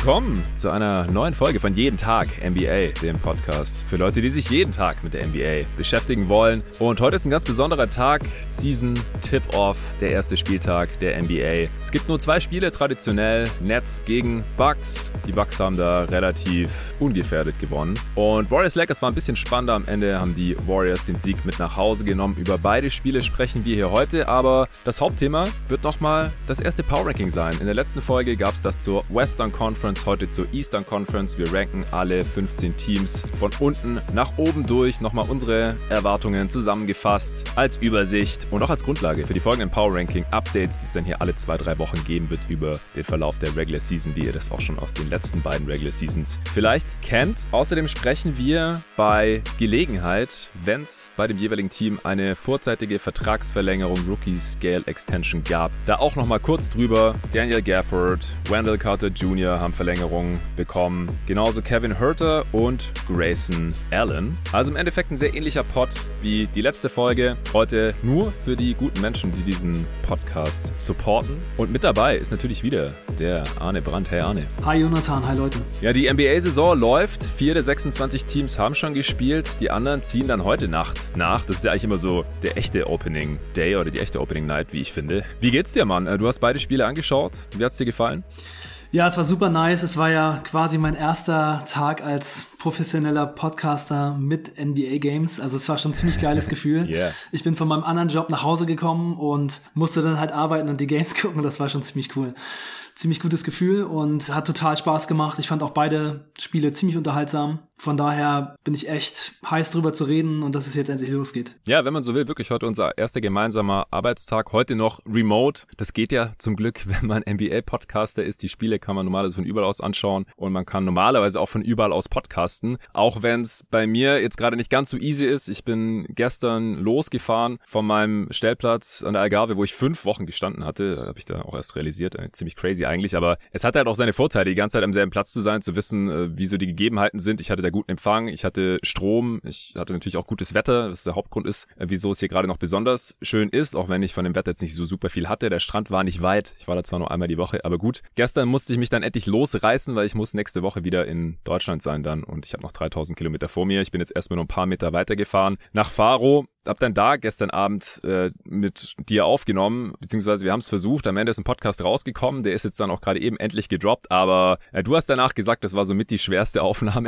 willkommen zu einer neuen Folge von Jeden Tag NBA, dem Podcast für Leute, die sich jeden Tag mit der NBA beschäftigen wollen. Und heute ist ein ganz besonderer Tag, Season Tip-Off, der erste Spieltag der NBA. Es gibt nur 2 Spiele, traditionell Nets gegen Bucks. Die Bucks haben da relativ ungefährdet gewonnen. Und Warriors-Lakers war ein bisschen spannender. Am Ende haben die Warriors den Sieg mit nach Hause genommen. Über beide Spiele sprechen wir hier heute, aber das Hauptthema wird nochmal das erste Power-Ranking sein. In der letzten Folge gab es das zur Western Conference, heute zur Eastern Conference. Wir ranken alle 15 Teams von unten nach oben durch. Nochmal unsere Erwartungen zusammengefasst als Übersicht und auch als Grundlage für die folgenden Power-Ranking-Updates, die es dann hier alle 2-3 Wochen geben wird über den Verlauf der Regular Season, wie ihr das auch schon aus den letzten beiden Regular Seasons vielleicht kennt. Außerdem sprechen wir bei Gelegenheit, wenn es bei dem jeweiligen Team eine vorzeitige Vertragsverlängerung Rookie Scale Extension gab, da auch nochmal kurz drüber. Daniel Gafford, Wendell Carter Jr. haben Verlängerungen bekommen. Genauso Kevin Huerter und Grayson Allen. Also im Endeffekt ein sehr ähnlicher Pod wie die letzte Folge. Heute nur für die guten Menschen, die diesen Podcast supporten. Und mit dabei ist natürlich wieder der Arne Brandt. Hey Arne. Hi Jonathan, hi Leute. Ja, die NBA-Saison läuft. 4 der 26 Teams haben schon gespielt. Die anderen ziehen dann heute Nacht nach. Das ist ja eigentlich immer so der echte Opening Day oder die echte Opening Night, wie ich finde. Wie geht's dir, Mann? Du hast beide Spiele angeschaut. Wie hat's dir gefallen? Ja, es war super nice. Es war ja quasi mein erster Tag als professioneller Podcaster mit NBA Games. Also es war schon ein ziemlich geiles Gefühl. Yeah. Ich bin von meinem anderen Job nach Hause gekommen und musste dann halt arbeiten und die Games gucken. Das war schon ziemlich cool. Ziemlich gutes Gefühl und hat total Spaß gemacht. Ich fand auch beide Spiele ziemlich unterhaltsam. Von daher bin ich echt heiß drüber zu reden und dass es jetzt endlich losgeht. Ja, wenn man so will, wirklich heute unser erster gemeinsamer Arbeitstag. Heute noch remote. Das geht ja zum Glück, wenn man NBA-Podcaster ist. Die Spiele kann man normalerweise von überall aus anschauen und man kann normalerweise auch von überall aus podcasten. Auch wenn es bei mir jetzt gerade nicht ganz so easy ist. Ich bin gestern losgefahren von meinem Stellplatz an der Algarve, wo ich 5 Wochen gestanden hatte. Da habe ich da auch erst realisiert. Ziemlich crazy eigentlich, aber es hat halt auch seine Vorteile, die ganze Zeit am selben Platz zu sein, zu wissen, wie so die Gegebenheiten sind. Ich hatte da guten Empfang, ich hatte Strom, ich hatte natürlich auch gutes Wetter, was der Hauptgrund ist, wieso es hier gerade noch besonders schön ist, auch wenn ich von dem Wetter jetzt nicht so super viel hatte. Der Strand war nicht weit, ich war da zwar nur einmal die Woche, aber gut. Gestern musste ich mich dann endlich losreißen, weil ich muss nächste Woche wieder in Deutschland sein dann und ich habe noch 3000 Kilometer vor mir. Ich bin jetzt erstmal nur ein paar Meter weitergefahren nach Faro. Hab dann da gestern Abend mit dir aufgenommen, beziehungsweise wir haben es versucht. Am Ende ist ein Podcast rausgekommen, der ist jetzt dann auch gerade eben endlich gedroppt, aber du hast danach gesagt, das war somit die schwerste Aufnahme,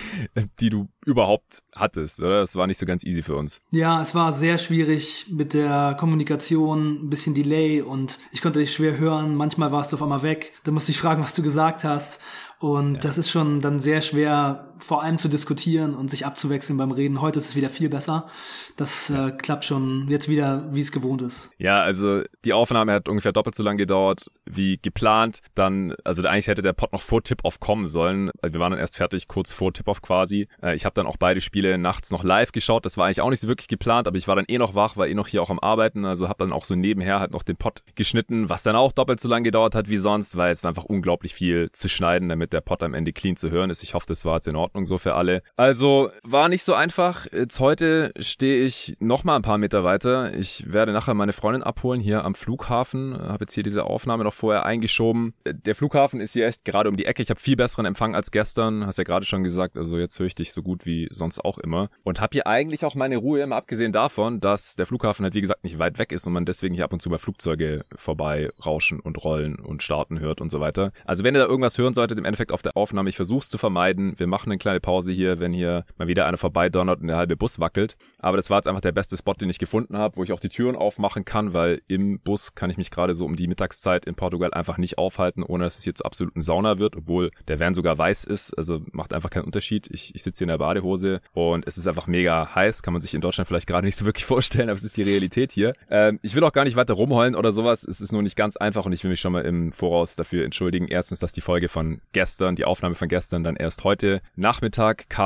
die du überhaupt hattest, oder? Das war nicht so ganz easy für uns. Ja, es war sehr schwierig mit der Kommunikation, ein bisschen Delay und ich konnte dich schwer hören. Manchmal warst du auf einmal weg, da musste ich fragen, was du gesagt hast. Und Das ist schon dann sehr schwer, vor allem zu diskutieren und sich abzuwechseln beim Reden. Heute ist es wieder viel besser. Das klappt schon jetzt wieder, wie es gewohnt ist. Ja, also die Aufnahme hat ungefähr doppelt so lang gedauert wie geplant. Dann, also eigentlich hätte der Pod noch vor Tip-Off kommen sollen. Wir waren dann erst fertig, kurz vor Tip-Off quasi. Ich habe dann auch beide Spiele nachts noch live geschaut. Das war eigentlich auch nicht so wirklich geplant, aber ich war dann noch wach, war noch hier auch am Arbeiten. Also habe dann auch so nebenher halt noch den Pod geschnitten, was dann auch doppelt so lang gedauert hat wie sonst, weil es war einfach unglaublich viel zu schneiden, damit der Pod am Ende clean zu hören ist. Ich hoffe, das war jetzt in Ordnung so für alle. Also war nicht so einfach. Jetzt heute stehe ich noch mal ein paar Meter weiter. Ich werde nachher meine Freundin abholen hier am Flughafen. Habe jetzt hier diese Aufnahme noch vorher eingeschoben. Der Flughafen ist hier echt gerade um die Ecke. Ich habe viel besseren Empfang als gestern. Hast ja gerade schon gesagt. Also jetzt höre ich dich so gut wie sonst auch immer. Und habe hier eigentlich auch meine Ruhe, mal abgesehen davon, dass der Flughafen halt wie gesagt nicht weit weg ist und man deswegen hier ab und zu bei Flugzeuge vorbei rauschen und rollen und starten hört und so weiter. Also wenn ihr da irgendwas hören solltet, im Endeffekt auf der Aufnahme, ich versuche es zu vermeiden. Wir machen eine kleine Pause hier, wenn hier mal wieder einer vorbeidonnert und der halbe Bus wackelt. Aber das war jetzt einfach der beste Spot, den ich gefunden habe, wo ich auch die Türen aufmachen kann, weil im Bus kann ich mich gerade so um die Mittagszeit in Portugal einfach nicht aufhalten, ohne dass es hier zur absoluten Sauna wird, obwohl der Van sogar weiß ist. Also macht einfach keinen Unterschied. Ich sitze hier in der Badehose und es ist einfach mega heiß. Kann man sich in Deutschland vielleicht gerade nicht so wirklich vorstellen, aber es ist die Realität hier. Ich will auch gar nicht weiter rumheulen oder sowas. Es ist nur nicht ganz einfach und ich will mich schon mal im Voraus dafür entschuldigen. Erstens, dass die Folge von gestern, die Aufnahme von gestern dann erst heute Nachmittag kam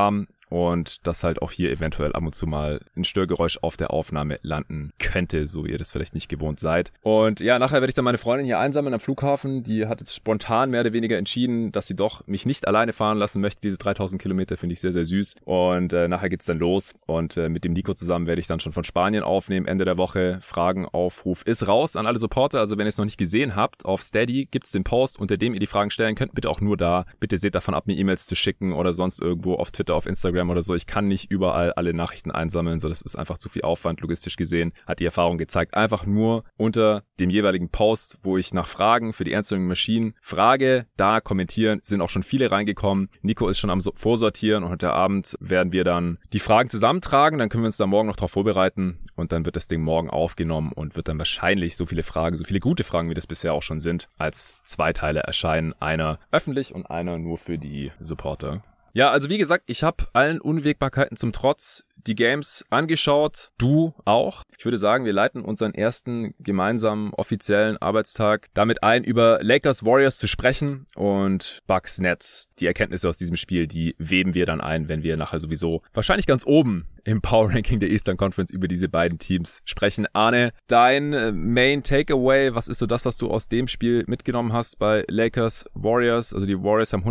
und dass halt auch hier eventuell ab und zu mal ein Störgeräusch auf der Aufnahme landen könnte, so wie ihr das vielleicht nicht gewohnt seid. Und ja, nachher werde ich dann meine Freundin hier einsammeln am Flughafen. Die hat jetzt spontan mehr oder weniger entschieden, dass sie doch mich nicht alleine fahren lassen möchte. Diese 3000 Kilometer finde ich sehr, sehr süß. Und nachher geht's dann los. Und mit dem Nico zusammen werde ich dann schon von Spanien aufnehmen. Ende der Woche. Fragenaufruf ist raus an alle Supporter. Also wenn ihr es noch nicht gesehen habt, auf Steady gibt's den Post, unter dem ihr die Fragen stellen könnt. Bitte auch nur da. Bitte seht davon ab, mir E-Mails zu schicken oder sonst irgendwo auf Twitter, auf Instagram oder so. Ich kann nicht überall alle Nachrichten einsammeln. So, das ist einfach zu viel Aufwand, logistisch gesehen. Hat die Erfahrung gezeigt. Einfach nur unter dem jeweiligen Post, wo ich nach Fragen für die einzelnen Maschinen frage, da kommentieren, sind auch schon viele reingekommen. Nico ist schon am Vorsortieren und heute Abend werden wir dann die Fragen zusammentragen, dann können wir uns da morgen noch drauf vorbereiten und dann wird das Ding morgen aufgenommen und wird dann wahrscheinlich so viele Fragen, so viele gute Fragen, wie das bisher auch schon sind, als zwei Teile erscheinen. Einer öffentlich und einer nur für die Supporter. Ja, also wie gesagt, ich habe allen Unwägbarkeiten zum Trotz die Games angeschaut, du auch. Ich würde sagen, wir leiten unseren ersten gemeinsamen offiziellen Arbeitstag damit ein, über Lakers Warriors zu sprechen und Bucks Nets. Die Erkenntnisse aus diesem Spiel, die weben wir dann ein, wenn wir nachher sowieso wahrscheinlich ganz oben im Power Ranking der Eastern Conference über diese beiden Teams sprechen. Arne, dein Main Takeaway, was ist so das, was du aus dem Spiel mitgenommen hast bei Lakers Warriors? Also die Warriors haben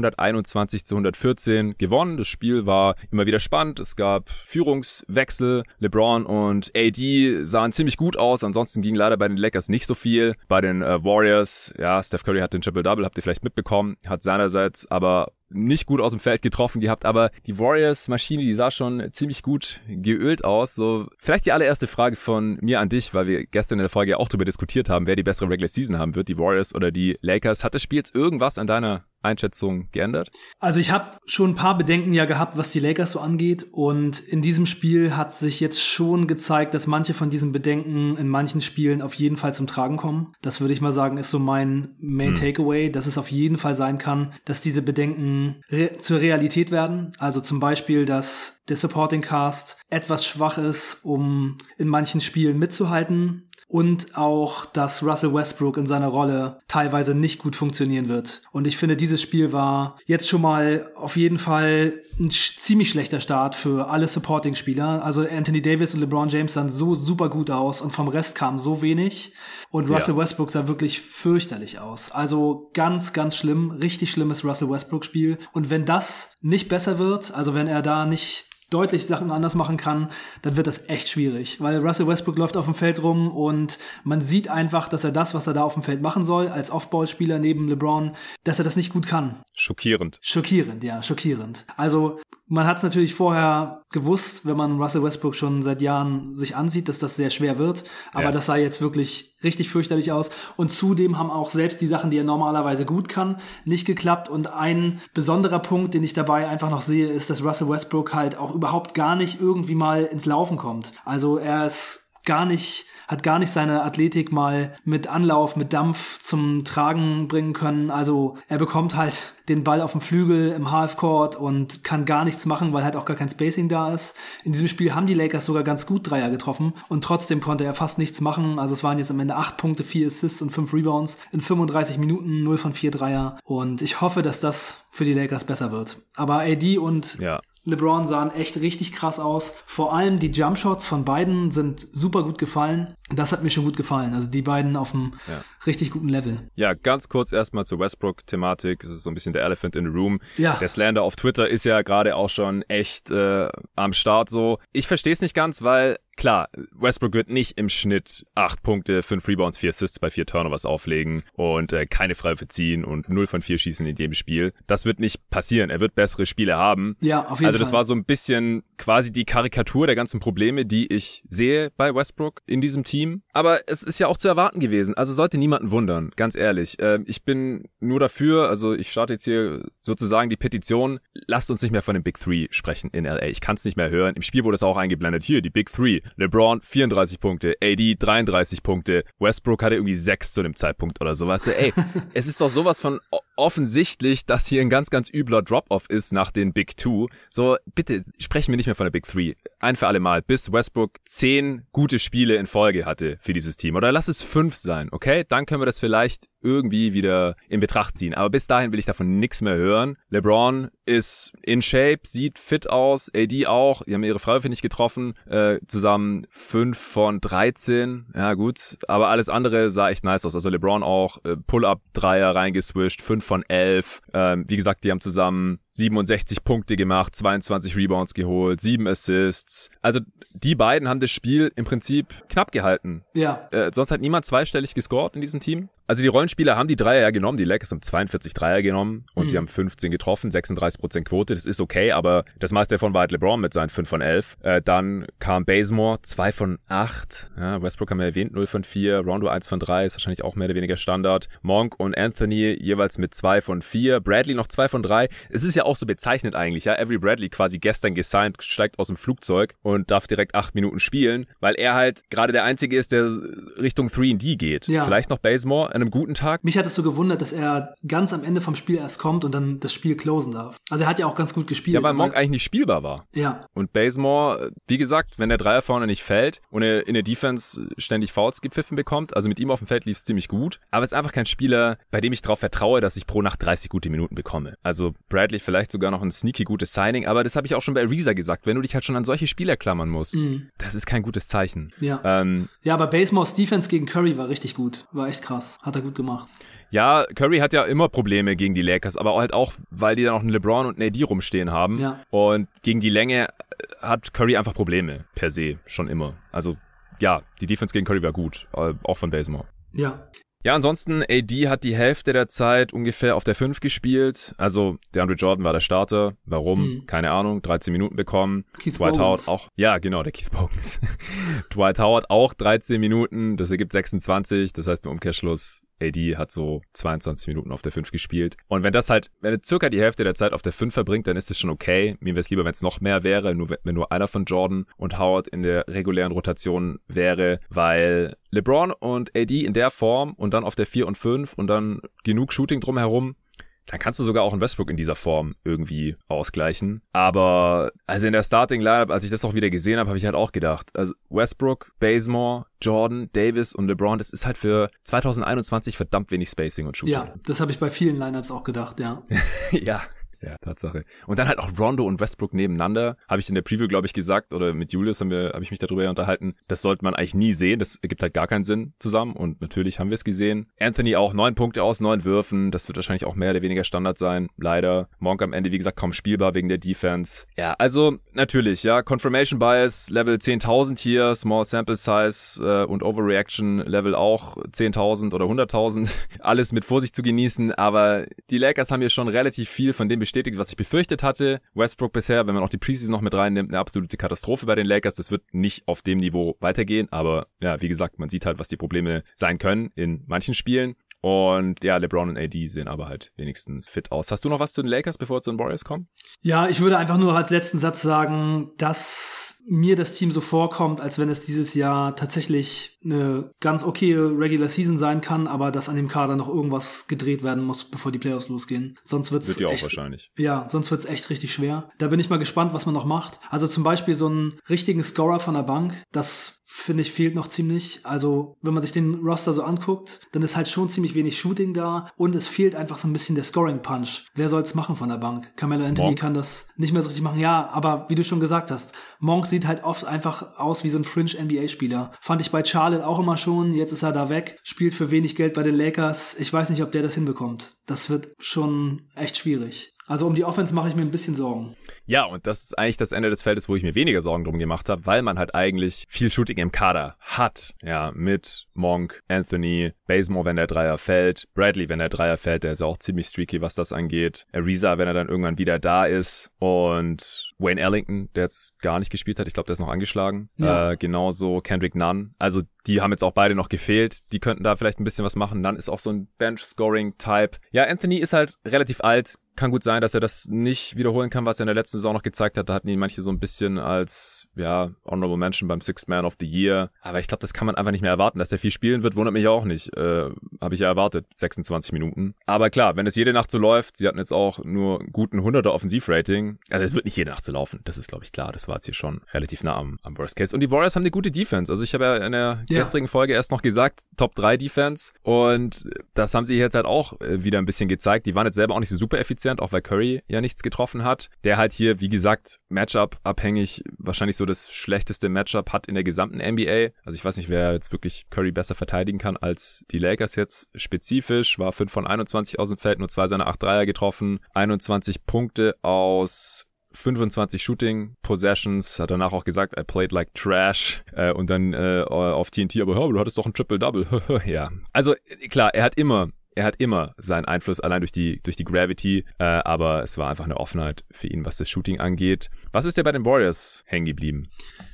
121-114 gewonnen. Das Spiel war immer wieder spannend. Es gab Führungswechsel. LeBron und AD sahen ziemlich gut aus. Ansonsten ging leider bei den Lakers nicht so viel. Bei den Warriors, ja, Steph Curry hat den Triple-Double, habt ihr vielleicht mitbekommen, hat seinerseits aber nicht gut aus dem Feld getroffen gehabt, aber die Warriors-Maschine, die sah schon ziemlich gut geölt aus. So, vielleicht die allererste Frage von mir an dich, weil wir gestern in der Folge ja auch darüber diskutiert haben, wer die bessere Regular Season haben wird, die Warriors oder die Lakers. Hat das Spiel jetzt irgendwas an deiner Einschätzung geändert? Also ich habe schon ein paar Bedenken ja gehabt, was die Lakers so angeht, und in diesem Spiel hat sich jetzt schon gezeigt, dass manche von diesen Bedenken in manchen Spielen auf jeden Fall zum Tragen kommen. Das würde ich mal sagen, ist so mein Main Takeaway, dass es auf jeden Fall sein kann, dass diese Bedenken zur Realität werden. Also zum Beispiel, dass der Supporting Cast etwas schwach ist, um in manchen Spielen mitzuhalten. Und auch, dass Russell Westbrook in seiner Rolle teilweise nicht gut funktionieren wird. Und ich finde, dieses Spiel war jetzt schon mal auf jeden Fall ein ziemlich schlechter Start für alle Supporting-Spieler. Also Anthony Davis und LeBron James sahen so super gut aus und vom Rest kam so wenig. Und Russell Westbrook sah wirklich fürchterlich aus. Also ganz, ganz schlimm, richtig schlimmes Russell Westbrook-Spiel. Und wenn das nicht besser wird, also wenn er da nicht deutlich Sachen anders machen kann, dann wird das echt schwierig, weil Russell Westbrook läuft auf dem Feld rum und man sieht einfach, dass er das, was er da auf dem Feld machen soll, als Off-Ball-Spieler neben LeBron, dass er das nicht gut kann. Schockierend. Schockierend, ja, schockierend. Also man hat es natürlich vorher gewusst, wenn man Russell Westbrook schon seit Jahren sich ansieht, dass das sehr schwer wird, aber das sah jetzt wirklich richtig fürchterlich aus und zudem haben auch selbst die Sachen, die er normalerweise gut kann, nicht geklappt und ein besonderer Punkt, den ich dabei einfach noch sehe, ist, dass Russell Westbrook halt auch überhaupt gar nicht irgendwie mal ins Laufen kommt. Also er ist hat gar nicht seine Athletik mal mit Anlauf, mit Dampf zum Tragen bringen können. Also er bekommt halt den Ball auf dem Flügel im Halfcourt und kann gar nichts machen, weil halt auch gar kein Spacing da ist. In diesem Spiel haben die Lakers sogar ganz gut Dreier getroffen und trotzdem konnte er fast nichts machen. Also es waren jetzt am Ende 8 Punkte, 4 Assists und 5 Rebounds in 35 Minuten, 0 von 4 Dreier. Und ich hoffe, dass das für die Lakers besser wird. Aber AD und LeBron sahen echt richtig krass aus. Vor allem die Jumpshots von beiden sind super gut gefallen. Das hat mir schon gut gefallen. Also die beiden auf einem richtig guten Level. Ja, ganz kurz erstmal zur Westbrook-Thematik. Das ist so ein bisschen der Elephant in the Room. Ja. Der Slander auf Twitter ist ja gerade auch schon echt am Start so. Ich verstehe es nicht ganz, weil klar, Westbrook wird nicht im Schnitt 8 Punkte, 5 Rebounds, 4 Assists bei 4 Turnovers auflegen und keine Freiwürfe ziehen und 0 von 4 schießen in dem Spiel. Das wird nicht passieren. Er wird bessere Spiele haben. Ja, auf jeden Fall. Also das war so ein bisschen quasi die Karikatur der ganzen Probleme, die ich sehe bei Westbrook in diesem Team. Aber es ist ja auch zu erwarten gewesen. Also sollte niemanden wundern, ganz ehrlich. Ich bin nur dafür, also ich starte jetzt hier sozusagen die Petition, lasst uns nicht mehr von den Big Three sprechen in LA. Ich kann es nicht mehr hören. Im Spiel wurde es auch eingeblendet. Hier, die Big Three. LeBron 34 Punkte, AD 33 Punkte, Westbrook hatte irgendwie 6 zu dem Zeitpunkt oder sowas. Ey, es ist doch sowas von offensichtlich, dass hier ein ganz, ganz übler Drop-Off ist nach den Big Two. So, bitte sprechen wir nicht mehr von der Big Three. Ein für alle Mal, bis Westbrook 10 gute Spiele in Folge hatte für dieses Team. Oder lass es 5 sein, okay? Dann können wir das vielleicht irgendwie wieder in Betracht ziehen. Aber bis dahin will ich davon nichts mehr hören. LeBron ist in Shape, sieht fit aus, AD auch. Die haben ihre Freiwürfe nicht getroffen. Zusammen 5 von 13. Ja gut, aber alles andere sah echt nice aus. Also LeBron auch Pull-Up-Dreier reingeswischt, 5 von 11. Wie gesagt, die haben zusammen 67 Punkte gemacht, 22 Rebounds geholt, 7 Assists. Also die beiden haben das Spiel im Prinzip knapp gehalten. Ja. Sonst hat niemand zweistellig gescored in diesem Team. Also die Rollenspieler haben die Dreier ja genommen, die Lakers haben 42 Dreier genommen und sie haben 15 getroffen, 36% Quote, das ist okay, aber das meiste davon war halt LeBron mit seinen 5 von 11. Dann kam Bazemore, 2 von 8, ja, Westbrook haben wir erwähnt, 0 von 4, Rondo 1 von 3, ist wahrscheinlich auch mehr oder weniger Standard. Monk und Anthony jeweils mit 2 von 4, Bradley noch 2 von 3. Es ist ja auch so bezeichnet eigentlich, ja, Avery Bradley quasi gestern gesigned, steigt aus dem Flugzeug und darf direkt 8 Minuten spielen, weil er halt gerade der Einzige ist, der Richtung 3&D geht. Ja. Vielleicht noch Bazemore an einem guten Tag. Mich hat es so gewundert, dass er ganz am Ende vom Spiel erst kommt und dann das Spiel closen darf. Also er hat ja auch ganz gut gespielt. Ja, weil Monk eigentlich nicht spielbar war. Ja. Und Bazemore, wie gesagt, wenn der Dreier vorne nicht fällt und er in der Defense ständig Fouls gepfiffen bekommt, also mit ihm auf dem Feld lief es ziemlich gut, aber es ist einfach kein Spieler, bei dem ich darauf vertraue, dass ich pro Nacht 30 gute Minuten bekomme. Also Bradley vielleicht sogar noch ein sneaky gutes Signing, aber das habe ich auch schon bei Ariza gesagt, wenn du dich halt schon an solche Spieler klammern musst, das ist kein gutes Zeichen. Ja, ja, aber Bazemores Defense gegen Curry war richtig gut, war echt krass, hat er gut gemacht. Ja, Curry hat ja immer Probleme gegen die Lakers, aber halt auch, weil die da noch einen LeBron und einen AD rumstehen haben. Ja. Und gegen die Länge hat Curry einfach Probleme, per se, schon immer. Also, ja, die Defense gegen Curry war gut, auch von Bazemore. Ja. Ja, ansonsten, AD hat die Hälfte der Zeit ungefähr auf der 5 gespielt. Also, DeAndre Jordan war der Starter. Warum? Keine Ahnung. 13 Minuten bekommen. Keith Dwight Bogans. Howard auch. Ja, genau, der Keith Bogans. Dwight Howard auch 13 Minuten. Das ergibt 26. Das heißt, im Umkehrschluss, AD hat so 22 Minuten auf der 5 gespielt. Und wenn er circa die Hälfte der Zeit auf der 5 verbringt, dann ist es schon okay. Mir wäre es lieber, wenn es noch mehr wäre, wenn nur einer von Jordan und Howard in der regulären Rotation wäre, weil LeBron und AD in der Form und dann auf der 4 und 5 und dann genug Shooting drumherum, dann kannst du sogar auch einen Westbrook in dieser Form irgendwie ausgleichen. Aber also in der Starting Lineup, als ich das auch wieder gesehen habe, habe ich halt auch gedacht, also Westbrook, Bazemore, Jordan, Davis und LeBron, das ist halt für 2021 verdammt wenig Spacing und Shooting. Ja, das habe ich bei vielen Lineups auch gedacht, ja. Ja, Tatsache. Und dann halt auch Rondo und Westbrook nebeneinander. Habe ich in der Preview, glaube ich, gesagt, oder mit Julius habe ich mich darüber unterhalten. Das sollte man eigentlich nie sehen. Das ergibt halt gar keinen Sinn zusammen. Und natürlich haben wir es gesehen. Anthony auch 9 Punkte aus 9 Würfen. Das wird wahrscheinlich auch mehr oder weniger Standard sein. Leider. Monk am Ende, wie gesagt, kaum spielbar wegen der Defense. Ja, also natürlich, ja. Confirmation Bias, Level 10.000 hier. Small Sample Size und Overreaction Level auch 10.000 oder 100.000. Alles mit Vorsicht zu genießen. Aber die Lakers haben hier schon relativ viel von dem bestätigt, was ich befürchtet hatte. Westbrook bisher, wenn man auch die Preseason noch mit reinnimmt, eine absolute Katastrophe bei den Lakers. Das wird nicht auf dem Niveau weitergehen, aber ja, wie gesagt, man sieht halt, was die Probleme sein können in manchen Spielen. Und ja, LeBron und AD sehen aber halt wenigstens fit aus. Hast du noch was zu den Lakers, bevor wir zu den Warriors kommen? Ja, ich würde einfach nur als letzten Satz sagen, dass mir das Team so vorkommt, als wenn es dieses Jahr tatsächlich eine ganz okaye Regular Season sein kann, aber dass an dem Kader noch irgendwas gedreht werden muss, bevor die Playoffs losgehen. Sonst wird ja auch wahrscheinlich. Ja, sonst wird's echt richtig schwer. Da bin ich mal gespannt, was man noch macht. Also zum Beispiel so einen richtigen Scorer von der Bank, das finde ich, fehlt noch ziemlich. Also, wenn man sich den Roster so anguckt, dann ist halt schon ziemlich wenig Shooting da und es fehlt einfach so ein bisschen der Scoring-Punch. Wer soll's machen von der Bank? Carmelo Anthony Monk kann das nicht mehr so richtig machen. Ja, aber wie du schon gesagt hast, Monk sieht halt oft einfach aus wie so ein Fringe-NBA-Spieler. Fand ich bei Charlotte auch immer schon. Jetzt ist er da weg, spielt für wenig Geld bei den Lakers. Ich weiß nicht, ob der das hinbekommt. Das wird schon echt schwierig. Also um die Offense mache ich mir ein bisschen Sorgen. Ja, und das ist eigentlich das Ende des Feldes, wo ich mir weniger Sorgen drum gemacht habe, weil man halt eigentlich viel Shooting im Kader hat. Ja, mit Monk, Anthony, Bazemore, wenn der Dreier fällt, Bradley, wenn der Dreier fällt, der ist ja auch ziemlich streaky, was das angeht. Ariza, wenn er dann irgendwann wieder da ist. Und Wayne Ellington, der jetzt gar nicht gespielt hat, ich glaube, der ist noch angeschlagen. Ja. Genauso Kendrick Nunn. Also die haben jetzt auch beide noch gefehlt. Die könnten da vielleicht ein bisschen was machen. Nunn ist auch so ein Bench-Scoring-Type. Ja, Anthony ist halt relativ alt. Kann gut sein, dass er das nicht wiederholen kann, was er in der letzten Saison noch gezeigt hat. Da hatten ihn manche so ein bisschen als, ja, Honorable Mention beim Sixth Man of the Year. Aber ich glaube, das kann man einfach nicht mehr erwarten. Dass er viel spielen wird, wundert mich auch nicht. Habe ich ja erwartet, 26 Minuten. Aber klar, wenn es jede Nacht so läuft, sie hatten jetzt auch nur einen guten 100er Offensivrating. Also es wird nicht jede Nacht zu laufen. Das ist, glaube ich, klar. Das war jetzt hier schon relativ nah am Worst Case. Und die Warriors haben eine gute Defense. Also ich habe ja in der gestrigen Folge erst noch gesagt, Top 3 Defense. Und das haben sie jetzt halt auch wieder ein bisschen gezeigt. Die waren jetzt selber auch nicht so super effizient, auch weil Curry ja nichts getroffen hat. Der halt hier, wie gesagt, Matchup-abhängig wahrscheinlich so das schlechteste Matchup hat in der gesamten NBA. Also ich weiß nicht, wer jetzt wirklich Curry besser verteidigen kann als die Lakers jetzt spezifisch. War 5 von 21 aus dem Feld, nur 2 seiner 8 Dreier getroffen. 21 Punkte aus 25 Shooting Possessions, hat danach auch gesagt, I played like trash und dann auf TNT, aber du hattest doch ein Triple-Double. Ja, also klar, er hat immer seinen Einfluss allein durch die Gravity, aber es war einfach eine Offenheit für ihn, was das Shooting angeht. Was ist dir bei den Warriors hängen geblieben?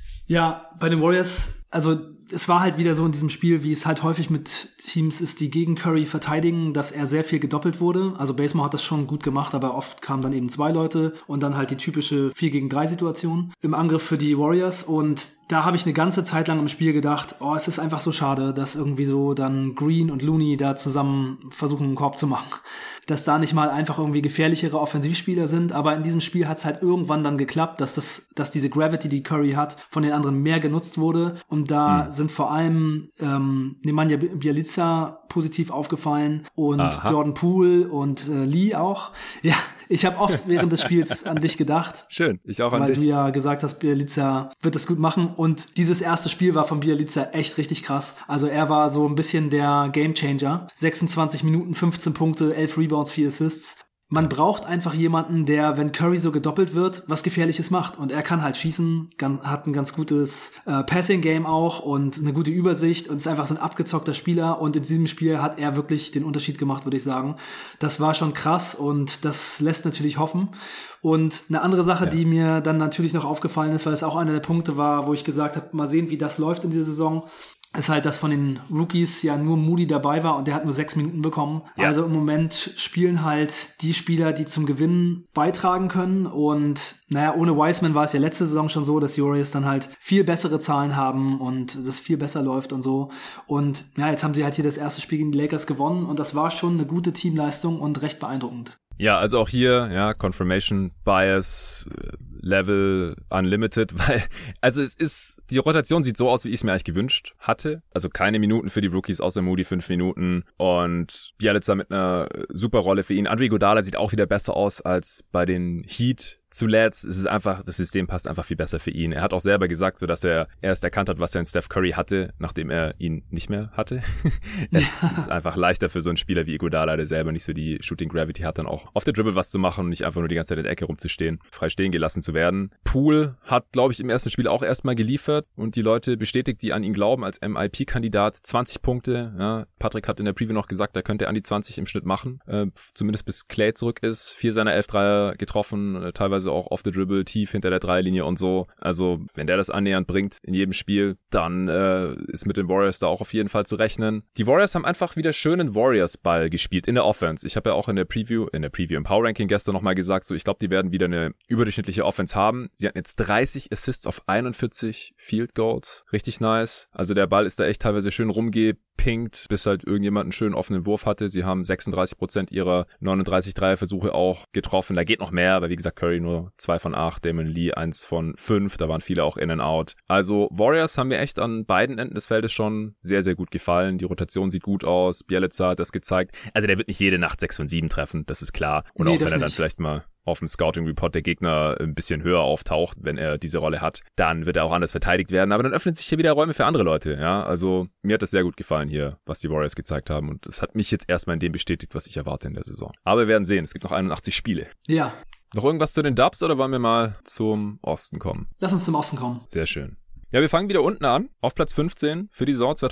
Ja, bei den Warriors, also es war halt wieder so in diesem Spiel, wie es halt häufig mit Teams ist, die gegen Curry verteidigen, dass er sehr viel gedoppelt wurde. Also Bazemore hat das schon gut gemacht, aber oft kamen dann eben 2 Leute und dann halt die typische 4-gegen-3-Situation im Angriff für die Warriors. Und da habe ich eine ganze Zeit lang im Spiel gedacht, es ist einfach so schade, dass irgendwie so dann Green und Looney da zusammen versuchen, einen Korb zu machen. Dass da nicht mal einfach irgendwie gefährlichere Offensivspieler sind, aber in diesem Spiel hat es halt irgendwann dann geklappt, dass diese Gravity, die Curry hat, von den anderen mehr genutzt wurde. Und da sind vor allem Nemanja Bjelica positiv aufgefallen und Jordan Poole und Lee auch. Ja, ich habe oft während des Spiels an dich gedacht. Schön, ich auch an dich. Weil du ja gesagt hast, Bjelica wird das gut machen. Und dieses erste Spiel war von Bjelica echt richtig krass. Also er war so ein bisschen der Gamechanger. 26 Minuten, 15 Punkte, 11 Rebounds, 4 Assists. Man braucht einfach jemanden, der, wenn Curry so gedoppelt wird, was Gefährliches macht. Und er kann halt schießen, hat ein ganz gutes Passing-Game auch und eine gute Übersicht und ist einfach so ein abgezockter Spieler. Und in diesem Spiel hat er wirklich den Unterschied gemacht, würde ich sagen. Das war schon krass und das lässt natürlich hoffen. Und eine andere Sache, die mir dann natürlich noch aufgefallen ist, weil es auch einer der Punkte war, wo ich gesagt habe, mal sehen, wie das läuft in dieser Saison, ist halt, dass von den Rookies ja nur Moody dabei war und der hat nur 6 Minuten bekommen. Ja. Also im Moment spielen halt die Spieler, die zum Gewinnen beitragen können. Und ohne Wiseman war es ja letzte Saison schon so, dass die Warriors dann halt viel bessere Zahlen haben und das viel besser läuft und so. Und jetzt haben sie halt hier das erste Spiel gegen die Lakers gewonnen und das war schon eine gute Teamleistung und recht beeindruckend. Ja, also auch hier, Confirmation Bias Level Unlimited, weil, also die Rotation sieht so aus, wie ich es mir eigentlich gewünscht hatte. Also keine Minuten für die Rookies, außer Moody 5 Minuten und Bjelica mit einer super Rolle für ihn. Andre Iguodala sieht auch wieder besser aus als bei den Heat zuletzt. Es ist einfach, das System passt einfach viel besser für ihn. Er hat auch selber gesagt, so dass er erst erkannt hat, was er in Steph Curry hatte, nachdem er ihn nicht mehr hatte. Es ist einfach leichter für so einen Spieler wie Iguodala, der selber nicht so die Shooting Gravity hat, dann auch auf der Dribble was zu machen und nicht einfach nur die ganze Zeit in der Ecke rumzustehen, frei stehen gelassen zu werden. Poole hat, glaube ich, im ersten Spiel auch erstmal geliefert und die Leute bestätigt, die an ihn glauben, als MIP-Kandidat. 20 Punkte, ja. Patrick hat in der Preview noch gesagt, er könnte an die 20 im Schnitt machen, zumindest bis Clay zurück ist. 4 seiner 11 Dreier getroffen, teilweise auch off the dribble, tief hinter der Dreierlinie und so. Also, wenn der das annähernd bringt in jedem Spiel, dann ist mit den Warriors da auch auf jeden Fall zu rechnen. Die Warriors haben einfach wieder schönen Warriors-Ball gespielt in der Offense. Ich habe ja auch in der Preview im Power Ranking gestern nochmal gesagt, so ich glaube, die werden wieder eine überdurchschnittliche Offense haben. Sie hatten jetzt 30 Assists auf 41 Field Goals. Richtig nice. Also der Ball ist da echt teilweise schön rumgepinkt, bis halt irgendjemand einen schönen offenen Wurf hatte. Sie haben 36% ihrer 39 Dreierversuche auch getroffen. Da geht noch mehr, aber wie gesagt, Curry nur 2 von 8, Damon Lee 1 von 5. Da waren viele auch in and out. Also Warriors haben mir echt an beiden Enden des Feldes schon sehr, sehr gut gefallen. Die Rotation sieht gut aus. Bjelica hat das gezeigt. Also der wird nicht jede Nacht 6 von 7 treffen, das ist klar. Und auch wenn er dann vielleicht mal auf dem Scouting-Report der Gegner ein bisschen höher auftaucht, wenn er diese Rolle hat, dann wird er auch anders verteidigt werden. Aber dann öffnen sich hier wieder Räume für andere Leute. Ja, also mir hat das sehr gut gefallen hier, was die Warriors gezeigt haben. Und das hat mich jetzt erstmal in dem bestätigt, was ich erwarte in der Saison. Aber wir werden sehen, es gibt noch 81 Spiele. Ja. Noch irgendwas zu den Dubs oder wollen wir mal zum Osten kommen? Lass uns zum Osten kommen. Sehr schön. Ja, wir fangen wieder unten an. Auf Platz 15 für die Saison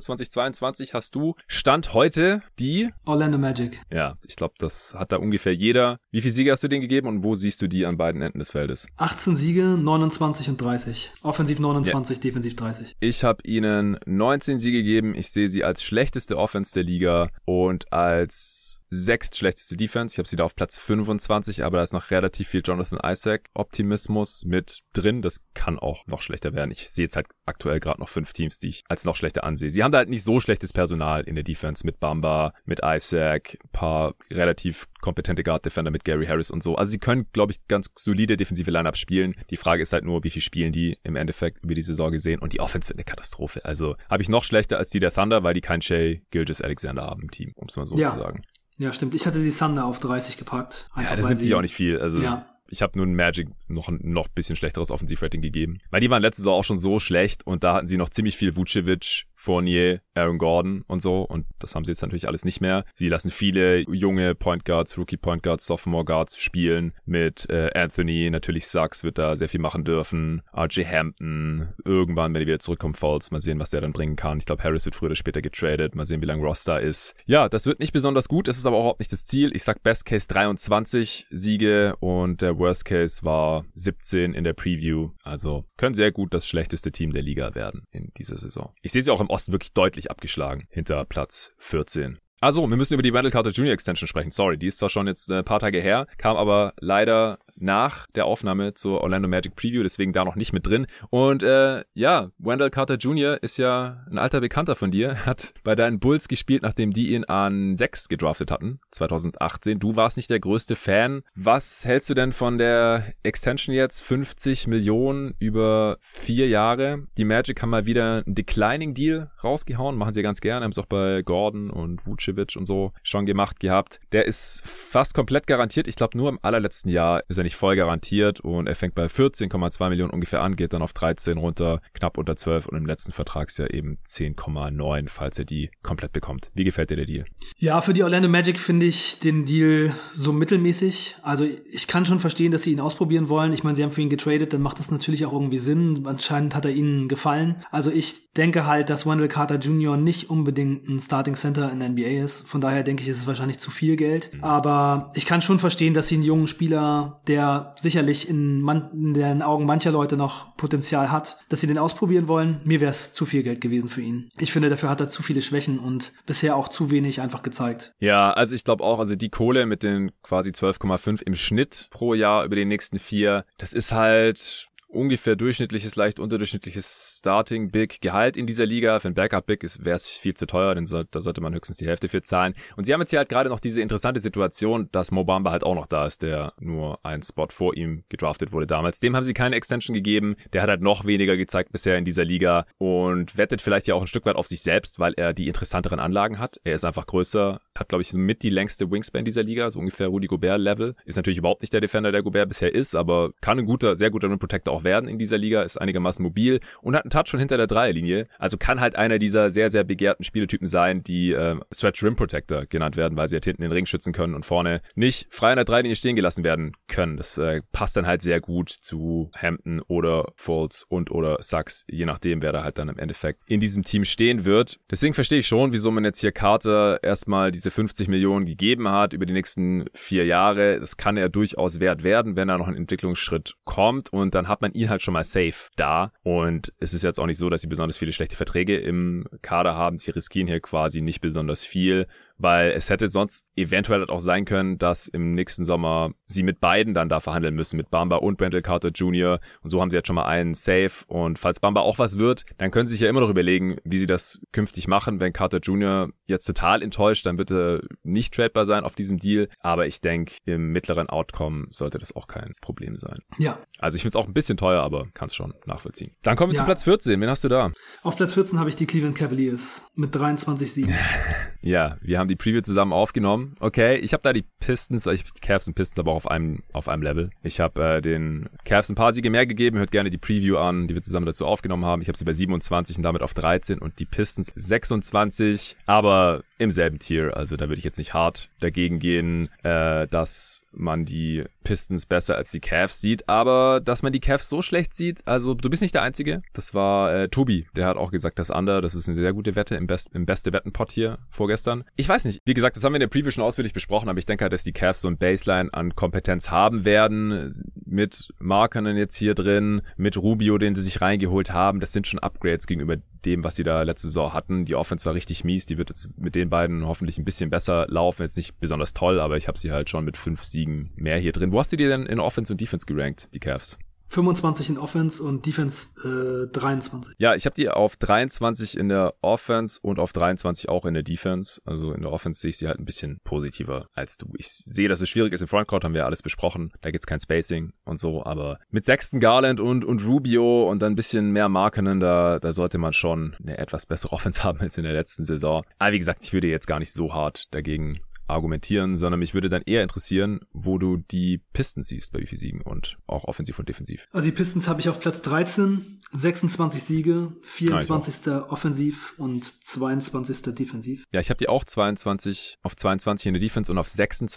2021-22 hast du Stand heute die Orlando Magic. Ja, ich glaube, das hat da ungefähr jeder. Wie viele Siege hast du denen gegeben und wo siehst du die an beiden Enden des Feldes? 18 Siege, 29 und 30. Offensiv 29, defensiv 30. Ich habe ihnen 19 Siege gegeben. Ich sehe sie als schlechteste Offense der Liga und als sechstschlechteste Defense. Ich habe sie da auf Platz 25, aber da ist noch relativ viel Jonathan Isaac Optimismus mit drin. Das kann auch noch schlechter werden. Ich sehe jetzt halt aktuell gerade noch 5 Teams, die ich als noch schlechter ansehe. Sie haben da halt nicht so schlechtes Personal in der Defense mit Bamba, mit Isaac, ein paar relativ kompetente Guard-Defender mit Gary Harris und so. Also sie können, glaube ich, ganz solide defensive Lineups spielen. Die Frage ist halt nur, wie viel spielen die im Endeffekt über die Saison gesehen. Und die Offense wird eine Katastrophe. Also habe ich noch schlechter als die der Thunder, weil die keinen Shai Gilgeous-Alexander haben im Team, um es mal so zu sagen. Ja, stimmt. Ich hatte die Thunder auf 30 gepackt. Einfach, ja, das nimmt sich auch nicht viel. Also ja. Ich habe nur Magic noch ein bisschen schlechteres Offensivrating gegeben. Weil die waren letzte Saison auch schon so schlecht und da hatten sie noch ziemlich viel Vucevic, Fournier, Aaron Gordon und so. Und das haben sie jetzt natürlich alles nicht mehr. Sie lassen viele junge Point Guards, Rookie Point Guards, Sophomore Guards spielen mit Anthony. Natürlich Suggs wird da sehr viel machen dürfen. RJ Hampton. Irgendwann, wenn die wieder zurückkommen, Fouls. Mal sehen, was der dann bringen kann. Ich glaube, Harris wird früher oder später getradet. Mal sehen, wie lange Ross da ist. Ja, das wird nicht besonders gut. Das ist aber überhaupt nicht das Ziel. Ich sag Best Case 23 Siege und der Worst Case war 17 in der Preview. Also können sehr gut das schlechteste Team der Liga werden in dieser Saison. Ich sehe sie auch im Osten wirklich deutlich abgeschlagen hinter Platz 14. Also, wir müssen über die Wendell Carter Jr. Extension sprechen. Sorry, die ist zwar schon jetzt ein paar Tage her, kam aber leider nach der Aufnahme zur Orlando Magic Preview, deswegen da noch nicht mit drin. Und Wendell Carter Jr. ist ja ein alter Bekannter von dir, hat bei deinen Bulls gespielt, nachdem die ihn an 6 gedraftet hatten, 2018. Du warst nicht der größte Fan. Was hältst du denn von der Extension jetzt? 50 Millionen über 4 Jahre. Die Magic haben mal wieder einen Declining Deal rausgehauen, machen sie ganz gerne, haben es auch bei Gordon und Vucevic und so schon gemacht gehabt. Der ist fast komplett garantiert. Ich glaube, nur im allerletzten Jahr ist er nicht voll garantiert und er fängt bei 14,2 Millionen ungefähr an, geht dann auf 13 runter, knapp unter 12 und im letzten Vertragsjahr eben 10,9, falls er die komplett bekommt. Wie gefällt dir der Deal? Ja, für die Orlando Magic finde ich den Deal so mittelmäßig. Also ich kann schon verstehen, dass sie ihn ausprobieren wollen. Ich meine, sie haben für ihn getradet, dann macht das natürlich auch irgendwie Sinn. Anscheinend hat er ihnen gefallen. Also ich denke halt, dass Wendell Carter Jr. nicht unbedingt ein Starting Center in der NBA ist. Von daher denke ich, ist es wahrscheinlich zu viel Geld. Aber ich kann schon verstehen, dass sie einen jungen Spieler, der sicherlich in den Augen mancher Leute noch Potenzial hat, dass sie den ausprobieren wollen. Mir wäre es zu viel Geld gewesen für ihn. Ich finde, dafür hat er zu viele Schwächen und bisher auch zu wenig einfach gezeigt. Ja, also ich glaube auch, also die Kohle mit den quasi 12,5 im Schnitt pro Jahr über die nächsten 4, das ist halt ungefähr durchschnittliches, leicht unterdurchschnittliches Starting Big Gehalt in dieser Liga. Für ein Backup Big wäre es viel zu teuer, denn da sollte man höchstens die Hälfte für zahlen. Und sie haben jetzt hier halt gerade noch diese interessante Situation, dass Mo Bamba halt auch noch da ist, der nur einen Spot vor ihm gedraftet wurde damals. Dem haben sie keine Extension gegeben. Der hat halt noch weniger gezeigt bisher in dieser Liga und wettet vielleicht ja auch ein Stück weit auf sich selbst, weil er die interessanteren Anlagen hat. Er ist einfach größer, hat glaube ich mit die längste Wingspan dieser Liga, so ungefähr Rudy Gobert Level. Ist natürlich überhaupt nicht der Defender, der Gobert bisher ist, aber kann ein sehr guter Rim Protector auch werden in dieser Liga, ist einigermaßen mobil und hat einen Touch schon hinter der Dreierlinie. Also kann halt einer dieser sehr, sehr begehrten Spieletypen sein, die Stretch Rim Protector genannt werden, weil sie halt hinten den Ring schützen können und vorne nicht frei an der Dreierlinie stehen gelassen werden können. Das passt dann halt sehr gut zu Hampton oder Fultz und oder Suggs, je nachdem, wer da halt dann im Endeffekt in diesem Team stehen wird. Deswegen verstehe ich schon, wieso man jetzt hier Carter erstmal diese 50 Millionen gegeben hat über die nächsten 4 Jahre. Das kann er durchaus wert werden, wenn da noch ein Entwicklungsschritt kommt und dann hat man ihn halt schon mal safe da und es ist jetzt auch nicht so, dass sie besonders viele schlechte Verträge im Kader haben. Sie riskieren hier quasi nicht besonders viel, weil es hätte sonst eventuell auch sein können, dass im nächsten Sommer sie mit beiden dann da verhandeln müssen, mit Bamba und Wendell Carter Jr. Und so haben sie jetzt schon mal einen safe und falls Bamba auch was wird, dann können sie sich ja immer noch überlegen, wie sie das künftig machen. Wenn Carter Jr. jetzt total enttäuscht, dann wird er nicht tradebar sein auf diesem Deal, aber ich denke, im mittleren Outcome sollte das auch kein Problem sein. Ja. Also ich finde es auch ein bisschen teuer, aber kann es schon nachvollziehen. Dann kommen wir zu Platz 14. Wen hast du da? Auf Platz 14 habe ich die Cleveland Cavaliers mit 23 Siegen. Ja, wir haben die Preview zusammen aufgenommen. Okay, ich habe da die Pistons, weil ich die Cavs und Pistons aber auch auf einem Level. Ich habe den Cavs ein paar Siege mehr gegeben. Hört gerne die Preview an, die wir zusammen dazu aufgenommen haben. Ich habe sie bei 27 und damit auf 13 und die Pistons 26, aber im selben Tier. Also da würde ich jetzt nicht hart dagegen gehen, dass man die Pistons besser als die Cavs sieht, aber dass man die Cavs so schlecht sieht, also du bist nicht der Einzige. Das war Tobi, der hat auch gesagt, das Under, das ist eine sehr gute Wette im beste Wettenpot hier vorgestern. Ich weiß nicht, wie gesagt, das haben wir in der Preview schon ausführlich besprochen, aber ich denke halt, dass die Cavs so ein Baseline an Kompetenz haben werden, mit Markkanen jetzt hier drin, mit Rubio, den sie sich reingeholt haben, das sind schon Upgrades gegenüber dem, was sie da letzte Saison hatten. Die Offense war richtig mies, die wird jetzt mit den beiden hoffentlich ein bisschen besser laufen, jetzt nicht besonders toll, aber ich habe sie halt schon mit 5 Siegen mehr hier drin. Wo hast du die denn in Offense und Defense gerankt, die Cavs? 25 in Offense und Defense 23. Ja, ich habe die auf 23 in der Offense und auf 23 auch in der Defense. Also in der Offense sehe ich sie halt ein bisschen positiver als du. Ich sehe, dass es schwierig ist im Frontcourt, haben wir ja alles besprochen. Da gibt's kein Spacing und so, aber mit Sexton, Garland und Rubio und dann ein bisschen mehr Markkanen, da sollte man schon eine etwas bessere Offense haben als in der letzten Saison. Aber wie gesagt, ich würde jetzt gar nicht so hart dagegen argumentieren, sondern mich würde dann eher interessieren, wo du die Pistons siehst bei wie viel Siegen und auch offensiv und defensiv. Also die Pistons habe ich auf Platz 13, 26 Siege, 24. offensiv und 22. defensiv. Ja, ich habe die auch 22 in der Defense und auf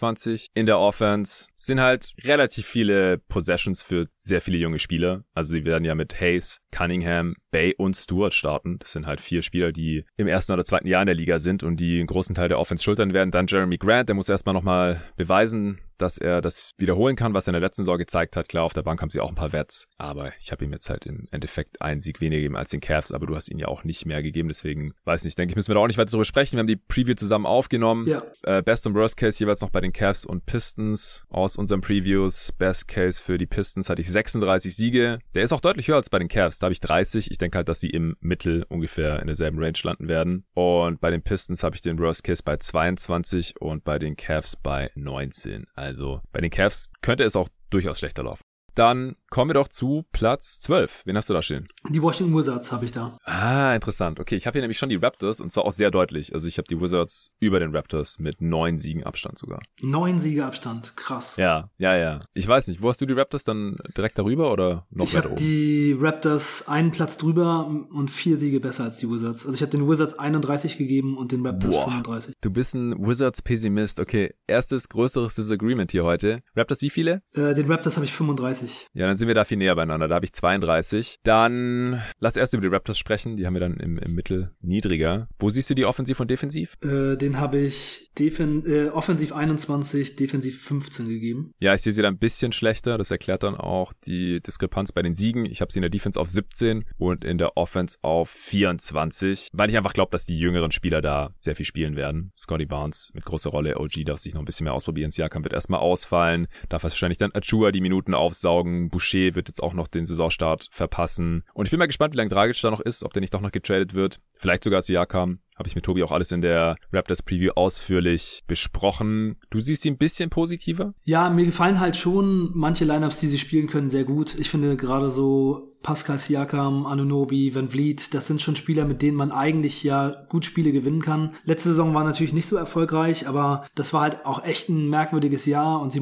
26 in der Offense. Sind halt relativ viele Possessions für sehr viele junge Spieler. Also sie werden ja mit Hayes, Cunningham, Bay und Stewart starten. Das sind halt 4 Spieler, die im ersten oder zweiten Jahr in der Liga sind und die einen großen Teil der Offense schultern werden. Dann Jeremy Grant, der muss erstmal nochmal beweisen, dass er das wiederholen kann, was er in der letzten Saison gezeigt hat. Klar, auf der Bank haben sie auch ein paar Vets, aber ich habe ihm jetzt halt im Endeffekt einen Sieg weniger gegeben als den Cavs, aber du hast ihn ja auch nicht mehr gegeben, deswegen weiß nicht, denke ich, müssen wir da auch nicht weiter drüber sprechen. Wir haben die Preview zusammen aufgenommen. Ja. Best und Worst Case jeweils noch bei den Cavs und Pistons aus unseren Previews. Best Case für die Pistons hatte ich 36 Siege. Der ist auch deutlich höher als bei den Cavs, da habe ich 30. Ich denke halt, dass sie im Mittel ungefähr in derselben Range landen werden. Und bei den Pistons habe ich den Worst Case bei 22 und bei den Cavs bei 19. Also bei den Cavs könnte es auch durchaus schlechter laufen. Dann kommen wir doch zu Platz 12. Wen hast du da stehen? Die Washington Wizards habe ich da. Ah, interessant. Okay, ich habe hier nämlich schon die Raptors und zwar auch sehr deutlich. Also ich habe die Wizards über den Raptors mit 9 Siegen Abstand sogar. 9 Siege Abstand, krass. Ja. Ich weiß nicht, wo hast du die Raptors dann direkt darüber oder noch weiter oben? Ich habe die Raptors einen Platz drüber und 4 Siege besser als die Wizards. Also ich habe den Wizards 31 gegeben und den Raptors 35. Du bist ein Wizards-Pessimist. Okay, erstes größeres Disagreement hier heute. Raptors wie viele? Den Raptors habe ich 35. Ja, dann sind wir da viel näher beieinander. Da habe ich 32. Dann lass erst über die Raptors sprechen. Die haben wir dann im Mittel niedriger. Wo siehst du die offensiv und defensiv? Den habe ich offensiv 21, defensiv 15 gegeben. Ja, ich sehe sie da ein bisschen schlechter. Das erklärt dann auch die Diskrepanz bei den Siegen. Ich habe sie in der Defense auf 17 und in der Offense auf 24, weil ich einfach glaube, dass die jüngeren Spieler da sehr viel spielen werden. Scotty Barnes mit großer Rolle. OG darf sich noch ein bisschen mehr ausprobieren. Siakam wird erstmal ausfallen. Darf wahrscheinlich dann Achua die Minuten aufsaugen. Boucher wird jetzt auch noch den Saisonstart verpassen. Und ich bin mal gespannt, wie lange Dragic da noch ist, ob der nicht doch noch getradet wird. Vielleicht sogar Siakam. Habe ich mit Tobi auch alles in der Raptors Preview ausführlich besprochen. Du siehst sie ein bisschen positiver? Ja, mir gefallen halt schon manche Lineups, die sie spielen können, sehr gut. Ich finde gerade so Pascal Siakam, Anunoby, Van Vliet, das sind schon Spieler, mit denen man eigentlich ja gut Spiele gewinnen kann. Letzte Saison war natürlich nicht so erfolgreich, aber das war halt auch echt ein merkwürdiges Jahr und sie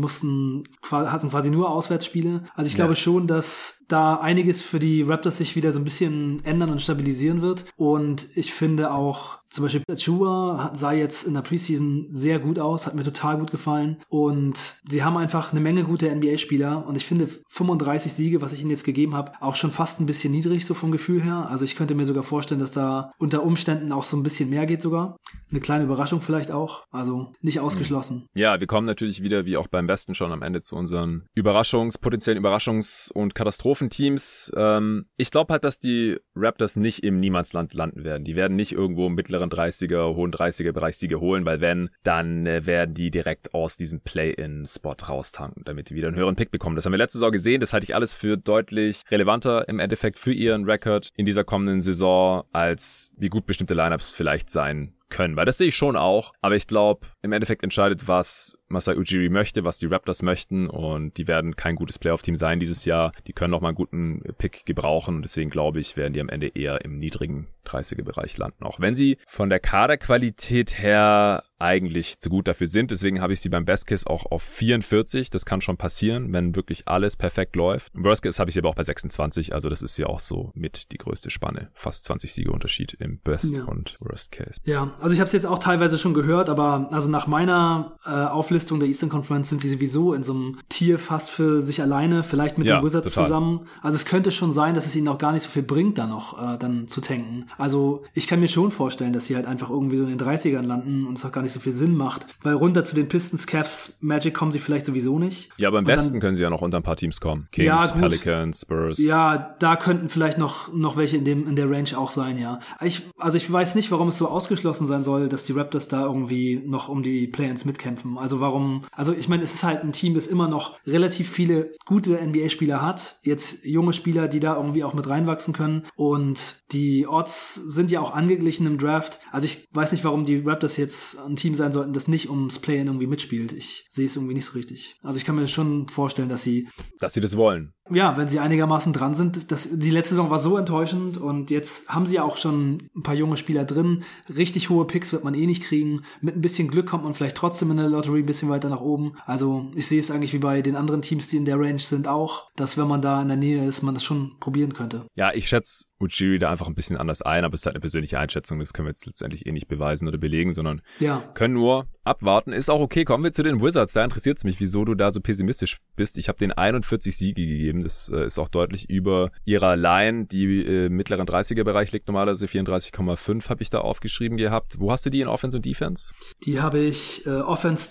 hatten quasi nur Auswärtsspiele. Also ich glaube schon, dass da einiges für die Raptors sich wieder so ein bisschen ändern und stabilisieren wird. Und ich finde auch, zum Beispiel Achua sah jetzt in der Preseason sehr gut aus, hat mir total gut gefallen. Und sie haben einfach eine Menge gute NBA-Spieler. Und ich finde 35 Siege, was ich ihnen jetzt gegeben habe, auch schon fast ein bisschen niedrig, so vom Gefühl her. Also ich könnte mir sogar vorstellen, dass da unter Umständen auch so ein bisschen mehr geht sogar. Eine kleine Überraschung vielleicht auch. Also nicht ausgeschlossen. Ja, wir kommen natürlich wieder, wie auch beim Westen schon am Ende, zu unseren potenziellen Überraschungs- und Katastrophenteams. Ich glaube halt, dass die Raptors nicht im Niemandsland landen werden. Die werden nicht irgendwo im mittleren 30er, hohen 30er-Bereich Siege holen, weil wenn, dann werden die direkt aus diesem Play-in-Spot raustanken, damit die wieder einen höheren Pick bekommen. Das haben wir letzte Saison gesehen. Das halte ich alles für deutlich relevanter im Endeffekt für ihren Rekord in dieser kommenden Saison, als wie gut bestimmte Lineups vielleicht sein können, weil das sehe ich schon auch, aber ich glaube, im Endeffekt entscheidet, was Masai Ujiri möchte, was die Raptors möchten und die werden kein gutes Playoff-Team sein dieses Jahr. Die können noch mal einen guten Pick gebrauchen und deswegen glaube ich, werden die am Ende eher im niedrigen 30er-Bereich landen, auch wenn sie von der Kaderqualität her eigentlich zu gut dafür sind. Deswegen habe ich sie beim Best Case auch auf 44. Das kann schon passieren, wenn wirklich alles perfekt läuft. Im Worst Case habe ich sie aber auch bei 26. Also das ist ja auch so mit die größte Spanne. Fast 20 Siege Unterschied im Best und Worst Case. Ja, also ich habe es jetzt auch teilweise schon gehört, aber also nach meiner Auflistung der Eastern Conference sind sie sowieso in so einem Tier fast für sich alleine, vielleicht mit den Wizards zusammen. Also es könnte schon sein, dass es ihnen auch gar nicht so viel bringt, da noch dann zu tanken. Also ich kann mir schon vorstellen, dass sie halt einfach irgendwie so in den 30ern landen und es auch gar nicht nicht so viel Sinn macht. Weil runter zu den Pistons, Cavs, Magic kommen sie vielleicht sowieso nicht. Ja, aber im Westen können sie ja noch unter ein paar Teams kommen. Kings, Pelicans, Spurs. Ja, da könnten vielleicht noch welche in der Range auch sein, ja. Ich weiß nicht, warum es so ausgeschlossen sein soll, dass die Raptors da irgendwie noch um die Play-ins mitkämpfen. Also ich meine, es ist halt ein Team, das immer noch relativ viele gute NBA-Spieler hat. Jetzt junge Spieler, die da irgendwie auch mit reinwachsen können. Und die Odds sind ja auch angeglichen im Draft. Also ich weiß nicht, warum die Raptors jetzt ein Team sein sollten, das nicht ums Play-in irgendwie mitspielt. Ich sehe es irgendwie nicht so richtig. Also ich kann mir schon vorstellen, dass sie das wollen. Ja, wenn sie einigermaßen dran sind. Die letzte Saison war so enttäuschend und jetzt haben sie ja auch schon ein paar junge Spieler drin. Richtig hohe Picks wird man eh nicht kriegen. Mit ein bisschen Glück kommt man vielleicht trotzdem in der Lottery ein bisschen weiter nach oben. Also ich sehe es eigentlich wie bei den anderen Teams, die in der Range sind auch, dass wenn man da in der Nähe ist, man das schon probieren könnte. Ja, ich schätze Ujiri da einfach ein bisschen anders ein, aber es ist halt eine persönliche Einschätzung. Das können wir jetzt letztendlich eh nicht beweisen oder belegen, sondern können nur abwarten. Ist auch okay. Kommen wir zu den Wizards. Da interessiert es mich, wieso du da so pessimistisch bist. Ich habe denen 41 Siege gegeben. Das ist auch deutlich über ihrer Line, die im mittleren 30er-Bereich liegt normalerweise. 34,5 habe ich da aufgeschrieben gehabt. Wo hast du die in Offense und Defense? Die habe ich Offense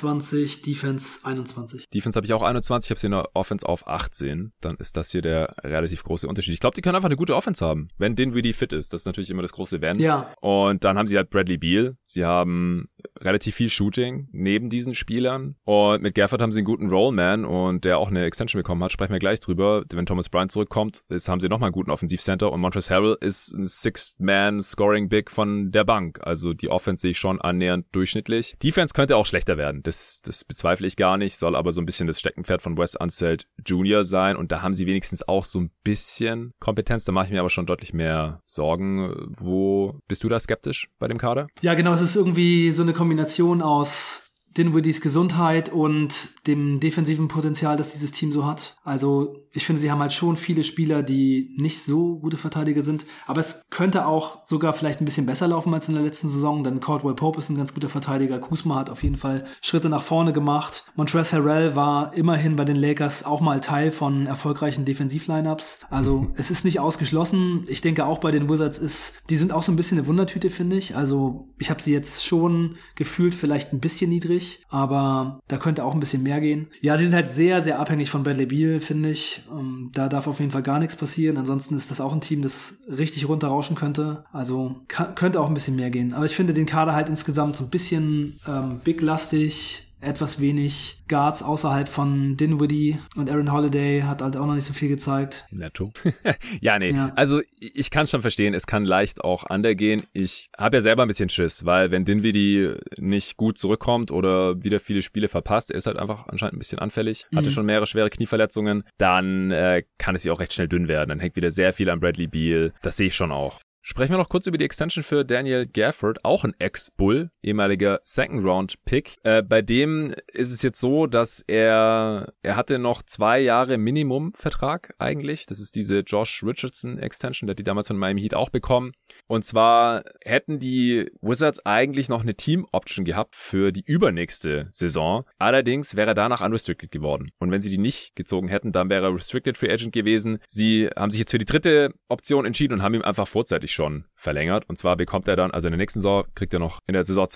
22, Defense 21. Defense habe ich auch 21. Ich habe sie in der Offense auf 18. Dann ist das hier der relativ große Unterschied. Ich glaube, die können einfach eine gute Offense haben, wenn Dinwiddie fit ist. Das ist natürlich immer das große Wenn. Ja. Und dann haben sie halt Bradley Beal. Sie haben relativ viel Shooting neben diesen Spielern. Und mit Gafford haben sie einen guten Rollman und der auch eine Extension bekommen hat. Sprechen wir gleich drüber. Wenn Thomas Bryant zurückkommt, haben sie nochmal einen guten Offensivcenter und Montrezl Harrell ist ein Sixth-Man-Scoring-Big von der Bank. Also die Offense sehe ich schon annähernd durchschnittlich. Defense könnte auch schlechter werden. Das bezweifle ich gar nicht, soll aber so ein bisschen das Steckenpferd von Wes Unseld Jr. sein und da haben sie wenigstens auch so ein bisschen Kompetenz. Da mache ich mir aber schon deutlich mehr Sorgen. Wo bist du da skeptisch bei dem Kader? Ja, genau. Es ist irgendwie so eine Kombination aus Dinwiddies Gesundheit und dem defensiven Potenzial, das dieses Team so hat. Also ich finde, sie haben halt schon viele Spieler, die nicht so gute Verteidiger sind, aber es könnte auch sogar vielleicht ein bisschen besser laufen als in der letzten Saison, denn Caldwell Pope ist ein ganz guter Verteidiger, Kuzma hat auf jeden Fall Schritte nach vorne gemacht. Montrezl Harrell war immerhin bei den Lakers auch mal Teil von erfolgreichen Defensiv-Lineups. Also es ist nicht ausgeschlossen. Ich denke auch bei den Wizards die sind auch so ein bisschen eine Wundertüte, finde ich. Also ich habe sie jetzt schon gefühlt vielleicht ein bisschen niedrig, aber da könnte auch ein bisschen mehr gehen. Ja, sie sind halt sehr, sehr abhängig von Bradley Beal, finde ich. Da darf auf jeden Fall gar nichts passieren. Ansonsten ist das auch ein Team, das richtig runterrauschen könnte. Also könnte auch ein bisschen mehr gehen. Aber ich finde den Kader halt insgesamt so ein bisschen big-lastig, etwas wenig Guards außerhalb von Dinwiddie und Aaron Holiday hat halt auch noch nicht so viel gezeigt. Netto. Ja. Also ich kann schon verstehen, es kann leicht auch undergehen. Ich habe ja selber ein bisschen Schiss, weil wenn Dinwiddie nicht gut zurückkommt oder wieder viele Spiele verpasst, er ist halt einfach anscheinend ein bisschen anfällig, hatte schon mehrere schwere Knieverletzungen, dann kann es ja auch recht schnell dünn werden. Dann hängt wieder sehr viel an Bradley Beal. Das sehe ich schon auch. Sprechen wir noch kurz über die Extension für Daniel Gafford, auch ein Ex-Bull, ehemaliger Second-Round-Pick. Bei dem ist es jetzt so, dass er hatte noch 2 Jahre Minimum-Vertrag eigentlich. Das ist diese Josh Richardson-Extension, der hat die damals von Miami Heat auch bekommen. Und zwar hätten die Wizards eigentlich noch eine Team-Option gehabt für die übernächste Saison. Allerdings wäre er danach unrestricted geworden. Und wenn sie die nicht gezogen hätten, dann wäre er Restricted Free Agent gewesen. Sie haben sich jetzt für die dritte Option entschieden und haben ihm einfach vorzeitig schon verlängert. Und zwar bekommt er dann, also in der nächsten Saison kriegt er noch in der Saison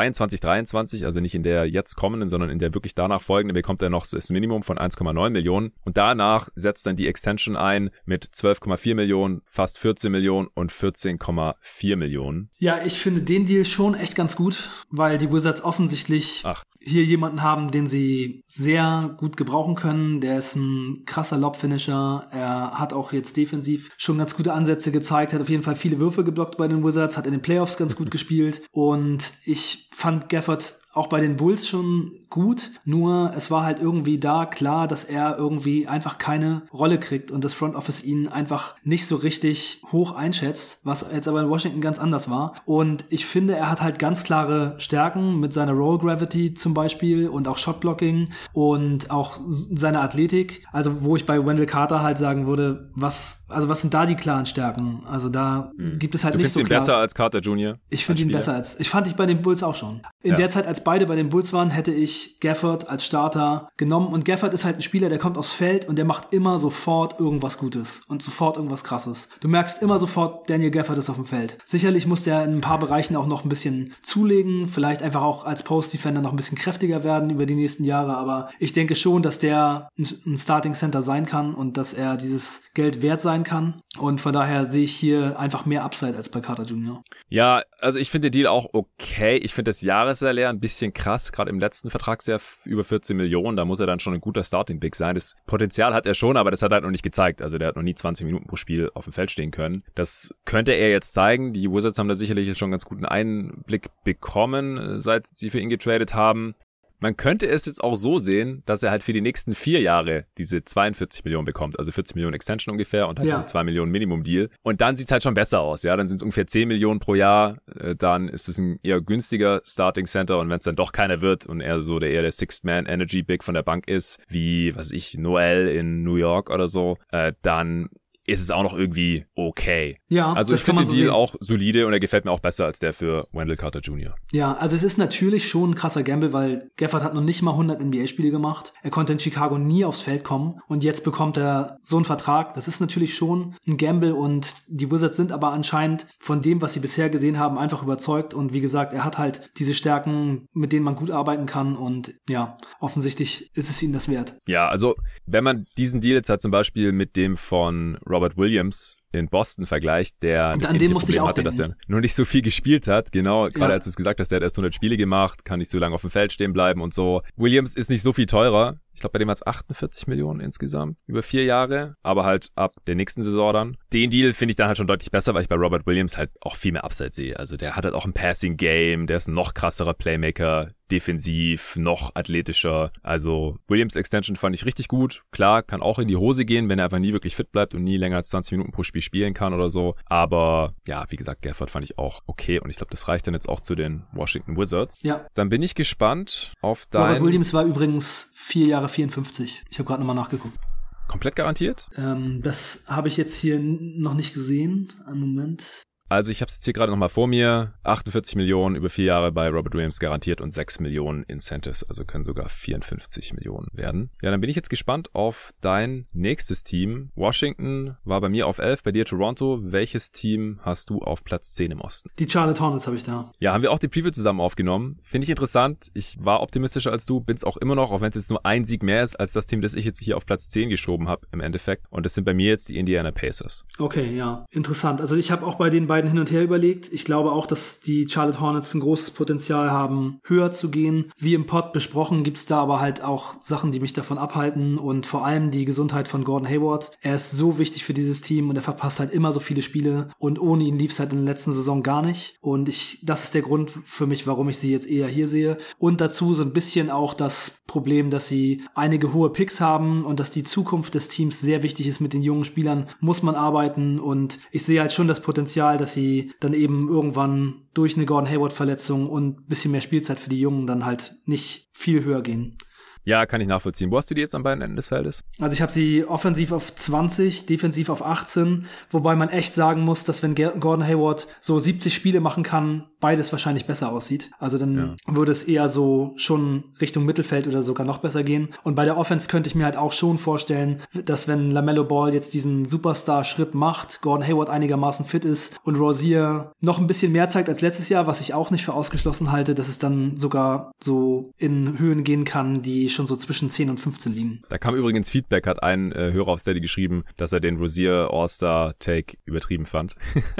2022/23, also nicht in der jetzt kommenden, sondern in der wirklich danach folgenden, bekommt er noch das Minimum von 1,9 Millionen. Und danach setzt dann die Extension ein mit 12,4 Millionen, fast 14 Millionen und 14,4 Millionen. Ja, ich finde den Deal schon echt ganz gut, weil die Wizards offensichtlich hier jemanden haben, den sie sehr gut gebrauchen können. Der ist ein krasser Lob-Finisher. Er hat auch jetzt defensiv schon ganz gute Ansätze gezeigt, hat auf jeden Fall viele Würfe geblockt bei den Wizards, hat in den Playoffs ganz gut gespielt und ich fand Gafford auch bei den Bulls schon gut, nur es war halt irgendwie da klar, dass er irgendwie einfach keine Rolle kriegt und das Front Office ihn einfach nicht so richtig hoch einschätzt, was jetzt aber in Washington ganz anders war. Und ich finde, er hat halt ganz klare Stärken mit seiner Roll Gravity zum Beispiel und auch Shotblocking und auch seine Athletik. Also wo ich bei Wendell Carter halt sagen würde, was was sind da die klaren Stärken? Also da gibt es halt nicht so klar. Du findest ihn besser als Carter Jr.? Ich finde ihn besser ich fand ich bei den Bulls auch schon. In der Zeit, als beide bei den Bulls waren, hätte ich Gafford als Starter genommen. Und Gafford ist halt ein Spieler, der kommt aufs Feld und der macht immer sofort irgendwas Gutes und sofort irgendwas Krasses. Du merkst immer sofort, Daniel Gafford ist auf dem Feld. Sicherlich muss der in ein paar Bereichen auch noch ein bisschen zulegen, vielleicht einfach auch als Post-Defender noch ein bisschen kräftiger werden über die nächsten Jahre, aber ich denke schon, dass der ein Starting Center sein kann und dass er dieses Geld wert sein kann. Und von daher sehe ich hier einfach mehr Upside als bei Carter Jr. Ja, also ich finde den Deal auch okay. Ich finde das Jahressalär ein bisschen krass, gerade im letzten Vertragsjahr über 14 Millionen. Da muss er dann schon ein guter Starting-Big sein. Das Potenzial hat er schon, aber das hat er halt noch nicht gezeigt. Also der hat noch nie 20 Minuten pro Spiel auf dem Feld stehen können. Das könnte er jetzt zeigen. Die Wizards haben da sicherlich jetzt schon einen ganz guten Einblick bekommen, seit sie für ihn getradet haben. Man könnte es jetzt auch so sehen, dass er halt für die nächsten 4 Jahre diese 42 Millionen bekommt, also 40 Millionen Extension ungefähr und hat diese 2 Millionen Minimum-Deal. Und dann sieht's halt schon besser aus, ja. Dann sind es ungefähr 10 Millionen pro Jahr, dann ist es ein eher günstiger Starting Center und wenn es dann doch keiner wird und er so eher der Sixth-Man-Energy-Big von der Bank ist, wie, Noel in New York oder so, dann ist es auch noch irgendwie okay. Ja, also ich finde den Deal auch solide und er gefällt mir auch besser als der für Wendell Carter Jr. Ja, also es ist natürlich schon ein krasser Gamble, weil Gafford hat noch nicht mal 100 NBA-Spiele gemacht. Er konnte in Chicago nie aufs Feld kommen und jetzt bekommt er so einen Vertrag. Das ist natürlich schon ein Gamble und die Wizards sind aber anscheinend von dem, was sie bisher gesehen haben, einfach überzeugt und wie gesagt, er hat halt diese Stärken, mit denen man gut arbeiten kann und ja, offensichtlich ist es ihm das wert. Ja, also wenn man diesen Deal jetzt halt zum Beispiel mit dem von Robert Williams in Boston vergleicht, der und an dem musste ich auch hatte, denken, dass er noch nicht so viel gespielt hat. Genau, gerade als du es gesagt hast, der hat erst 100 Spiele gemacht, kann nicht so lange auf dem Feld stehen bleiben und so. Williams ist nicht so viel teurer. Ich glaube, bei dem war es 48 Millionen insgesamt über 4 Jahre, aber halt ab der nächsten Saison dann. Den Deal finde ich dann halt schon deutlich besser, weil ich bei Robert Williams halt auch viel mehr Upside sehe. Also der hat halt auch ein Passing-Game, der ist ein noch krasserer Playmaker, defensiv, noch athletischer. Also Williams Extension fand ich richtig gut. Klar, kann auch in die Hose gehen, wenn er einfach nie wirklich fit bleibt und nie länger als 20 Minuten pro Spiel spielen kann oder so. Aber ja, wie gesagt, Gafford fand ich auch okay und ich glaube, das reicht dann jetzt auch zu den Washington Wizards. Ja. Dann bin ich gespannt auf dein... Robert Williams war übrigens 4 Jahre 54. Ich habe gerade nochmal nachgeguckt. Komplett garantiert? Das habe ich jetzt hier noch nicht gesehen. Einen Moment. Also ich habe es jetzt hier gerade nochmal vor mir. 48 Millionen über 4 Jahre bei Robert Williams garantiert und 6 Millionen Incentives, also können sogar 54 Millionen werden. Ja, dann bin ich jetzt gespannt auf dein nächstes Team. Washington war bei mir auf 11, bei dir Toronto. Welches Team hast du auf Platz 10 im Osten? Die Charlotte Hornets habe ich da. Ja, haben wir auch die Preview zusammen aufgenommen. Finde ich interessant. Ich war optimistischer als du, bin's auch immer noch, auch wenn es jetzt nur ein Sieg mehr ist als das Team, das ich jetzt hier auf Platz 10 geschoben habe im Endeffekt. Und das sind bei mir jetzt die Indiana Pacers. Okay, ja, interessant. Also ich habe auch bei den beiden hin und her überlegt. Ich glaube auch, dass die Charlotte Hornets ein großes Potenzial haben, höher zu gehen. Wie im Pod besprochen, gibt's da aber halt auch Sachen, die mich davon abhalten und vor allem die Gesundheit von Gordon Hayward. Er ist so wichtig für dieses Team und er verpasst halt immer so viele Spiele und ohne ihn lief's halt in der letzten Saison gar nicht. Und das ist der Grund für mich, warum ich sie jetzt eher hier sehe. Und dazu so ein bisschen auch das Problem, dass sie einige hohe Picks haben und dass die Zukunft des Teams sehr wichtig ist. Mit den jungen Spielern muss man arbeiten und ich sehe halt schon das Potenzial, dass sie dann eben irgendwann durch eine Gordon Hayward-Verletzung und ein bisschen mehr Spielzeit für die Jungen dann halt nicht viel höher gehen. Ja, kann ich nachvollziehen. Wo hast du die jetzt an beiden Enden des Feldes? Also ich habe sie offensiv auf 20, defensiv auf 18, wobei man echt sagen muss, dass wenn Gordon Hayward so 70 Spiele machen kann, beides wahrscheinlich besser aussieht. Also dann würde es eher so schon Richtung Mittelfeld oder sogar noch besser gehen. Und bei der Offense könnte ich mir halt auch schon vorstellen, dass wenn LaMelo Ball jetzt diesen Superstar-Schritt macht, Gordon Hayward einigermaßen fit ist und Rozier noch ein bisschen mehr zeigt als letztes Jahr, was ich auch nicht für ausgeschlossen halte, dass es dann sogar so in Höhen gehen kann, die schon so zwischen 10 und 15 liegen. Da kam übrigens Feedback, hat ein Hörer auf Steady geschrieben, dass er den Rozier All-Star-Take übertrieben fand.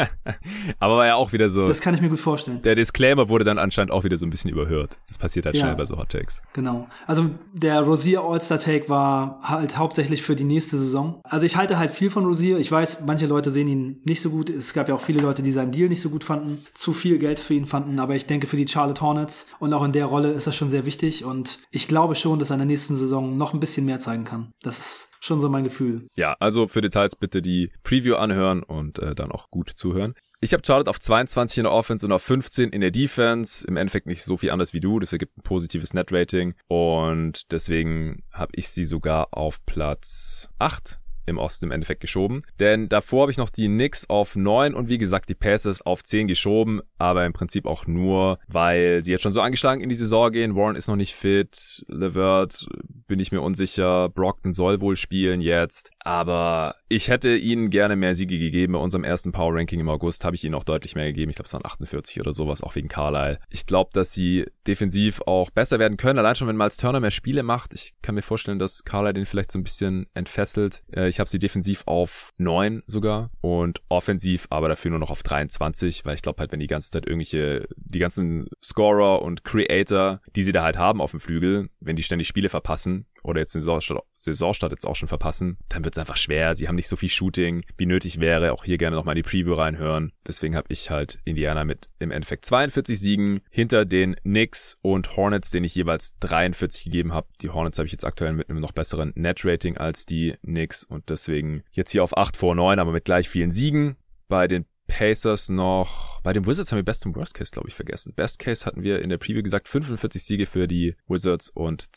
Aber war ja auch wieder so... Das kann ich mir gut vorstellen. Der Disclaimer wurde dann anscheinend auch wieder so ein bisschen überhört. Das passiert halt schnell bei so Hot Takes. Genau. Also der Rozier All-Star-Take war halt hauptsächlich für die nächste Saison. Also ich halte halt viel von Rozier. Ich weiß, manche Leute sehen ihn nicht so gut. Es gab ja auch viele Leute, die seinen Deal nicht so gut fanden, zu viel Geld für ihn fanden. Aber ich denke, für die Charlotte Hornets und auch in der Rolle ist das schon sehr wichtig. Und ich glaube schon, dass er in der nächsten Saison noch ein bisschen mehr zeigen kann. Das ist schon so mein Gefühl. Ja, also für Details bitte die Preview anhören und dann auch gut zuhören. Ich habe Charlotte auf 22 in der Offense und auf 15 in der Defense. Im Endeffekt nicht so viel anders wie du. Das ergibt ein positives Net-Rating und deswegen habe ich sie sogar auf Platz 8 im Osten im Endeffekt geschoben. Denn davor habe ich noch die Knicks auf 9 und wie gesagt die Pacers auf 10 geschoben, aber im Prinzip auch nur, weil sie jetzt schon so angeschlagen in die Saison gehen. Warren ist noch nicht fit, LeVert bin ich mir unsicher, Brogdon soll wohl spielen jetzt, aber ich hätte ihnen gerne mehr Siege gegeben. Bei unserem ersten Power Ranking im August habe ich ihnen auch deutlich mehr gegeben. Ich glaube, es waren 48 oder sowas, auch wegen Carlisle. Ich glaube, dass sie defensiv auch besser werden können, allein schon, wenn Miles Turner mehr Spiele macht. Ich kann mir vorstellen, dass Carlisle den vielleicht so ein bisschen entfesselt. Ich habe sie defensiv auf 9 sogar und offensiv aber dafür nur noch auf 23, weil ich glaube halt, wenn die ganze Zeit die ganzen Scorer und Creator, die sie da halt haben auf dem Flügel, wenn die ständig Spiele verpassen oder jetzt den Saisonstart jetzt auch schon verpassen, dann wird es einfach schwer. Sie haben nicht so viel Shooting, wie nötig wäre. Auch hier gerne nochmal in die Preview reinhören. Deswegen habe ich halt Indiana mit im Endeffekt 42 Siegen hinter den Knicks und Hornets, denen ich jeweils 43 gegeben habe. Die Hornets habe ich jetzt aktuell mit einem noch besseren Net-Rating als die Knicks und deswegen jetzt hier auf 8 vor 9, aber mit gleich vielen Siegen. Bei den Pacers noch, bei den Wizards haben wir Best und Worst Case, glaube ich, vergessen. Best Case hatten wir in der Preview gesagt, 45 Siege für die Wizards und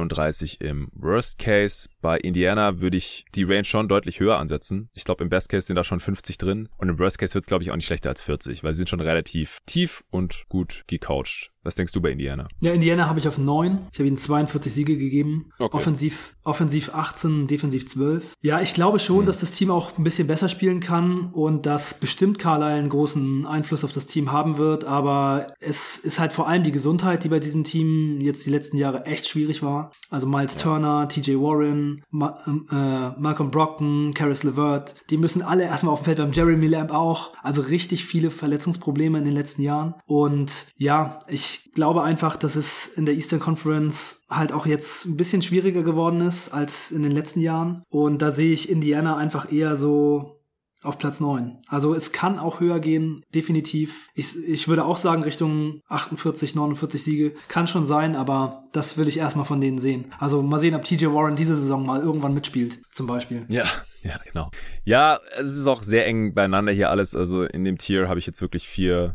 32 im Worst Case. Bei Indiana würde ich die Range schon deutlich höher ansetzen. Ich glaube, im Best Case sind da schon 50 drin und im Worst Case wird es, glaube ich, auch nicht schlechter als 40, weil sie sind schon relativ tief und gut gecoacht. Was denkst du bei Indiana? Ja, Indiana habe ich auf 9. Ich habe ihnen 42 Siege gegeben. Okay. Offensiv 18, defensiv 12. Ja, ich glaube schon, dass das Team auch ein bisschen besser spielen kann und dass bestimmt Carlisle einen großen Einfluss auf das Team haben wird. Aber es ist halt vor allem die Gesundheit, die bei diesem Team jetzt die letzten Jahre echt schwierig war. Also Miles Turner, TJ Warren, Malcolm Brogdon, Caris LeVert, die müssen alle erstmal auf dem Feld, beim Jeremy Lamb auch. Also richtig viele Verletzungsprobleme in den letzten Jahren. Und ja, ich glaube einfach, dass es in der Eastern Conference halt auch jetzt ein bisschen schwieriger geworden ist als in den letzten Jahren. Und da sehe ich Indiana einfach eher so auf Platz 9. Also es kann auch höher gehen, definitiv. Ich würde auch sagen, Richtung 48, 49 Siege kann schon sein, aber das will ich erstmal von denen sehen. Also mal sehen, ob TJ Warren diese Saison mal irgendwann mitspielt, zum Beispiel. Ja, genau. Ja, es ist auch sehr eng beieinander hier alles. Also in dem Tier habe ich jetzt wirklich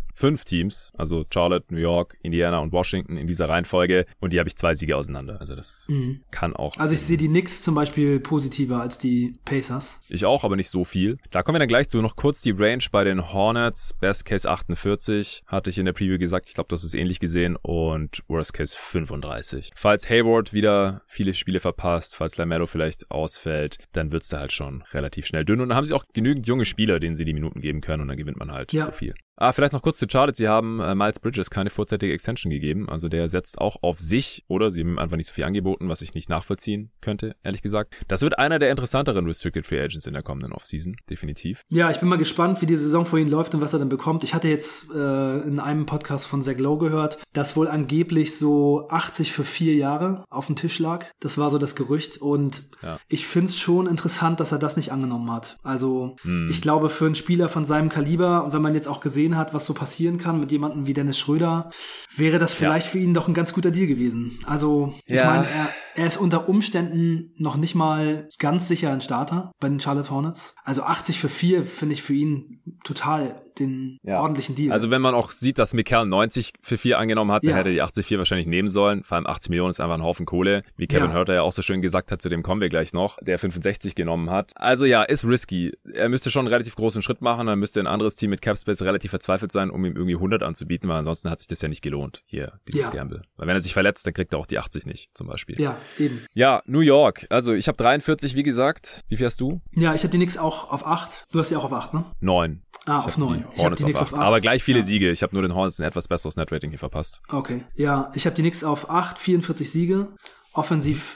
5 Teams. Also Charlotte, New York, Indiana und Washington in dieser Reihenfolge. Und die habe ich 2 Siege auseinander. Also das kann auch. Also ich sehe die Knicks zum Beispiel positiver als die Pacers. Ich auch, aber nicht so viel. Da kommen wir dann gleich zu. Noch kurz die Range bei den Hornets. Best Case 48. Hatte ich in der Preview gesagt. Ich glaube, das ist ähnlich gesehen. Und Worst Case 35. Falls Hayward wieder viele Spiele verpasst, falls LaMelo vielleicht ausfällt, dann wird's da halt schon relativ schnell dünn. Und dann haben sie auch genügend junge Spieler, denen sie die Minuten geben können und dann gewinnt man halt so viel. Vielleicht noch kurz zu Charlotte. Sie haben Miles Bridges keine vorzeitige Extension gegeben. Also der setzt auch auf sich oder sie haben einfach nicht so viel angeboten, was ich nicht nachvollziehen könnte, ehrlich gesagt. Das wird einer der interessanteren Restricted Free Agents in der kommenden Offseason, definitiv. Ja, ich bin mal gespannt, wie die Saison für ihn läuft und was er dann bekommt. Ich hatte jetzt in einem Podcast von Zach Lowe gehört, dass wohl angeblich so 80 für 4 Jahre auf dem Tisch lag. Das war so das Gerücht und ich find's schon interessant, dass er das nicht angenommen hat. Also ich glaube, für einen Spieler von seinem Kaliber und wenn man jetzt auch gesehen hat, was so passieren kann mit jemandem wie Dennis Schröder, wäre das vielleicht für ihn doch ein ganz guter Deal gewesen. Also ich meine, er ist unter Umständen noch nicht mal ganz sicher ein Starter bei den Charlotte Hornets. Also 80 für 4 finde ich für ihn total den ordentlichen Deal. Also wenn man auch sieht, dass Mikal 90 für 4 angenommen hat, dann hätte er die 80 für 4 wahrscheinlich nehmen sollen. Vor allem 80 Millionen ist einfach ein Haufen Kohle. Wie Kevin Huerter ja auch so schön gesagt hat, zu dem kommen wir gleich noch, der 65 genommen hat. Also ja, ist risky. Er müsste schon einen relativ großen Schritt machen, dann müsste ein anderes Team mit Capspace relativ verzweifelt sein, um ihm irgendwie 100 anzubieten, weil ansonsten hat sich das ja nicht gelohnt, hier, dieses Gamble. Weil wenn er sich verletzt, dann kriegt er auch die 80 nicht, zum Beispiel. Ja, eben. Ja, New York. Also ich habe 43, wie gesagt. Wie viel hast du? Ja, ich habe die Knicks auch auf 8. Du hast sie auch auf 8, ne? 9. Auf 9. Ich habe die Knicks auf 8. Aber gleich viele Siege. Ich habe nur den Hornets ein etwas besseres Netrating hier verpasst. Okay. Ja, ich habe die Knicks auf 8, 44 Siege. Offensiv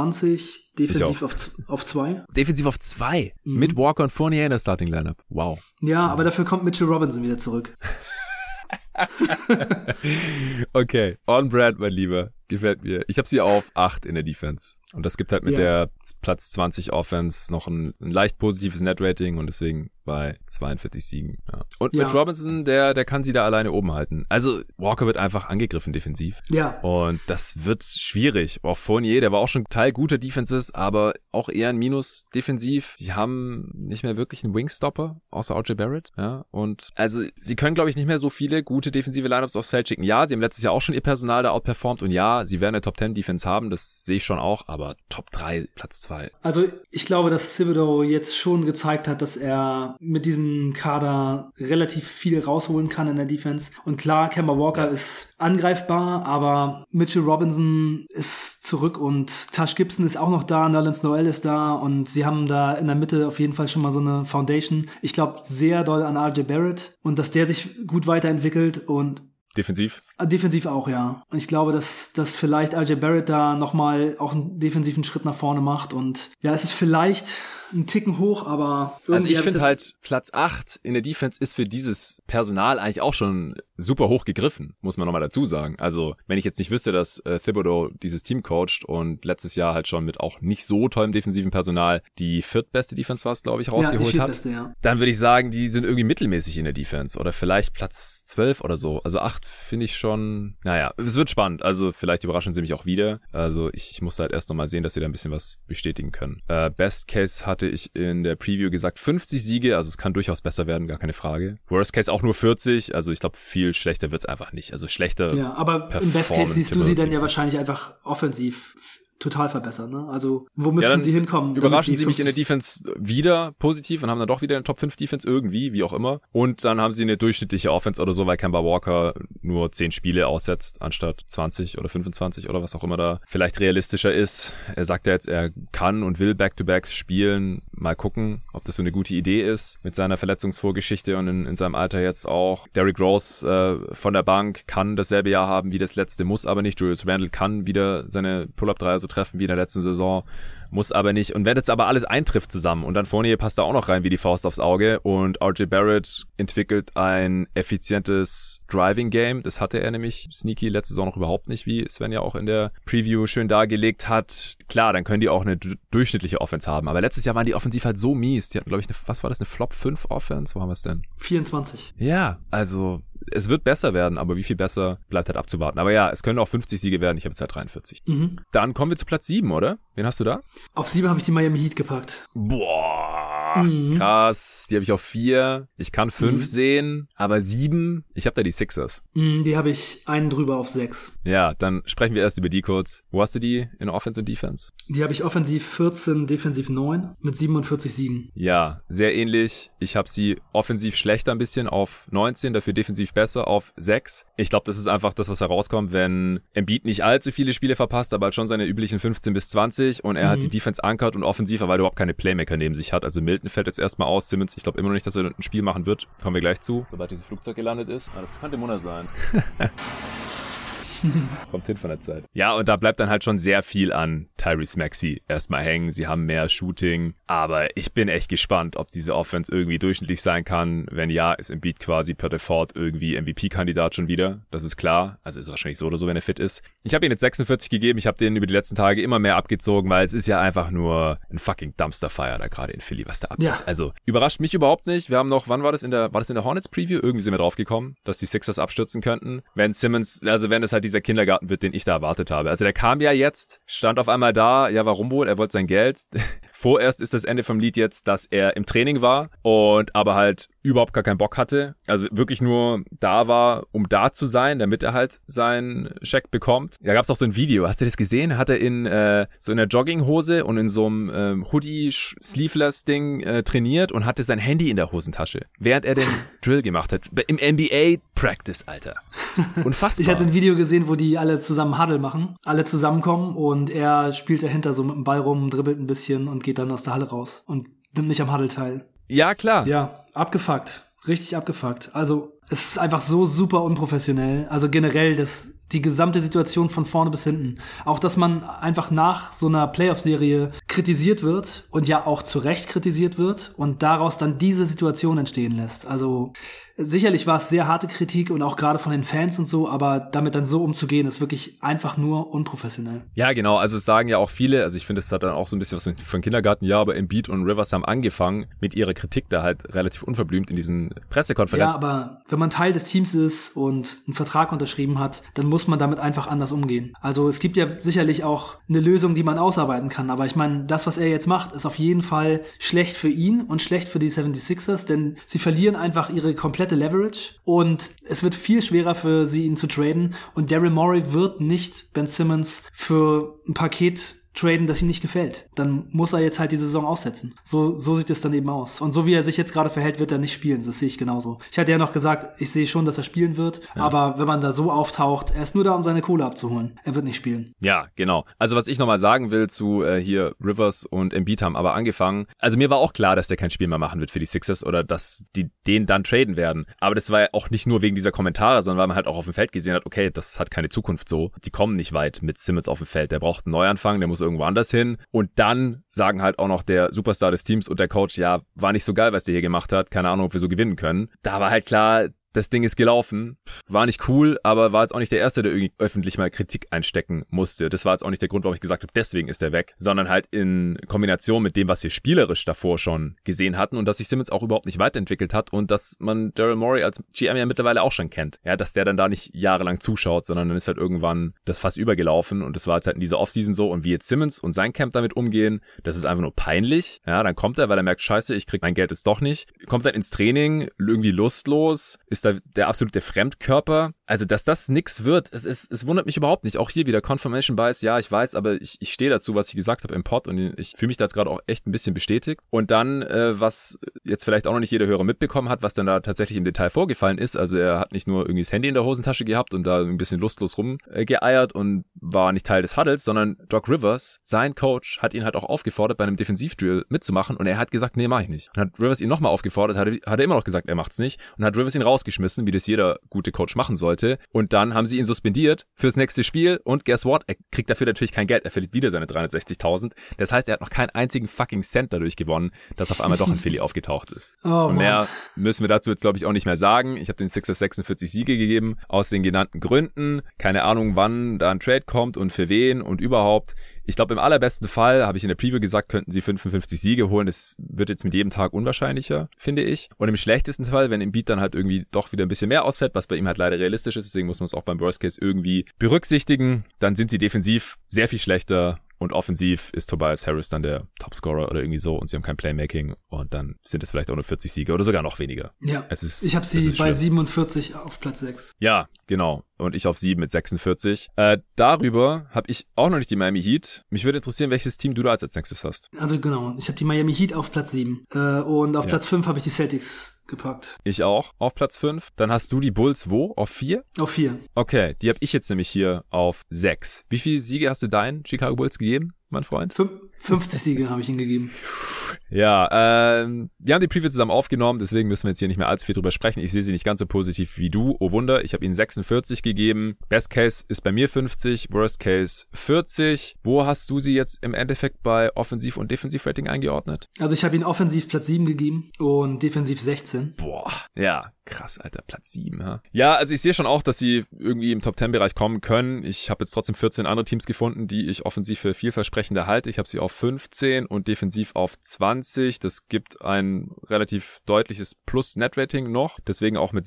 20, defensiv auf 2. Defensiv auf 2? Mit Walker und Fournier in der Starting Lineup. Wow. Ja, aber dafür kommt Mitchell Robinson wieder zurück. Okay, on brand, mein Lieber. Gefällt mir. Ich habe sie auf 8 in der Defense. Und das gibt halt mit der Platz 20 Offense noch ein leicht positives Net-Rating und deswegen bei 42 Siegen. Ja. Und mit Robinson, der kann sie da alleine oben halten. Also Walker wird einfach angegriffen defensiv. Ja. Und das wird schwierig. Auch Fournier, der war auch schon Teil guter Defenses, aber auch eher ein Minus defensiv. Sie haben nicht mehr wirklich einen Wingstopper, außer RJ Barrett. Ja. Und also sie können, glaube ich, nicht mehr so viele gute defensive Lineups aufs Feld schicken. Ja, sie haben letztes Jahr auch schon ihr Personal da outperformt und ja, ja, sie werden eine Top-10-Defense haben, das sehe ich schon auch, aber Top 3, Platz 2. Also ich glaube, dass Thibodeau jetzt schon gezeigt hat, dass er mit diesem Kader relativ viel rausholen kann in der Defense. Und klar, Kemba Walker ist angreifbar, aber Mitchell Robinson ist zurück und Taj Gibson ist auch noch da, Nerlens Noel ist da und sie haben da in der Mitte auf jeden Fall schon mal so eine Foundation. Ich glaube sehr doll an RJ Barrett und dass der sich gut weiterentwickelt und Defensiv? Defensiv auch, ja. Und ich glaube, dass vielleicht RJ Barrett da nochmal auch einen defensiven Schritt nach vorne macht. Und ja, es ist vielleicht ein Ticken hoch, aber irgendwie... Also ich finde halt, Platz 8 in der Defense ist für dieses Personal eigentlich auch schon super hoch gegriffen, muss man nochmal dazu sagen. Also wenn ich jetzt nicht wüsste, dass Thibodeau dieses Team coacht und letztes Jahr halt schon mit auch nicht so tollem defensiven Personal die viertbeste Defense war es, glaube ich, rausgeholt hat, dann würde ich sagen, die sind irgendwie mittelmäßig in der Defense oder vielleicht Platz 12 oder so. Also 8 finde ich schon, naja, es wird spannend. Also vielleicht überraschen sie mich auch wieder. Also ich muss halt erst nochmal sehen, dass sie da ein bisschen was bestätigen können. Best Case hatte ich in der Preview gesagt 50 Siege, also es kann durchaus besser werden, gar keine Frage. Worst Case auch nur 40, also ich glaube, viel schlechter wird's einfach nicht. Also schlechter. Ja, aber im Best Case siehst du sie dann ja wahrscheinlich einfach offensiv total verbessern, ne? Also, wo müssen sie hinkommen? Überraschen sie mich in der Defense wieder positiv und haben dann doch wieder eine Top 5 Defense irgendwie, wie auch immer. Und dann haben sie eine durchschnittliche Offense oder so, weil Kemba Walker nur 10 Spiele aussetzt, anstatt 20 oder 25 oder was auch immer da vielleicht realistischer ist. Er sagt ja jetzt, er kann und will Back-to-Back spielen. Mal gucken, ob das so eine gute Idee ist mit seiner Verletzungsvorgeschichte und in seinem Alter jetzt auch. Derrick Rose von der Bank kann dasselbe Jahr haben wie das letzte, muss aber nicht. Julius Randle kann wieder seine Pull-Up-Dreier so treffen wie in der letzten Saison, muss aber nicht. Und wenn jetzt aber alles eintrifft zusammen und dann Fournier passt da auch noch rein wie die Faust aufs Auge und RJ Barrett entwickelt ein effizientes Driving-Game, das hatte er nämlich sneaky letzte Saison noch überhaupt nicht, wie Sven ja auch in der Preview schön dargelegt hat. Klar, dann können die auch eine durchschnittliche Offense haben, aber letztes Jahr waren die offensiv halt so mies. Die hatten, glaube ich, was war das, eine Flop 5 Offense? Wo haben wir es denn? 24. Ja, also es wird besser werden, aber wie viel besser, bleibt halt abzuwarten. Aber ja, es können auch 50 Siege werden, ich habe jetzt halt 43. Dann kommen wir zu Platz 7, oder? Wen hast du da? Auf 7 habe ich die Miami Heat gepackt. Boah, krass. Die habe ich auf 4. Ich kann 5 sehen, aber 7, ich habe da die Sixers. Die habe ich einen drüber auf 6. Ja, dann sprechen wir erst über die kurz. Wo hast du die in Offense und Defense? Die habe ich offensiv 14, defensiv 9 mit 47 Siegen. Ja, sehr ähnlich. Ich habe sie offensiv schlechter ein bisschen auf 19, dafür defensiv besser auf 6. Ich glaube, das ist einfach das, was herauskommt, wenn Embiid nicht allzu viele Spiele verpasst, aber halt schon seine üblichen 15 bis 20 und er hat die Defense ankert und offensiv, weil er überhaupt keine Playmaker neben sich hat. Also Milton fällt jetzt erstmal aus. Simmons, ich glaube immer noch nicht, dass er ein Spiel machen wird. Kommen wir gleich zu, sobald dieses Flugzeug gelandet ist. Das könnte Munter sein. Kommt hin von der Zeit. Ja, und da bleibt dann halt schon sehr viel an Tyrese Maxey erstmal hängen. Sie haben mehr Shooting, aber ich bin echt gespannt, ob diese Offense irgendwie durchschnittlich sein kann. Wenn ja, ist Embiid quasi per Default irgendwie MVP-Kandidat schon wieder. Das ist klar. Also ist wahrscheinlich so oder so, wenn er fit ist. Ich habe ihm jetzt 46 gegeben. Ich habe den über die letzten Tage immer mehr abgezogen, weil es ist ja einfach nur ein fucking Dumpster-Fire da gerade in Philly, was da abgeht. Ja. Also überrascht mich überhaupt nicht. Wir haben noch, wann war das in der Hornets-Preview? Irgendwie sind wir drauf gekommen, dass die Sixers abstürzen könnten. Wenn Simmons, also wenn es halt dieser Kindergarten wird, den ich da erwartet habe. Also der kam ja jetzt, stand auf einmal da, ja warum wohl? Er wollte sein Geld. Vorerst ist das Ende vom Lied jetzt, dass er im Training war und aber halt überhaupt gar keinen Bock hatte. Also wirklich nur da war, um da zu sein, damit er halt seinen Scheck bekommt. Da gab's auch so ein Video, hast du das gesehen? Hat er in so in der Jogginghose und in so einem Hoodie-Sleeveless-Ding trainiert und hatte sein Handy in der Hosentasche, während er den Drill gemacht hat. Im NBA-Practice, Alter. Unfassbar. Ich hatte ein Video gesehen, wo die alle zusammen Huddle machen, alle zusammenkommen und er spielt dahinter so mit dem Ball rum, dribbelt ein bisschen und geht dann aus der Halle raus und nimmt nicht am Huddle teil. Ja, klar. Ja, abgefuckt. Richtig abgefuckt. Also, es ist einfach so super unprofessionell. Also generell die gesamte Situation von vorne bis hinten. Auch, dass man einfach nach so einer Playoff-Serie kritisiert wird und ja auch zu Recht kritisiert wird und daraus dann diese Situation entstehen lässt. Also sicherlich war es sehr harte Kritik und auch gerade von den Fans und so, aber damit dann so umzugehen, ist wirklich einfach nur unprofessionell. Ja, genau. Also es sagen ja auch viele, also ich finde, es hat dann auch so ein bisschen was von Kindergarten, ja, aber Embiid und Rivers haben angefangen mit ihrer Kritik da halt relativ unverblümt in diesen Pressekonferenzen. Ja, aber wenn man Teil des Teams ist und einen Vertrag unterschrieben hat, dann muss muss man damit einfach anders umgehen. Also es gibt ja sicherlich auch eine Lösung, die man ausarbeiten kann, aber ich meine, das, was er jetzt macht, ist auf jeden Fall schlecht für ihn und schlecht für die 76ers, denn sie verlieren einfach ihre komplette Leverage und es wird viel schwerer für sie, ihn zu traden, und Daryl Morey wird nicht Ben Simmons für ein Paket traden, das ihm nicht gefällt. Dann muss er jetzt halt die Saison aussetzen. So sieht es dann eben aus. Und so wie er sich jetzt gerade verhält, wird er nicht spielen. Das sehe ich genauso. Ich hatte ja noch gesagt, ich sehe schon, dass er spielen wird, aber wenn man da so auftaucht, er ist nur da, um seine Kohle abzuholen. Er wird nicht spielen. Ja, genau. Also was ich nochmal sagen will zu hier Rivers und Embiid haben aber angefangen. Also mir war auch klar, dass der kein Spiel mehr machen wird für die Sixers oder dass die den dann traden werden. Aber das war ja auch nicht nur wegen dieser Kommentare, sondern weil man halt auch auf dem Feld gesehen hat, okay, das hat keine Zukunft so. Die kommen nicht weit mit Simmons auf dem Feld. Der braucht einen Neuanfang, der muss irgendwo anders hin. Und dann sagen halt auch noch der Superstar des Teams und der Coach, ja, war nicht so geil, was der hier gemacht hat. Keine Ahnung, ob wir so gewinnen können. Da war halt klar, das Ding ist gelaufen, war nicht cool, aber war jetzt auch nicht der Erste, der irgendwie öffentlich mal Kritik einstecken musste. Das war jetzt auch nicht der Grund, warum ich gesagt habe, deswegen ist er weg, sondern halt in Kombination mit dem, was wir spielerisch davor schon gesehen hatten und dass sich Simmons auch überhaupt nicht weiterentwickelt hat und dass man Daryl Morey als GM ja mittlerweile auch schon kennt. Ja, dass der dann da nicht jahrelang zuschaut, sondern dann ist halt irgendwann das Fass übergelaufen und das war jetzt halt in dieser Offseason so, und wie jetzt Simmons und sein Camp damit umgehen, das ist einfach nur peinlich. Ja, dann kommt er, weil er merkt, scheiße, ich krieg mein Geld jetzt doch nicht. Kommt dann ins Training, irgendwie lustlos, ist da der absolute Fremdkörper. Also, dass das nix wird, es wundert mich überhaupt nicht. Auch hier wieder Confirmation Bias, ja, ich weiß, aber ich stehe dazu, was ich gesagt habe im Pod, und ich fühle mich da jetzt gerade auch echt ein bisschen bestätigt. Und dann, was jetzt vielleicht auch noch nicht jeder Hörer mitbekommen hat, was dann da tatsächlich im Detail vorgefallen ist. Also, er hat nicht nur irgendwie das Handy in der Hosentasche gehabt und da ein bisschen lustlos rumgeeiert und war nicht Teil des Huddles, sondern Doc Rivers, sein Coach, hat ihn halt auch aufgefordert, bei einem Defensivduell mitzumachen, und er hat gesagt, nee, mach ich nicht. Und hat Rivers ihn nochmal aufgefordert, hat er immer noch gesagt, er macht's nicht, und hat Rivers ihn rausgeschmissen, wie das jeder gute Coach machen sollte. Und dann haben sie ihn suspendiert fürs nächste Spiel, und guess what? Er kriegt dafür natürlich kein Geld. Er verliert wieder seine 360.000. Das heißt, er hat noch keinen einzigen fucking Cent dadurch gewonnen, dass auf einmal doch ein Philly aufgetaucht ist. Und mehr müssen wir dazu jetzt, glaube ich, auch nicht mehr sagen. Ich habe den Sixers 46 Siege gegeben, aus den genannten Gründen. Keine Ahnung, wann da ein Trade kommt und für wen und überhaupt. Ich glaube, im allerbesten Fall, habe ich in der Preview gesagt, könnten sie 55 Siege holen. Das wird jetzt mit jedem Tag unwahrscheinlicher, finde ich. Und im schlechtesten Fall, wenn Embiid dann halt irgendwie doch wieder ein bisschen mehr ausfällt, was bei ihm halt leider realistisch ist, deswegen muss man es auch beim Worst Case irgendwie berücksichtigen, dann sind sie defensiv sehr viel schlechter. Und offensiv ist Tobias Harris dann der Topscorer oder irgendwie so, und sie haben kein Playmaking, und dann sind es vielleicht auch nur 40 Siege oder sogar noch weniger. Ja, ich habe sie bei 47 auf Platz 6. Ja, genau. Und ich auf 7 mit 46. Darüber habe ich auch noch nicht die Miami Heat. Mich würde interessieren, welches Team du da als nächstes hast. Also genau, ich habe die Miami Heat auf Platz 7. Und auf Platz 5 habe ich die Celtics gepackt. Ich auch, auf Platz 5. Dann hast du die Bulls wo? Auf 4? Auf 4. Okay, die habe ich jetzt nämlich hier auf 6. Wie viele Siege hast du deinen Chicago Bulls gegeben, mein Freund? 50 Siege habe ich ihnen gegeben. Ja, wir haben die Preview zusammen aufgenommen, deswegen müssen wir jetzt hier nicht mehr allzu viel drüber sprechen. Ich sehe sie nicht ganz so positiv wie du. Oh Wunder, ich habe ihnen 46 gegeben. Best Case ist bei mir 50, Worst Case 40. Wo hast du sie jetzt im Endeffekt bei Offensiv- und Defensiv-Rating eingeordnet? Also ich habe ihnen offensiv Platz 7 gegeben und defensiv 16. Boah, ja, krass, Alter, Platz 7, ha? Ja, also ich sehe schon auch, dass sie irgendwie im Top-10-Bereich kommen können. Ich habe jetzt trotzdem 14 andere Teams gefunden, die ich offensiv für vielversprechender halte. Ich habe sie auf 15 und defensiv auf 20. Das gibt ein relativ deutliches Plus-Net-Rating noch. Deswegen auch mit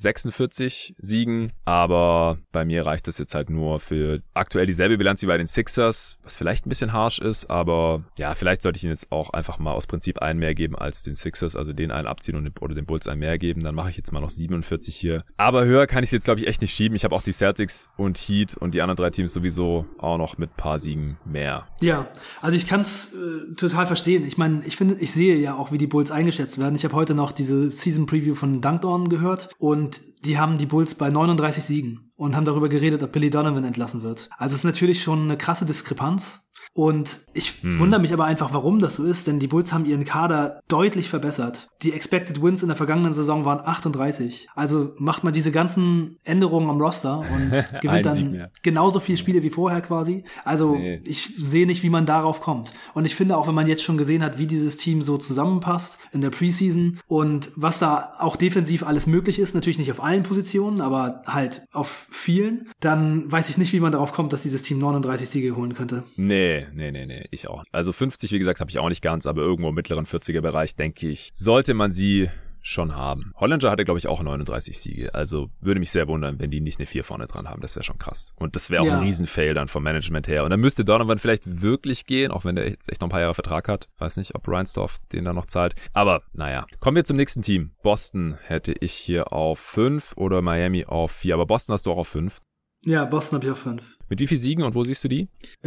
46 Siegen. Aber bei mir reicht das jetzt halt nur für aktuell dieselbe Bilanz wie bei den Sixers, was vielleicht ein bisschen harsh ist. Aber ja, vielleicht sollte ich ihnen jetzt auch einfach mal aus Prinzip einen mehr geben als den Sixers. Also den einen abziehen oder den Bulls einen mehr geben. Dann mache ich jetzt mal noch 47 hier. Aber höher kann ich es jetzt, glaube ich, echt nicht schieben. Ich habe auch die Celtics und Heat und die anderen 3 Teams sowieso auch noch mit ein paar Siegen mehr. Ja, also ich kann es total verstehen. Ich meine, ich sehe ja auch, wie die Bulls eingeschätzt werden. Ich habe heute noch diese Season Preview von Dunked On gehört, und die haben die Bulls bei 39 Siegen und haben darüber geredet, ob Billy Donovan entlassen wird. Also es ist natürlich schon eine krasse Diskrepanz. Und ich wundere mich aber einfach, warum das so ist, denn die Bulls haben ihren Kader deutlich verbessert. Die Expected Wins in der vergangenen Saison waren 38. Also macht man diese ganzen Änderungen am Roster und gewinnt dann genauso viele Spiele wie vorher quasi. Also ich sehe nicht, wie man darauf kommt. Und ich finde auch, wenn man jetzt schon gesehen hat, wie dieses Team so zusammenpasst in der Preseason und was da auch defensiv alles möglich ist, natürlich nicht auf allen Positionen, aber halt auf vielen, dann weiß ich nicht, wie man darauf kommt, dass dieses Team 39 Siege holen könnte. Nee, ich auch. Also 50, wie gesagt, habe ich auch nicht ganz, aber irgendwo im mittleren 40er-Bereich, denke ich, sollte man sie schon haben. Hollinger hatte, glaube ich, auch 39 Siege. Also würde mich sehr wundern, wenn die nicht eine 4 vorne dran haben. Das wäre schon krass. Und das wäre auch ein Riesenfail dann vom Management her. Und dann müsste Donovan vielleicht wirklich gehen, auch wenn der jetzt echt noch ein paar Jahre Vertrag hat. Weiß nicht, ob Reinsdorf den dann noch zahlt. Aber naja, kommen wir zum nächsten Team. Boston hätte ich hier auf 5 oder Miami auf 4. Aber Boston hast du auch auf 5. Ja, Boston habe ich auf 5. Mit wie viel Siegen und wo siehst du die?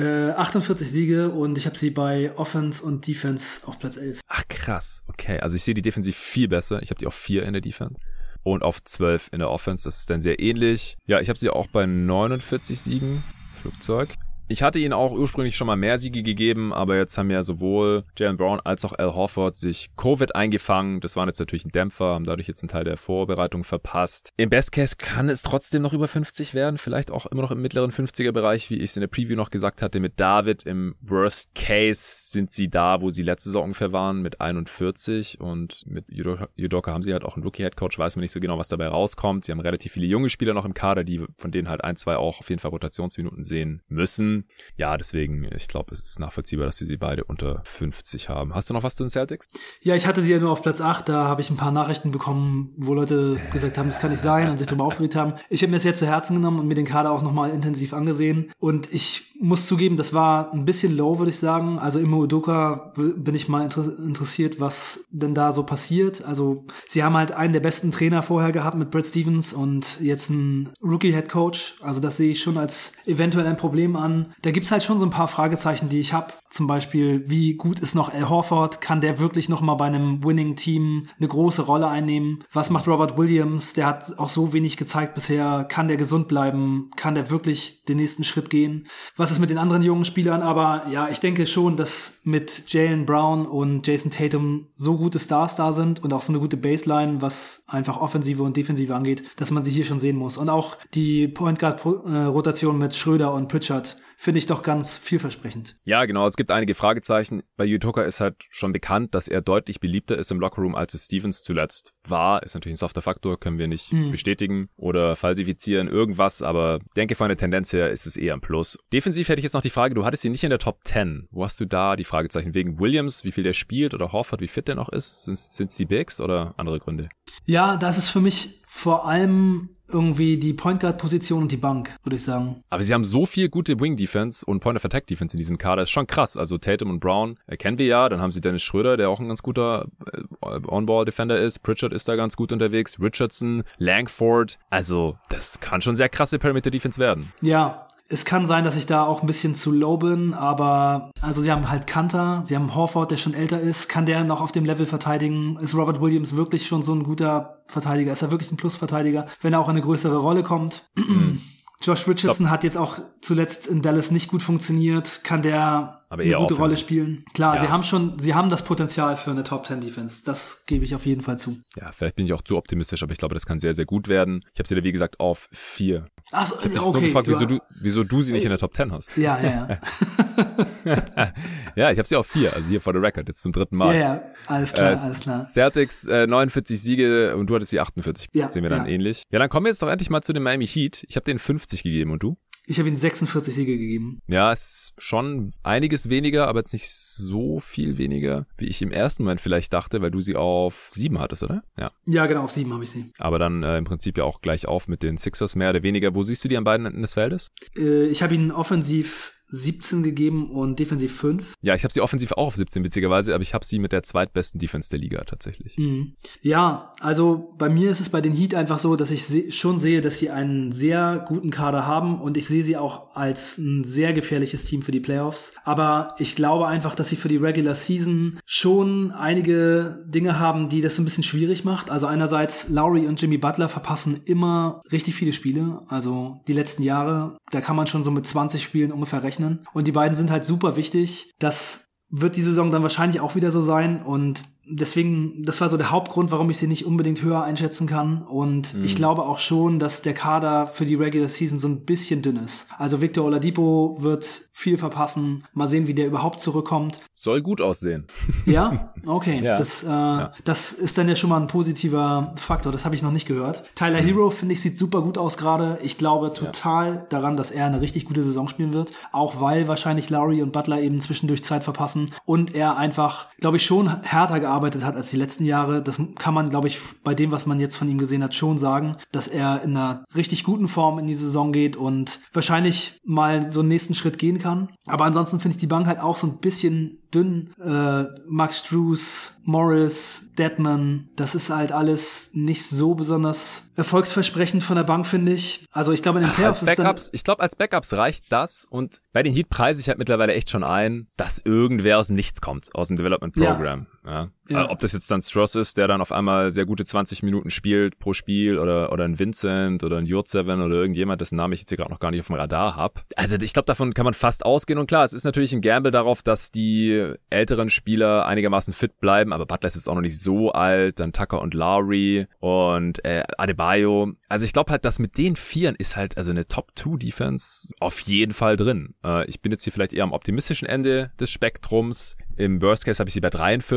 48 Siege und ich habe sie bei Offense und Defense auf Platz 11. Ach krass, okay. Also ich sehe die defensiv viel besser. Ich habe die auf 4 in der Defense und auf 12 in der Offense. Das ist dann sehr ähnlich. Ja, ich habe sie auch bei 49 Siegen. Flugzeug. Ich hatte ihnen auch ursprünglich schon mal mehr Siege gegeben, aber jetzt haben ja sowohl Jaylen Brown als auch Al Horford sich Covid eingefangen. Das waren jetzt natürlich ein Dämpfer, haben dadurch jetzt einen Teil der Vorbereitung verpasst. Im Best Case kann es trotzdem noch über 50 werden, vielleicht auch immer noch im mittleren 50er-Bereich, wie ich es in der Preview noch gesagt hatte mit David. Im Worst Case sind sie da, wo sie letzte Saison ungefähr waren, mit 41 und mit Udoka haben sie halt auch einen Rookie-Headcoach, weiß man nicht so genau, was dabei rauskommt. Sie haben relativ viele junge Spieler noch im Kader, von denen halt 1, 2 auch auf jeden Fall Rotationsminuten sehen müssen. Ja, deswegen, ich glaube, es ist nachvollziehbar, dass wir sie beide unter 50 haben. Hast du noch was zu den Celtics? Ja, ich hatte sie ja nur auf Platz 8, da habe ich ein paar Nachrichten bekommen, wo Leute gesagt haben, das kann nicht sein und sich darüber aufgeregt haben. Ich habe mir das jetzt zu Herzen genommen und mir den Kader auch nochmal intensiv angesehen und ich muss zugeben, das war ein bisschen low, würde ich sagen. Also Ime Udoka bin ich mal interessiert, was denn da so passiert. Also sie haben halt einen der besten Trainer vorher gehabt mit Brad Stevens und jetzt einen Rookie-Head-Coach. Also das sehe ich schon als eventuell ein Problem an. Da gibt's halt schon so ein paar Fragezeichen, die ich habe. Zum Beispiel, wie gut ist noch Al Horford? Kann der wirklich noch mal bei einem Winning-Team eine große Rolle einnehmen? Was macht Robert Williams? Der hat auch so wenig gezeigt bisher. Kann der gesund bleiben? Kann der wirklich den nächsten Schritt gehen? Was ist mit den anderen jungen Spielern? Aber ja, ich denke schon, dass mit Jaylen Brown und Jason Tatum so gute Stars da sind und auch so eine gute Baseline, was einfach Offensive und Defensive angeht, dass man sie hier schon sehen muss. Und auch die Point Guard-Rotation mit Schröder und Pritchard finde ich doch ganz vielversprechend. Ja, genau. Es gibt einige Fragezeichen. Bei Udoka ist halt schon bekannt, dass er deutlich beliebter ist im Lockerroom, als es Stevens zuletzt war. Ist natürlich ein softer Faktor, können wir nicht bestätigen oder falsifizieren, irgendwas, aber denke von der Tendenz her ist es eher ein Plus. Defensiv hätte ich jetzt noch die Frage, du hattest sie nicht in der Top 10. Wo hast du da die Fragezeichen? Wegen Williams, wie viel der spielt oder Horford, wie fit der noch ist? Sind es die Bigs oder andere Gründe? Ja, das ist für mich vor allem irgendwie die Point Guard Position und die Bank, würde ich sagen. Aber sie haben so viel gute Wing Defense und Point of Attack Defense in diesem Kader, ist schon krass. Also Tatum und Brown kennen wir ja, dann haben sie Dennis Schröder, der auch ein ganz guter On-Ball Defender ist. Pritchard ist da ganz gut unterwegs, Richardson, Langford. Also das kann schon sehr krasse Perimeter Defense werden. Ja. Es kann sein, dass ich da auch ein bisschen zu low bin, aber also sie haben halt Kanter, sie haben Horford, der schon älter ist. Kann der noch auf dem Level verteidigen? Ist Robert Williams wirklich schon so ein guter Verteidiger? Ist er wirklich ein Plusverteidiger, wenn er auch in eine größere Rolle kommt? Josh Richardson hat jetzt auch zuletzt in Dallas nicht gut funktioniert. Kann der eine gute Rolle spielen? Klar, ja. Sie haben das Potenzial für eine Top 10 Defense. Das gebe ich auf jeden Fall zu. Ja, vielleicht bin ich auch zu optimistisch, aber ich glaube, das kann sehr, sehr gut werden. Ich habe sie da, wie gesagt, auf 4. Ach so, ich habe dich so gefragt, wieso du sie nicht in der Top 10 hast. Ja. Ja, ich habe sie auf 4, also hier for the record, jetzt zum 3. Mal. Ja, alles klar. Celtics 49 Siege und du hattest sie 48. Ja, sehen wir dann ähnlich. Ja, dann kommen wir jetzt doch endlich mal zu den Miami Heat. Ich habe denen 50 gegeben und du? Ich habe ihnen 46 Siege gegeben. Ja, ist schon einiges weniger, aber jetzt nicht so viel weniger, wie ich im ersten Moment vielleicht dachte, weil du sie auf 7 hattest, oder? Ja, genau, auf 7 habe ich sie. Aber dann im Prinzip ja auch gleich auf mit den Sixers, mehr oder weniger. Wo siehst du die an beiden Enden des Feldes? Ich habe ihnen offensiv 17 gegeben und defensiv 5. Ja, ich habe sie offensiv auch auf 17, witzigerweise, aber ich habe sie mit der zweitbesten Defense der Liga tatsächlich. Ja, also bei mir ist es bei den Heat einfach so, dass ich schon sehe, dass sie einen sehr guten Kader haben und ich sehe sie auch als ein sehr gefährliches Team für die Playoffs. Aber ich glaube einfach, dass sie für die Regular Season schon einige Dinge haben, die das so ein bisschen schwierig macht. Also einerseits Lowry und Jimmy Butler verpassen immer richtig viele Spiele. Also die letzten Jahre, da kann man schon so mit 20 Spielen ungefähr rechnen. Und die beiden sind halt super wichtig. Das wird die Saison dann wahrscheinlich auch wieder so sein. Und deswegen, das war so der Hauptgrund, warum ich sie nicht unbedingt höher einschätzen kann. Und ich glaube auch schon, dass der Kader für die Regular Season so ein bisschen dünn ist. Also Victor Oladipo wird viel verpassen. Mal sehen, wie der überhaupt zurückkommt. Soll gut aussehen. Ja? Okay. Ja. Das ist dann ja schon mal ein positiver Faktor. Das habe ich noch nicht gehört. Tyler Hero, finde ich, sieht super gut aus gerade. Ich glaube total daran, dass er eine richtig gute Saison spielen wird. Auch weil wahrscheinlich Lowry und Butler eben zwischendurch Zeit verpassen. Und er einfach, glaube ich, schon härter gearbeitet gearbeitet hat als die letzten Jahre. Das kann man, glaube ich, bei dem, was man jetzt von ihm gesehen hat, schon sagen, dass er in einer richtig guten Form in die Saison geht und wahrscheinlich mal so einen nächsten Schritt gehen kann. Aber ansonsten finde ich die Bank halt auch so ein bisschen dünn. Max Strus, Morris, Dedman, das ist halt alles nicht so besonders erfolgsversprechend von der Bank, finde ich. Also ich glaube, in den Playoffs als Backups, ich glaube, als Backups reicht das. Und bei den Heat preise ich halt mittlerweile echt schon ein, dass irgendwer aus dem Nichts kommt, aus dem Development Program. Ja. Ob das jetzt dann Strus ist, der dann auf einmal sehr gute 20 Minuten spielt pro Spiel oder ein Vincent oder ein Jurtseven oder irgendjemand, dessen Namen ich jetzt hier gerade noch gar nicht auf dem Radar habe. Also ich glaube, davon kann man fast ausgehen. Und klar, es ist natürlich ein Gamble darauf, dass die älteren Spieler einigermaßen fit bleiben, aber Butler ist jetzt auch noch nicht so alt, dann Tucker und Lowry und Adebayo. Also ich glaube halt, dass mit den Vieren ist halt also eine Top-2-Defense auf jeden Fall drin. Ich bin jetzt hier vielleicht eher am optimistischen Ende des Spektrums. Im Worst Case habe ich sie bei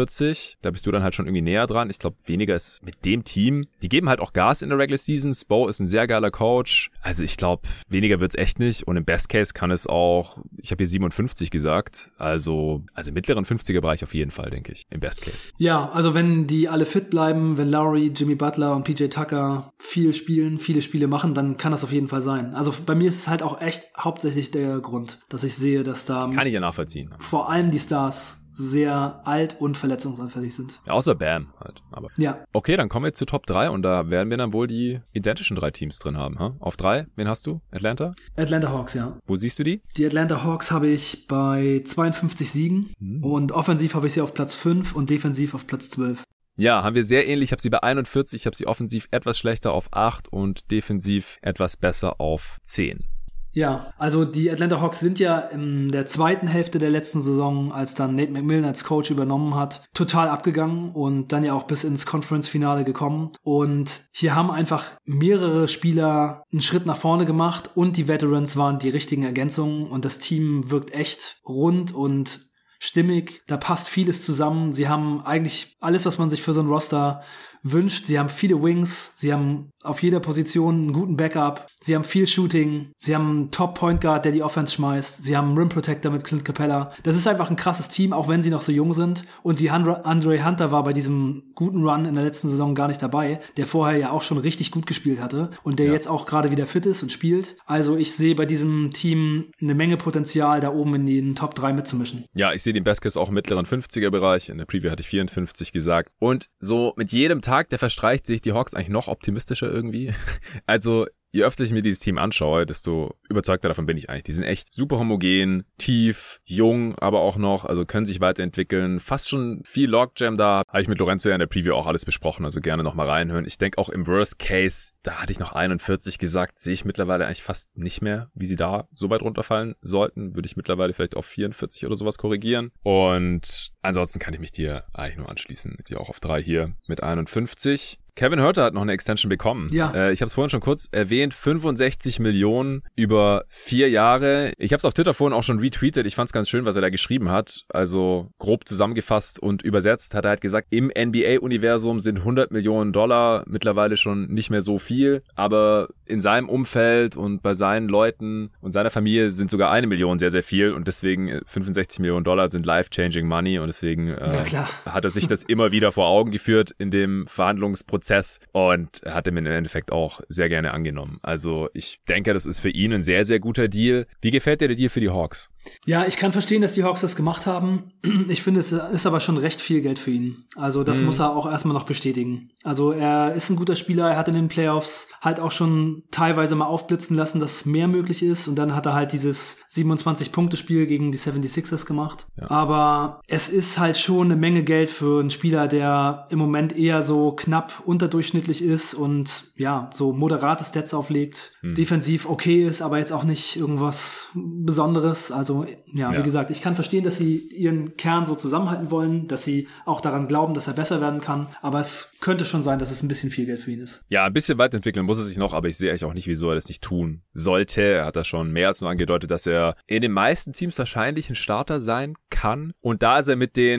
43. Da bist du dann halt schon irgendwie näher dran. Ich glaube, weniger ist mit dem Team. Die geben halt auch Gas in der Regular Season. Spo ist ein sehr geiler Coach. Also ich glaube, weniger wird's echt nicht. Und im Best Case kann es auch, ich habe hier 57 gesagt, also mittleren 50er-Bereich auf jeden Fall, denke ich, im Best Case. Ja, also wenn die alle fit bleiben, wenn Lowry, Jimmy Butler und PJ Tucker viel spielen, viele Spiele machen, dann kann das auf jeden Fall sein. Also bei mir ist es halt auch echt hauptsächlich der Grund, dass ich sehe, dass da kann ich ja nachvollziehen. Vor allem die Stars sehr alt und verletzungsanfällig sind. Ja, außer Bam halt. Aber ja. Okay, dann kommen wir zu Top 3 und da werden wir dann wohl die identischen 3 Teams drin haben. Huh? Auf 3, wen hast du? Atlanta? Atlanta Hawks, ja. Wo siehst du die? Die Atlanta Hawks habe ich bei 52 Siegen und offensiv habe ich sie auf Platz 5 und defensiv auf Platz 12. Ja, haben wir sehr ähnlich. Ich habe sie bei 41, ich habe sie offensiv etwas schlechter auf 8 und defensiv etwas besser auf 10. Ja, also die Atlanta Hawks sind ja in der zweiten Hälfte der letzten Saison, als dann Nate McMillan als Coach übernommen hat, total abgegangen und dann ja auch bis ins Conference-Finale gekommen. Und hier haben einfach mehrere Spieler einen Schritt nach vorne gemacht und die Veterans waren die richtigen Ergänzungen und das Team wirkt echt rund und stimmig. Da passt vieles zusammen. Sie haben eigentlich alles, was man sich für so ein Roster wünscht. Sie haben viele Wings, sie haben auf jeder Position einen guten Backup, sie haben viel Shooting, sie haben einen Top-Point Guard, der die Offense schmeißt, sie haben einen Rim Protector mit Clint Capella. Das ist einfach ein krasses Team, auch wenn sie noch so jung sind. Und die Andre Hunter war bei diesem guten Run in der letzten Saison gar nicht dabei, der vorher ja auch schon richtig gut gespielt hatte und der jetzt auch gerade wieder fit ist und spielt. Also ich sehe bei diesem Team eine Menge Potenzial, da oben in den Top 3 mitzumischen. Ja, ich sehe den Best Case auch im mittleren 50er-Bereich. In der Preview hatte ich 54 gesagt. Und so mit jedem Tag, der verstreicht, sehe ich die Hawks eigentlich noch optimistischer irgendwie. Also je öfter ich mir dieses Team anschaue, desto überzeugter davon bin ich eigentlich. Die sind echt super homogen, tief, jung, aber auch noch, also können sich weiterentwickeln. Fast schon viel Logjam da. Habe ich mit Lorenzo ja in der Preview auch alles besprochen, also gerne nochmal reinhören. Ich denke auch im Worst Case, da hatte ich noch 41 gesagt, sehe ich mittlerweile eigentlich fast nicht mehr, wie sie da so weit runterfallen sollten. Würde ich mittlerweile vielleicht auf 44 oder sowas korrigieren. Und ansonsten kann ich mich dir eigentlich nur anschließen. Die auch auf 3 hier mit 51. Kevin Huerter hat noch eine Extension bekommen. Ja. Ich habe es vorhin schon kurz erwähnt, 65 Millionen über 4 Jahre. Ich habe es auf Twitter vorhin auch schon retweetet. Ich fand es ganz schön, was er da geschrieben hat. Also grob zusammengefasst und übersetzt hat er halt gesagt, im NBA-Universum sind 100 Millionen Dollar mittlerweile schon nicht mehr so viel. Aber in seinem Umfeld und bei seinen Leuten und seiner Familie sind sogar 1 Million sehr, sehr viel. Und deswegen 65 Millionen Dollar sind life-changing money. Und deswegen hat er sich das immer wieder vor Augen geführt in dem Verhandlungsprozess. Und er hat ihn im Endeffekt auch sehr gerne angenommen. Also ich denke, das ist für ihn ein sehr, sehr guter Deal. Wie gefällt dir der Deal für die Hawks? Ja, ich kann verstehen, dass die Hawks das gemacht haben. Ich finde, es ist aber schon recht viel Geld für ihn. Also das muss er auch erstmal noch bestätigen. Also er ist ein guter Spieler, er hat in den Playoffs halt auch schon teilweise mal aufblitzen lassen, dass mehr möglich ist. Und dann hat er halt dieses 27-Punkte-Spiel gegen die 76ers gemacht. Ja. Aber es ist halt schon eine Menge Geld für einen Spieler, der im Moment eher so knapp unterdurchschnittlich ist und ja, so moderate Stats auflegt. Defensiv okay ist, aber jetzt auch nicht irgendwas Besonderes. Also ja, wie gesagt, ich kann verstehen, dass sie ihren Kern so zusammenhalten wollen, dass sie auch daran glauben, dass er besser werden kann, aber es könnte schon sein, dass es ein bisschen viel Geld für ihn ist. Ja, ein bisschen weiterentwickeln muss er sich noch, aber ich sehe eigentlich auch nicht, wieso er das nicht tun sollte. Er hat das schon mehr als nur angedeutet, dass er in den meisten Teams wahrscheinlich ein Starter sein kann und da ist er mit den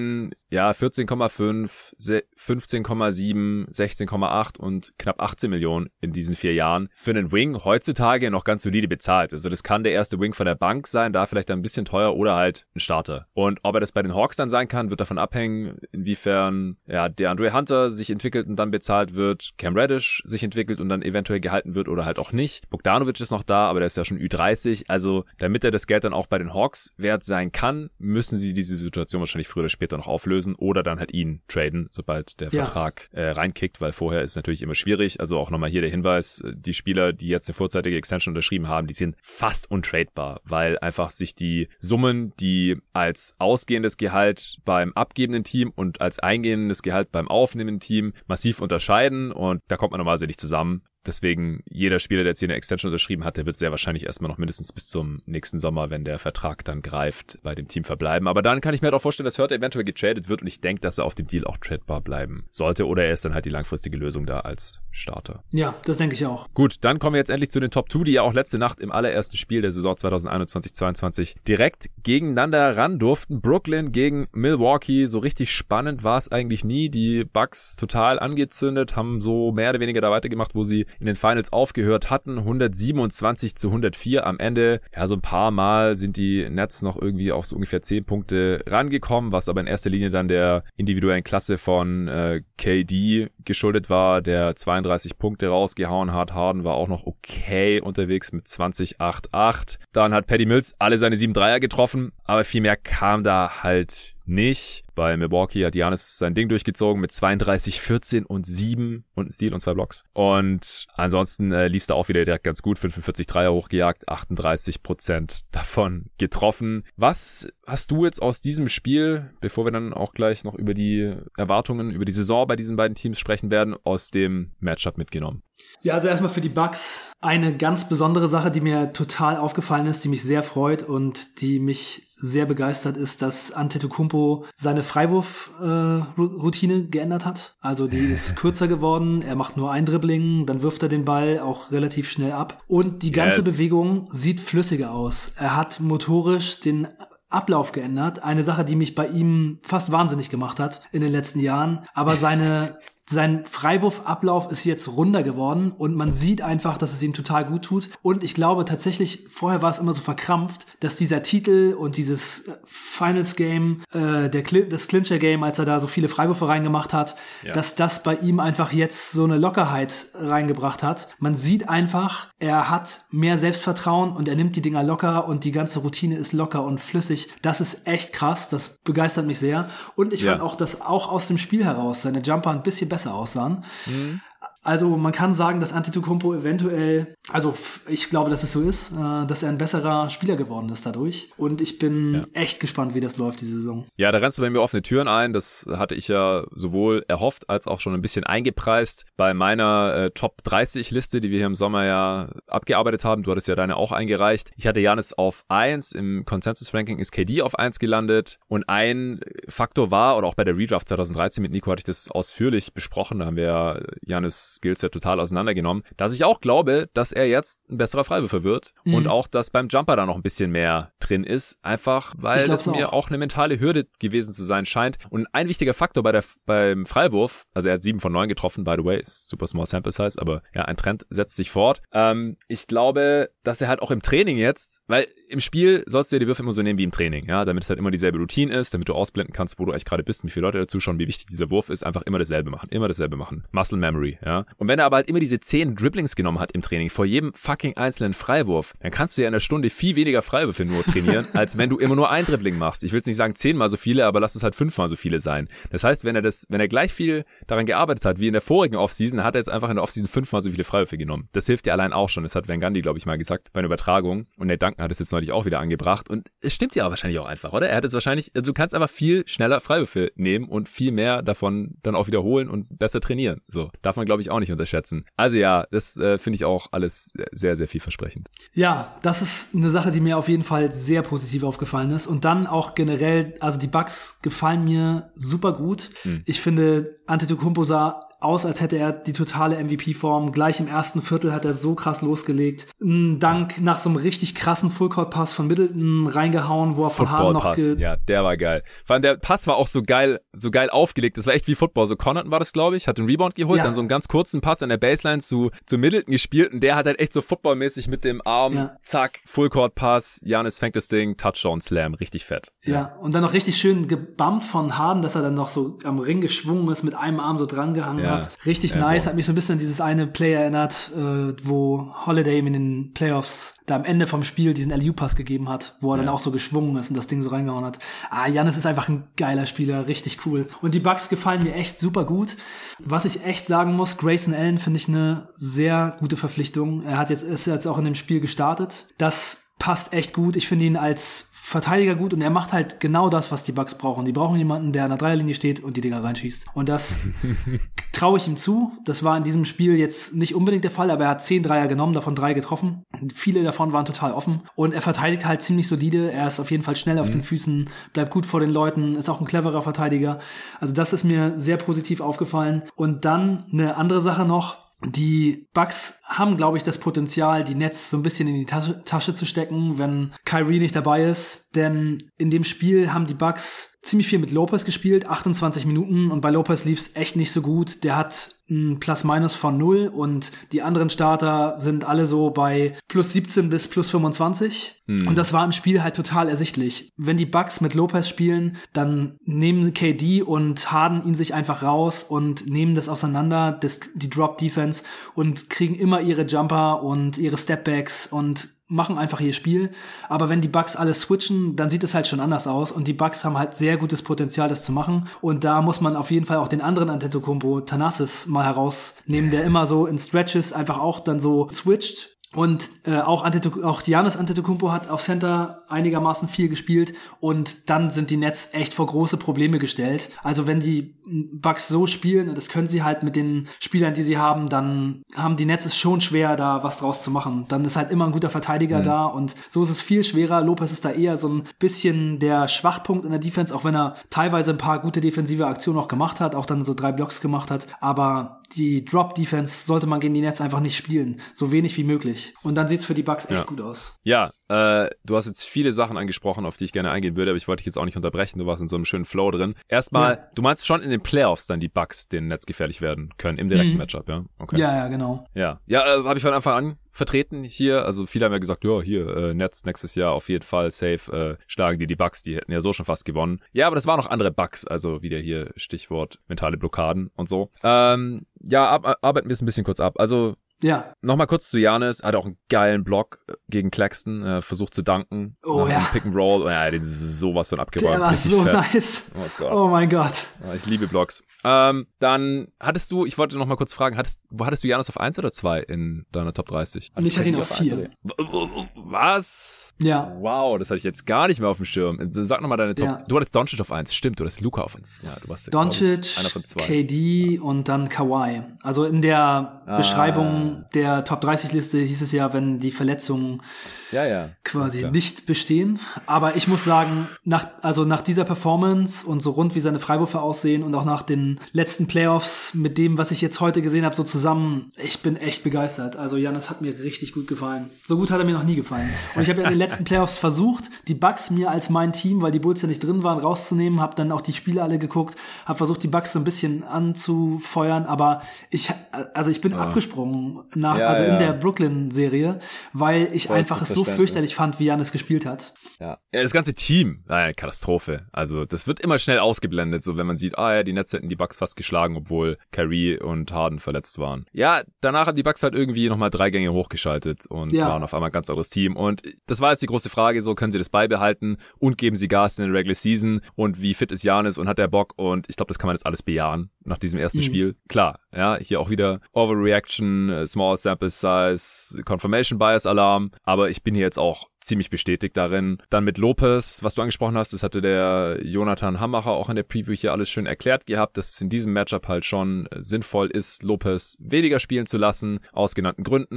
ja, 14,5, 15,7, 16,8 und knapp 18 Millionen in diesen 4 Jahren für einen Wing heutzutage noch ganz solide bezahlt. Also das kann der erste Wing von der Bank sein, da vielleicht ein bisschen teuer oder halt ein Starter. Und ob er das bei den Hawks dann sein kann, wird davon abhängen, inwiefern ja DeAndre Hunter sich entwickelt und dann bezahlt wird, Cam Reddish sich entwickelt und dann eventuell gehalten wird oder halt auch nicht. Bogdanovic ist noch da, aber der ist ja schon Ü30. Also damit er das Geld dann auch bei den Hawks wert sein kann, müssen sie diese Situation wahrscheinlich früher oder später noch auflösen oder dann halt ihn traden, sobald der Vertrag reinkickt, weil vorher ist es natürlich immer schwierig. Also auch nochmal hier der Hinweis, die Spieler, die jetzt eine vorzeitige Extension unterschrieben haben, die sind fast untradebar, weil einfach sich die Summen, die als ausgehendes Gehalt beim abgebenden Team und als eingehendes Gehalt beim aufnehmenden Team massiv unterscheiden und da kommt man normalerweise nicht zusammen. Deswegen, jeder Spieler, der jetzt hier eine Extension unterschrieben hat, der wird sehr wahrscheinlich erstmal noch mindestens bis zum nächsten Sommer, wenn der Vertrag dann greift, bei dem Team verbleiben. Aber dann kann ich mir halt auch vorstellen, dass Hurt eventuell getradet wird und ich denke, dass er auf dem Deal auch tradebar bleiben sollte oder er ist dann halt die langfristige Lösung da als Starter. Ja, das denke ich auch. Gut, dann kommen wir jetzt endlich zu den Top 2, die ja auch letzte Nacht im allerersten Spiel der Saison 2021-22 direkt gegeneinander ran durften. Brooklyn gegen Milwaukee, so richtig spannend war es eigentlich nie. Die Bucks total angezündet, haben so mehr oder weniger da weitergemacht, wo sie in den Finals aufgehört hatten. 127-104 am Ende. Ja, so ein paar Mal sind die Nets noch irgendwie auf so ungefähr 10 Punkte rangekommen, was aber in erster Linie dann der individuellen Klasse von KD geschuldet war, der 32 Punkte rausgehauen hat. Harden war auch noch okay unterwegs mit 20-8-8. Dann hat Patty Mills alle seine 7 Dreier getroffen, aber viel mehr kam da halt nicht. Bei Milwaukee hat Giannis sein Ding durchgezogen mit 32, 14 und 7 und ein Steal und 2 Blocks. Und ansonsten lief es da auch wieder direkt ganz gut. 45 Dreier hochgejagt, 38% davon getroffen. Was hast du jetzt aus diesem Spiel, bevor wir dann auch gleich noch über die Erwartungen, über die Saison bei diesen beiden Teams sprechen werden, aus dem Matchup mitgenommen? Ja, also erstmal für die Bucks eine ganz besondere Sache, die mir total aufgefallen ist, die mich sehr freut und die mich sehr begeistert ist, dass Antetokounmpo seine Freiwurf-Routine geändert hat. Also die ist kürzer geworden, er macht nur ein Dribbling, dann wirft er den Ball auch relativ schnell ab und die ganze Bewegung sieht flüssiger aus. Er hat motorisch den Ablauf geändert, eine Sache, die mich bei ihm fast wahnsinnig gemacht hat in den letzten Jahren, aber sein Freiwurfablauf ist jetzt runder geworden und man sieht einfach, dass es ihm total gut tut. Und ich glaube tatsächlich, vorher war es immer so verkrampft, dass dieser Titel und dieses Finals-Game, das Clincher-Game, als er da so viele Freiwürfe reingemacht hat, dass das bei ihm einfach jetzt so eine Lockerheit reingebracht hat. Man sieht einfach, er hat mehr Selbstvertrauen und er nimmt die Dinger locker und die ganze Routine ist locker und flüssig. Das ist echt krass, das begeistert mich sehr. Und ich fand auch, dass auch aus dem Spiel heraus seine Jumper ein bisschen besser aussahen. Mhm. Also man kann sagen, dass Antetokounmpo eventuell, also ich glaube, dass es so ist, dass er ein besserer Spieler geworden ist dadurch. Und ich bin echt gespannt, wie das läuft, diese Saison. Ja, da rennst du bei mir offene Türen ein. Das hatte ich ja sowohl erhofft als auch schon ein bisschen eingepreist bei meiner Top 30 Liste, die wir hier im Sommer ja abgearbeitet haben. Du hattest ja deine auch eingereicht. Ich hatte Giannis auf 1, im Consensus-Ranking ist KD auf 1 gelandet. Und ein Faktor war, oder auch bei der Redraft 2013 mit Nico hatte ich das ausführlich besprochen, da haben wir ja Giannis Skillset total auseinandergenommen, dass ich auch glaube, dass er jetzt ein besserer Freiwürfer wird und auch, dass beim Jumper da noch ein bisschen mehr drin ist, einfach weil das mir auch eine mentale Hürde gewesen zu sein scheint. Und ein wichtiger Faktor beim Freiwurf, also er hat 7 von 9 getroffen, by the way, ist super small sample size, aber ja, ein Trend setzt sich fort. Ich glaube, dass er halt auch im Training jetzt, weil im Spiel sollst du ja die Würfe immer so nehmen wie im Training, ja, damit es halt immer dieselbe Routine ist, damit du ausblenden kannst, wo du eigentlich gerade bist und wie viele Leute dazu schauen, wie wichtig dieser Wurf ist, einfach immer dasselbe machen. Muscle Memory, ja. Und wenn er aber halt immer diese 10 Dribblings genommen hat im Training, vor jedem fucking einzelnen Freiwurf, dann kannst du ja in einer Stunde viel weniger Freiwürfe nur trainieren, als wenn du immer nur ein Dribbling machst. Ich will jetzt nicht sagen 10-mal so viele, aber lass es halt 5-mal so viele sein. Das heißt, wenn er gleich viel daran gearbeitet hat, wie in der vorigen Offseason, hat er jetzt einfach in der Offseason 5-mal so viele Freiwürfe genommen. Das hilft dir allein auch schon. Das hat Van Gundy, glaube ich, mal gesagt, bei einer Übertragung. Und Nate Duncan hat es jetzt neulich auch wieder angebracht. Und es stimmt ja wahrscheinlich auch einfach, oder? Er hat jetzt wahrscheinlich, also du kannst einfach viel schneller Freiwürfe nehmen und viel mehr davon dann auch wiederholen und besser trainieren. So, darf man, glaube ich, auch nicht unterschätzen. Also ja, das finde ich auch alles sehr, sehr vielversprechend. Ja, das ist eine Sache, die mir auf jeden Fall sehr positiv aufgefallen ist. Und dann auch generell, also die Bucks gefallen mir super gut. Ich finde, Antetokounmpo sah aus, als hätte er die totale MVP-Form. Gleich im ersten Viertel hat er so krass losgelegt. Ein Dank nach so einem richtig krassen Full-Court-Pass von Middleton reingehauen, wo er von Harden noch... Ja, der war geil. Vor allem der Pass war auch so geil aufgelegt. Das war echt wie Football. So Connaughton war das, glaube ich, hat den Rebound geholt, dann so einen ganz kurzen Pass an der Baseline zu Middleton gespielt und der hat halt echt so footballmäßig mit dem Arm, zack, Full-Court-Pass, Giannis fängt das Ding, Touchdown, Slam, richtig fett. Ja, und dann noch richtig schön gebumpt von Harden, dass er dann noch so am Ring geschwungen ist, mit einem Arm so dran gehangen hat. Richtig nice, hat mich so ein bisschen an dieses eine Play erinnert, wo Holiday ihm in den Playoffs da am Ende vom Spiel diesen LU-Pass gegeben hat, wo er dann auch so geschwungen ist und das Ding so reingehauen hat. Giannis ist einfach ein geiler Spieler, richtig cool. Und die Bucks gefallen mir echt super gut. Was ich echt sagen muss, Grayson Allen finde ich eine sehr gute Verpflichtung. Ist jetzt auch in dem Spiel gestartet. Das passt echt gut. Ich finde ihn als Verteidiger gut und er macht halt genau das, was die Bucks brauchen. Die brauchen jemanden, der an der Dreierlinie steht und die Dinger reinschießt. Und das traue ich ihm zu. Das war in diesem Spiel jetzt nicht unbedingt der Fall, aber er hat 10 Dreier genommen, davon 3 getroffen. Viele davon waren total offen. Und er verteidigt halt ziemlich solide. Er ist auf jeden Fall schnell auf den Füßen, bleibt gut vor den Leuten, ist auch ein cleverer Verteidiger. Also das ist mir sehr positiv aufgefallen. Und dann eine andere Sache noch. Die Bucks haben, glaube ich, das Potenzial, die Nets so ein bisschen in die Tasche zu stecken, wenn Kyrie nicht dabei ist. Denn in dem Spiel haben die Bucks ziemlich viel mit Lopez gespielt, 28 Minuten. Und bei Lopez lief's echt nicht so gut. Der hat ein Plus-Minus von 0 und die anderen Starter sind alle so bei plus 17 bis plus 25. Und das war im Spiel halt total ersichtlich. Wenn die Bucks mit Lopez spielen, dann nehmen KD und Harden ihn sich einfach raus und nehmen das auseinander, die Drop-Defense, und kriegen immer ihre Jumper und ihre Stepbacks und machen einfach ihr Spiel. Aber wenn die Bucks alles switchen, dann sieht es halt schon anders aus. Und die Bucks haben halt sehr gutes Potenzial, das zu machen. Und da muss man auf jeden Fall auch den anderen Antetokounmpo, Thanasis, mal herausnehmen, der immer so in Stretches einfach auch dann so switcht. Und auch Giannis Antetokounmpo hat auf Center einigermaßen viel gespielt und dann sind die Nets echt vor große Probleme gestellt. Also wenn die Bucks so spielen, und das können sie halt mit den Spielern, die sie haben, dann haben die Nets es schon schwer, da was draus zu machen. Dann ist halt immer ein guter Verteidiger da und so ist es viel schwerer. Lopez ist da eher so ein bisschen der Schwachpunkt in der Defense, auch wenn er teilweise ein paar gute defensive Aktionen auch gemacht hat, auch dann so 3 Blocks gemacht hat. Aber die Drop-Defense sollte man gegen die Nets einfach nicht spielen. So wenig wie möglich. Und dann sieht's für die Bucks echt gut aus. Ja, du hast jetzt viele Sachen angesprochen, auf die ich gerne eingehen würde, aber ich wollte dich jetzt auch nicht unterbrechen. Du warst in so einem schönen Flow drin. Erstmal, du meinst schon in den Playoffs dann die Bucks den Nets gefährlich werden können, im direkten Matchup, ja? Okay. Ja, genau. Ja, habe ich von Anfang an vertreten hier. Also viele haben ja gesagt, Nets nächstes Jahr auf jeden Fall safe schlagen die Bucks. Die hätten ja so schon fast gewonnen. Ja, aber das waren noch andere Bucks. Also wieder hier Stichwort mentale Blockaden und so. Arbeiten wir es ein bisschen kurz ab. Also nochmal kurz zu Giannis, hat auch einen geilen Block gegen Claxton, versucht zu danken. Pick and Roll, den ist sowas von abgeräumt. Der war so nice. Oh Gott. Oh mein Gott. Ich liebe Blocks. Dann hattest du, ich wollte noch mal kurz fragen, hattest du Giannis auf 1 oder 2 in deiner Top 30? Und ich hatte ihn auf 4. Was? Ja. Wow, das hatte ich jetzt gar nicht mehr auf dem Schirm. Sag noch mal deine Top. Ja. Du hattest Doncic auf 1, stimmt, du hattest Luka auf 1. Ja, du warst Doncic, einer von 2. KD und dann Kawhi. Also in der Beschreibung der Top 30 Liste hieß es ja, wenn die Verletzungen quasi nicht bestehen. Aber ich muss sagen, nach dieser Performance und so rund wie seine Freiwürfe aussehen und auch nach den letzten Playoffs mit dem, was ich jetzt heute gesehen habe, so zusammen, ich bin echt begeistert. Also Giannis hat mir richtig gut gefallen. So gut hat er mir noch nie gefallen. Und ich habe ja in den letzten Playoffs versucht, die Bucks mir als mein Team, weil die Bulls ja nicht drin waren, rauszunehmen, habe dann auch die Spiele alle geguckt, habe versucht, die Bucks so ein bisschen anzufeuern, aber ich bin abgesprungen in der Brooklyn-Serie, weil ich einfach es so fürchterlich fand, wie Giannis gespielt hat. Ja, das ganze Team, eine Katastrophe. Also das wird immer schnell ausgeblendet, so wenn man sieht, die Nets hätten die Bucks fast geschlagen, obwohl Kyrie und Harden verletzt waren. Ja, danach haben die Bucks halt irgendwie nochmal 3 Gänge hochgeschaltet und waren auf einmal ein ganz anderes Team. Und das war jetzt die große Frage, so können sie das beibehalten und geben sie Gas in der Regular Season und wie fit ist Giannis und hat der Bock? Und ich glaube, das kann man jetzt alles bejahen nach diesem ersten Spiel. Klar, hier auch wieder Overreaction, Small Sample Size, Confirmation Bias Alarm, aber ich bin hier jetzt auch ziemlich bestätigt darin. Dann mit Lopez, was du angesprochen hast, das hatte der Jonathan Hammacher auch in der Preview hier alles schön erklärt gehabt, dass es in diesem Matchup halt schon sinnvoll ist, Lopez weniger spielen zu lassen, aus genannten Gründen.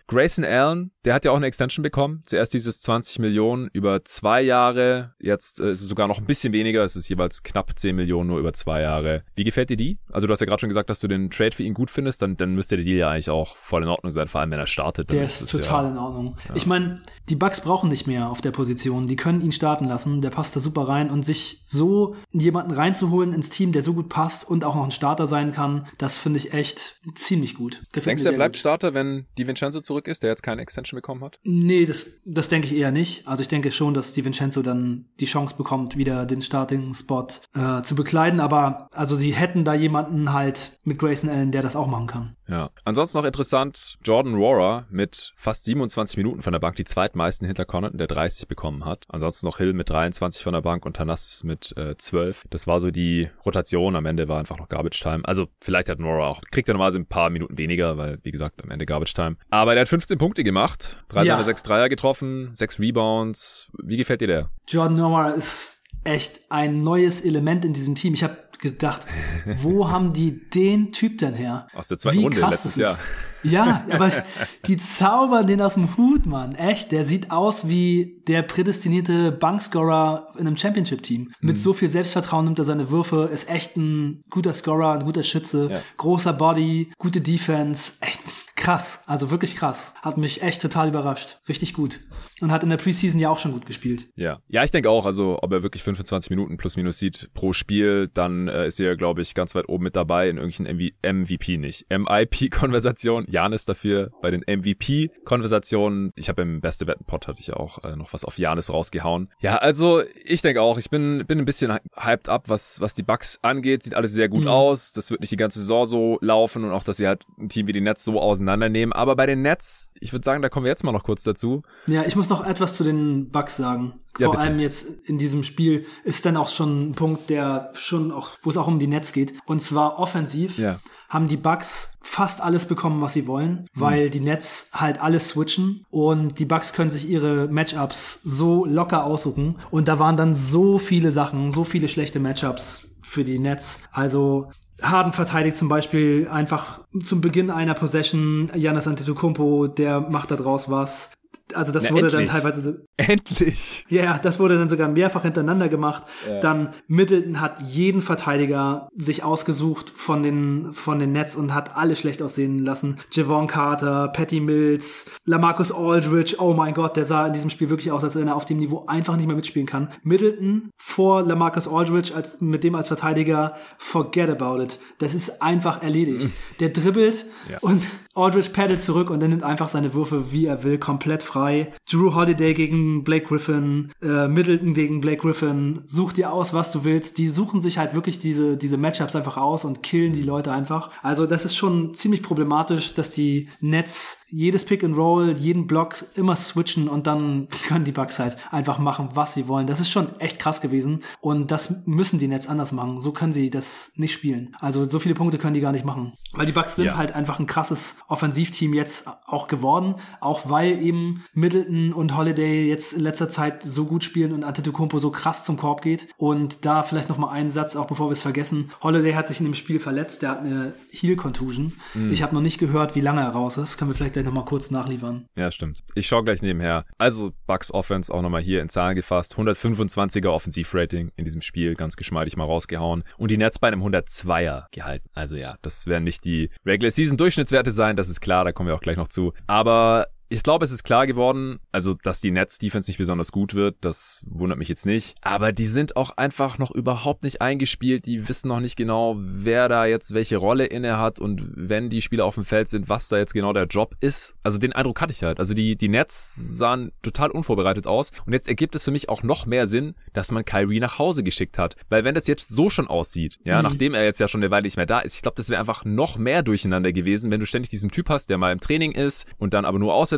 Grayson Allen, der hat ja auch eine Extension bekommen. Zuerst dieses 20 Millionen über 2 Jahre. Jetzt ist es sogar noch ein bisschen weniger. Es ist jeweils knapp 10 Millionen nur über 2 Jahre. Wie gefällt dir die? Also du hast ja gerade schon gesagt, dass du den Trade für ihn gut findest. Dann müsste der Deal ja eigentlich auch voll in Ordnung sein, vor allem wenn er startet. Der ist total in Ordnung. Ja. Ich meine, die Bucks brauchen nicht mehr auf der Position. Die können ihn starten lassen. Der passt da super rein. Und sich so jemanden reinzuholen ins Team, der so gut passt und auch noch ein Starter sein kann, das finde ich echt ziemlich gut. Denkst du, er bleibt Starter, wenn DiVincenzo zurück ist, der jetzt keine Extension bekommen hat? Nee, das denke ich eher nicht. Also ich denke schon, dass DiVincenzo dann die Chance bekommt, wieder den Starting-Spot zu bekleiden. Aber also sie hätten da jemanden halt mit Grayson Allen, der das auch machen kann. Ja. Ansonsten noch interessant, Jordan Nwora mit fast 27 Minuten von der Bank, die zweitmeisten hinter Connaughton, der 30 bekommen hat. Ansonsten noch Hill mit 23 von der Bank und Thanasis mit 12. Das war so die Rotation. Am Ende war einfach noch Garbage Time. Also vielleicht hat Nwora auch, kriegt er normalerweise ein paar Minuten weniger, weil wie gesagt am Ende Garbage Time. Aber der hat 15 Punkte gemacht, 3 seiner 6 Dreier getroffen, 6 Rebounds. Wie gefällt dir der? Jordan Nwora ist echt ein neues Element in diesem Team. Ich habe gedacht, wo haben die den Typ denn her? Aus der zweiten Runde letztes Jahr. Ja, aber die zaubern den aus dem Hut, Mann. Echt, der sieht aus wie der prädestinierte Bankscorer in einem Championship-Team. Mit so viel Selbstvertrauen nimmt er seine Würfe, ist echt ein guter Scorer, ein guter Schütze, großer Body, gute Defense, echt krass, also wirklich krass. Hat mich echt total überrascht. Richtig gut. Und hat in der Preseason ja auch schon gut gespielt. Ja, ich denke auch, also ob er wirklich 25 Minuten plus minus sieht pro Spiel, dann ist er, glaube ich, ganz weit oben mit dabei in irgendwelchen MVP nicht. MIP-Konversation, Giannis dafür bei den MVP-Konversationen. Ich habe im Beste Wetten-Pod hatte ich ja auch noch was auf Giannis rausgehauen. Ja, also ich denke auch, ich bin ein bisschen hyped up, was die Bucks angeht. Sieht alles sehr gut aus. Das wird nicht die ganze Saison so laufen und auch, dass sie halt ein Team wie die Nets so auseinandernehmen. Aber bei den Nets, ich würde sagen, da kommen wir jetzt mal noch kurz dazu. Ja, ich muss noch etwas zu den Bucks sagen. Vor allem jetzt in diesem Spiel ist dann auch schon ein Punkt, der schon auch, wo es auch um die Nets geht. Und zwar offensiv haben die Bucks fast alles bekommen, was sie wollen, weil die Nets halt alles switchen und die Bucks können sich ihre Matchups so locker aussuchen. Und da waren dann so viele Sachen, so viele schlechte Matchups für die Nets. Also Harden verteidigt zum Beispiel einfach zum Beginn einer Possession Giannis Antetokounmpo, der macht da draus was. Also das wurde dann teilweise so... Endlich! Ja, das wurde dann sogar mehrfach hintereinander gemacht. Ja. Dann Middleton hat jeden Verteidiger sich ausgesucht von den Nets und hat alle schlecht aussehen lassen. Javon Carter, Patty Mills, LaMarcus Aldridge, oh mein Gott, der sah in diesem Spiel wirklich aus, als wenn er auf dem Niveau einfach nicht mehr mitspielen kann. Middleton vor LaMarcus Aldridge mit dem als Verteidiger, forget about it. Das ist einfach erledigt. Der dribbelt und Aldridge paddelt zurück und er nimmt einfach seine Würfe, wie er will, komplett frei. Drew Holiday gegen Blake Griffin, Middleton gegen Blake Griffin. Such dir aus, was du willst. Die suchen sich halt wirklich diese Matchups einfach aus und killen die Leute einfach. Also das ist schon ziemlich problematisch, dass die Nets jedes Pick and Roll, jeden Block immer switchen und dann können die Bucks halt einfach machen, was sie wollen. Das ist schon echt krass gewesen und das müssen die Nets anders machen. So können sie das nicht spielen. Also so viele Punkte können die gar nicht machen. Weil die Bucks sind halt einfach ein krasses Offensivteam jetzt auch geworden, auch weil eben Middleton und Holiday jetzt in letzter Zeit so gut spielen und Antetokounmpo so krass zum Korb geht. Und da vielleicht noch mal einen Satz, auch bevor wir es vergessen. Holiday hat sich in dem Spiel verletzt, der hat eine Heel-Contusion. Ich habe noch nicht gehört, wie lange er raus ist. Können wir vielleicht gleich noch mal kurz nachliefern. Ja, stimmt. Ich schaue gleich nebenher. Also Bucks Offense auch noch mal hier in Zahlen gefasst. 125er Offensivrating in diesem Spiel, ganz geschmeidig mal rausgehauen. Und die Nets bei einem 102er gehalten. Also ja, das werden nicht die Regular Season Durchschnittswerte sein, das ist klar, da kommen wir auch gleich noch zu. Aber ich glaube, es ist klar geworden, also dass die Nets-Defense nicht besonders gut wird, das wundert mich jetzt nicht. Aber die sind auch einfach noch überhaupt nicht eingespielt. Die wissen noch nicht genau, wer da jetzt welche Rolle inne hat und wenn die Spieler auf dem Feld sind, was da jetzt genau der Job ist. Also den Eindruck hatte ich halt. Also die Nets sahen total unvorbereitet aus. Und jetzt ergibt es für mich auch noch mehr Sinn, dass man Kyrie nach Hause geschickt hat. Weil wenn das jetzt so schon aussieht, ja, nachdem er jetzt ja schon eine Weile nicht mehr da ist, ich glaube, das wäre einfach noch mehr durcheinander gewesen, wenn du ständig diesen Typ hast, der mal im Training ist und dann aber nur auswärts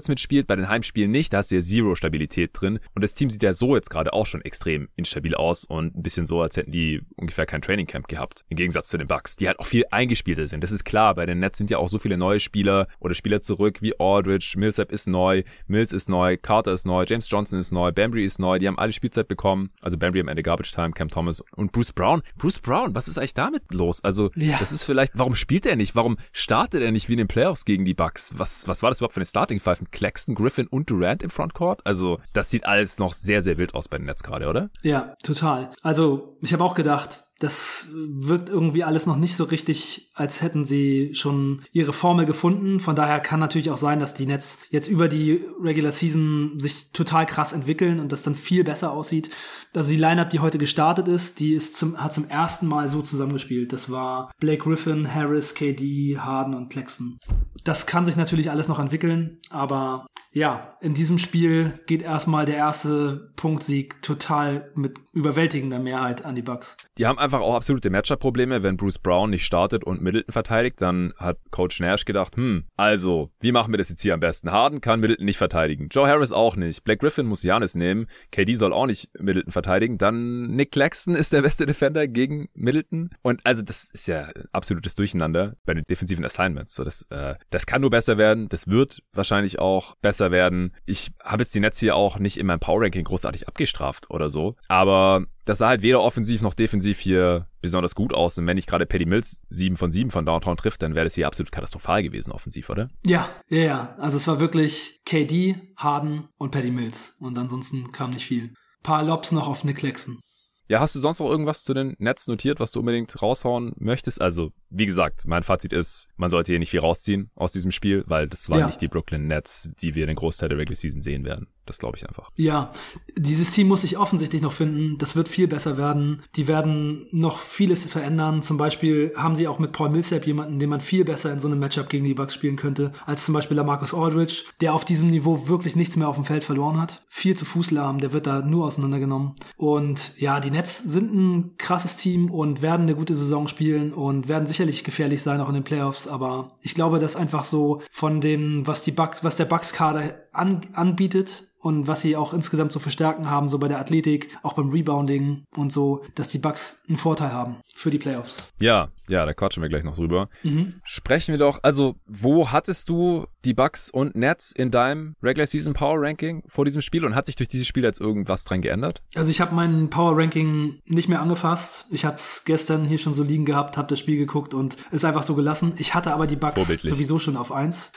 auswärts mitspielt, bei den Heimspielen nicht, da hast du ja zero Stabilität drin und das Team sieht ja so jetzt gerade auch schon extrem instabil aus und ein bisschen so, als hätten die ungefähr kein Training Camp gehabt, im Gegensatz zu den Bucks, die halt auch viel eingespielter sind. Das ist klar, bei den Nets sind ja auch so viele neue Spieler oder Spieler zurück wie Aldridge, Millsap ist neu, Mills ist neu, Carter ist neu, James Johnson ist neu, Bambry ist neu, die haben alle Spielzeit bekommen, also Bambry am Ende Garbage Time, Cam Thomas und Bruce Brown, was ist eigentlich damit los? Also, das ist vielleicht, warum spielt er nicht? Warum startet er nicht wie in den Playoffs gegen die Bucks? Was war das überhaupt für eine Starting Five mit Claxton, Griffin und Durant im Frontcourt? Also, das sieht alles noch sehr, sehr wild aus bei den Nets gerade, oder? Ja, total. Also, ich habe auch gedacht, das wirkt irgendwie alles noch nicht so richtig, als hätten sie schon ihre Formel gefunden. Von daher kann natürlich auch sein, dass die Nets jetzt über die Regular Season sich total krass entwickeln und das dann viel besser aussieht. Also die Lineup, die heute gestartet ist, hat zum ersten Mal so zusammengespielt. Das war Blake Griffin, Harris, KD, Harden und Claxton. Das kann sich natürlich alles noch entwickeln, aber ja, in diesem Spiel geht erstmal der erste Punktsieg total mit überwältigender Mehrheit an die Bucks. Die haben einfach auch absolute Matchup-Probleme. Wenn Bruce Brown nicht startet und Middleton verteidigt, dann hat Coach Nash gedacht, also, wie machen wir das jetzt hier am besten? Harden kann Middleton nicht verteidigen. Joe Harris auch nicht. Blake Griffin muss Giannis nehmen. KD soll auch nicht Middleton verteidigen. Dann Nick Claxton ist der beste Defender gegen Middleton. Und also das ist ja ein absolutes Durcheinander bei den defensiven Assignments. So, das kann nur besser werden. Das wird wahrscheinlich auch besser werden. Ich habe jetzt die Nets hier auch nicht in meinem Power-Ranking großartig abgestraft oder so. Aber das sah halt weder offensiv noch defensiv hier besonders gut aus. Und wenn nicht gerade Patty Mills 7 von 7 von Downtown trifft, dann wäre das hier absolut katastrophal gewesen offensiv, oder? Ja. Also es war wirklich KD, Harden und Patty Mills. Und ansonsten kam nicht viel. Paar Lobs noch auf Nick Claxton. Ja, hast du sonst noch irgendwas zu den Nets notiert, was du unbedingt raushauen möchtest? Also, wie gesagt, mein Fazit ist, man sollte hier nicht viel rausziehen aus diesem Spiel, weil das waren nicht die Brooklyn Nets, die wir den Großteil der Regular Season sehen werden. Das glaube ich einfach. Ja, dieses Team muss sich offensichtlich noch finden. Das wird viel besser werden. Die werden noch vieles verändern. Zum Beispiel haben sie auch mit Paul Millsap jemanden, den man viel besser in so einem Matchup gegen die Bucks spielen könnte, als zum Beispiel LaMarcus Aldridge, der auf diesem Niveau wirklich nichts mehr auf dem Feld verloren hat. Viel zu fußlahm, der wird da nur auseinandergenommen. Und ja, die Nets sind ein krasses Team und werden eine gute Saison spielen und werden sicherlich gefährlich sein, auch in den Playoffs. Aber ich glaube, dass einfach so von dem, was der Bucks-Kader anbietet, und was sie auch insgesamt so für Stärken haben, so bei der Athletik, auch beim Rebounding und so, dass die Bucks einen Vorteil haben für die Playoffs. Ja, da quatschen wir gleich noch drüber. Sprechen wir doch, also wo hattest du die Bucks und Nets in deinem Regular Season Power Ranking vor diesem Spiel und hat sich durch dieses Spiel jetzt irgendwas dran geändert? Also ich habe mein Power Ranking nicht mehr angefasst. Ich habe es gestern hier schon so liegen gehabt, habe das Spiel geguckt und es einfach so gelassen. Ich hatte aber die Bucks sowieso schon auf 1.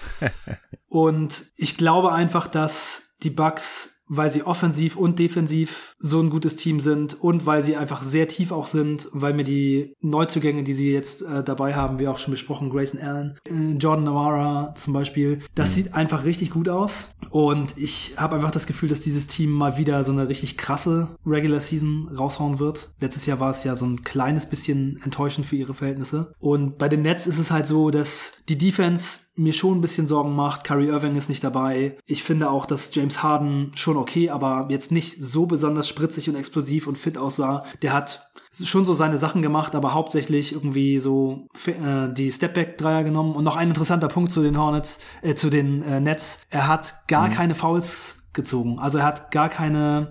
Und ich glaube einfach, dass die Bucks, weil sie offensiv und defensiv so ein gutes Team sind und weil sie einfach sehr tief auch sind, weil mir die Neuzugänge, die sie jetzt dabei haben, wie auch schon besprochen, Grayson Allen, Jordan Nwora zum Beispiel, das sieht einfach richtig gut aus. Und ich habe einfach das Gefühl, dass dieses Team mal wieder so eine richtig krasse Regular Season raushauen wird. Letztes Jahr war es ja so ein kleines bisschen enttäuschend für ihre Verhältnisse. Und bei den Nets ist es halt so, dass die Defense mir schon ein bisschen Sorgen macht. Kyrie Irving ist nicht dabei. Ich finde auch, dass James Harden schon okay, aber jetzt nicht so besonders spritzig und explosiv und fit aussah. Der hat schon so seine Sachen gemacht, aber hauptsächlich irgendwie so die Stepback-Dreier genommen. Und noch ein interessanter Punkt zu den Nets. Er hat gar keine Fouls gezogen. Also er hat gar keine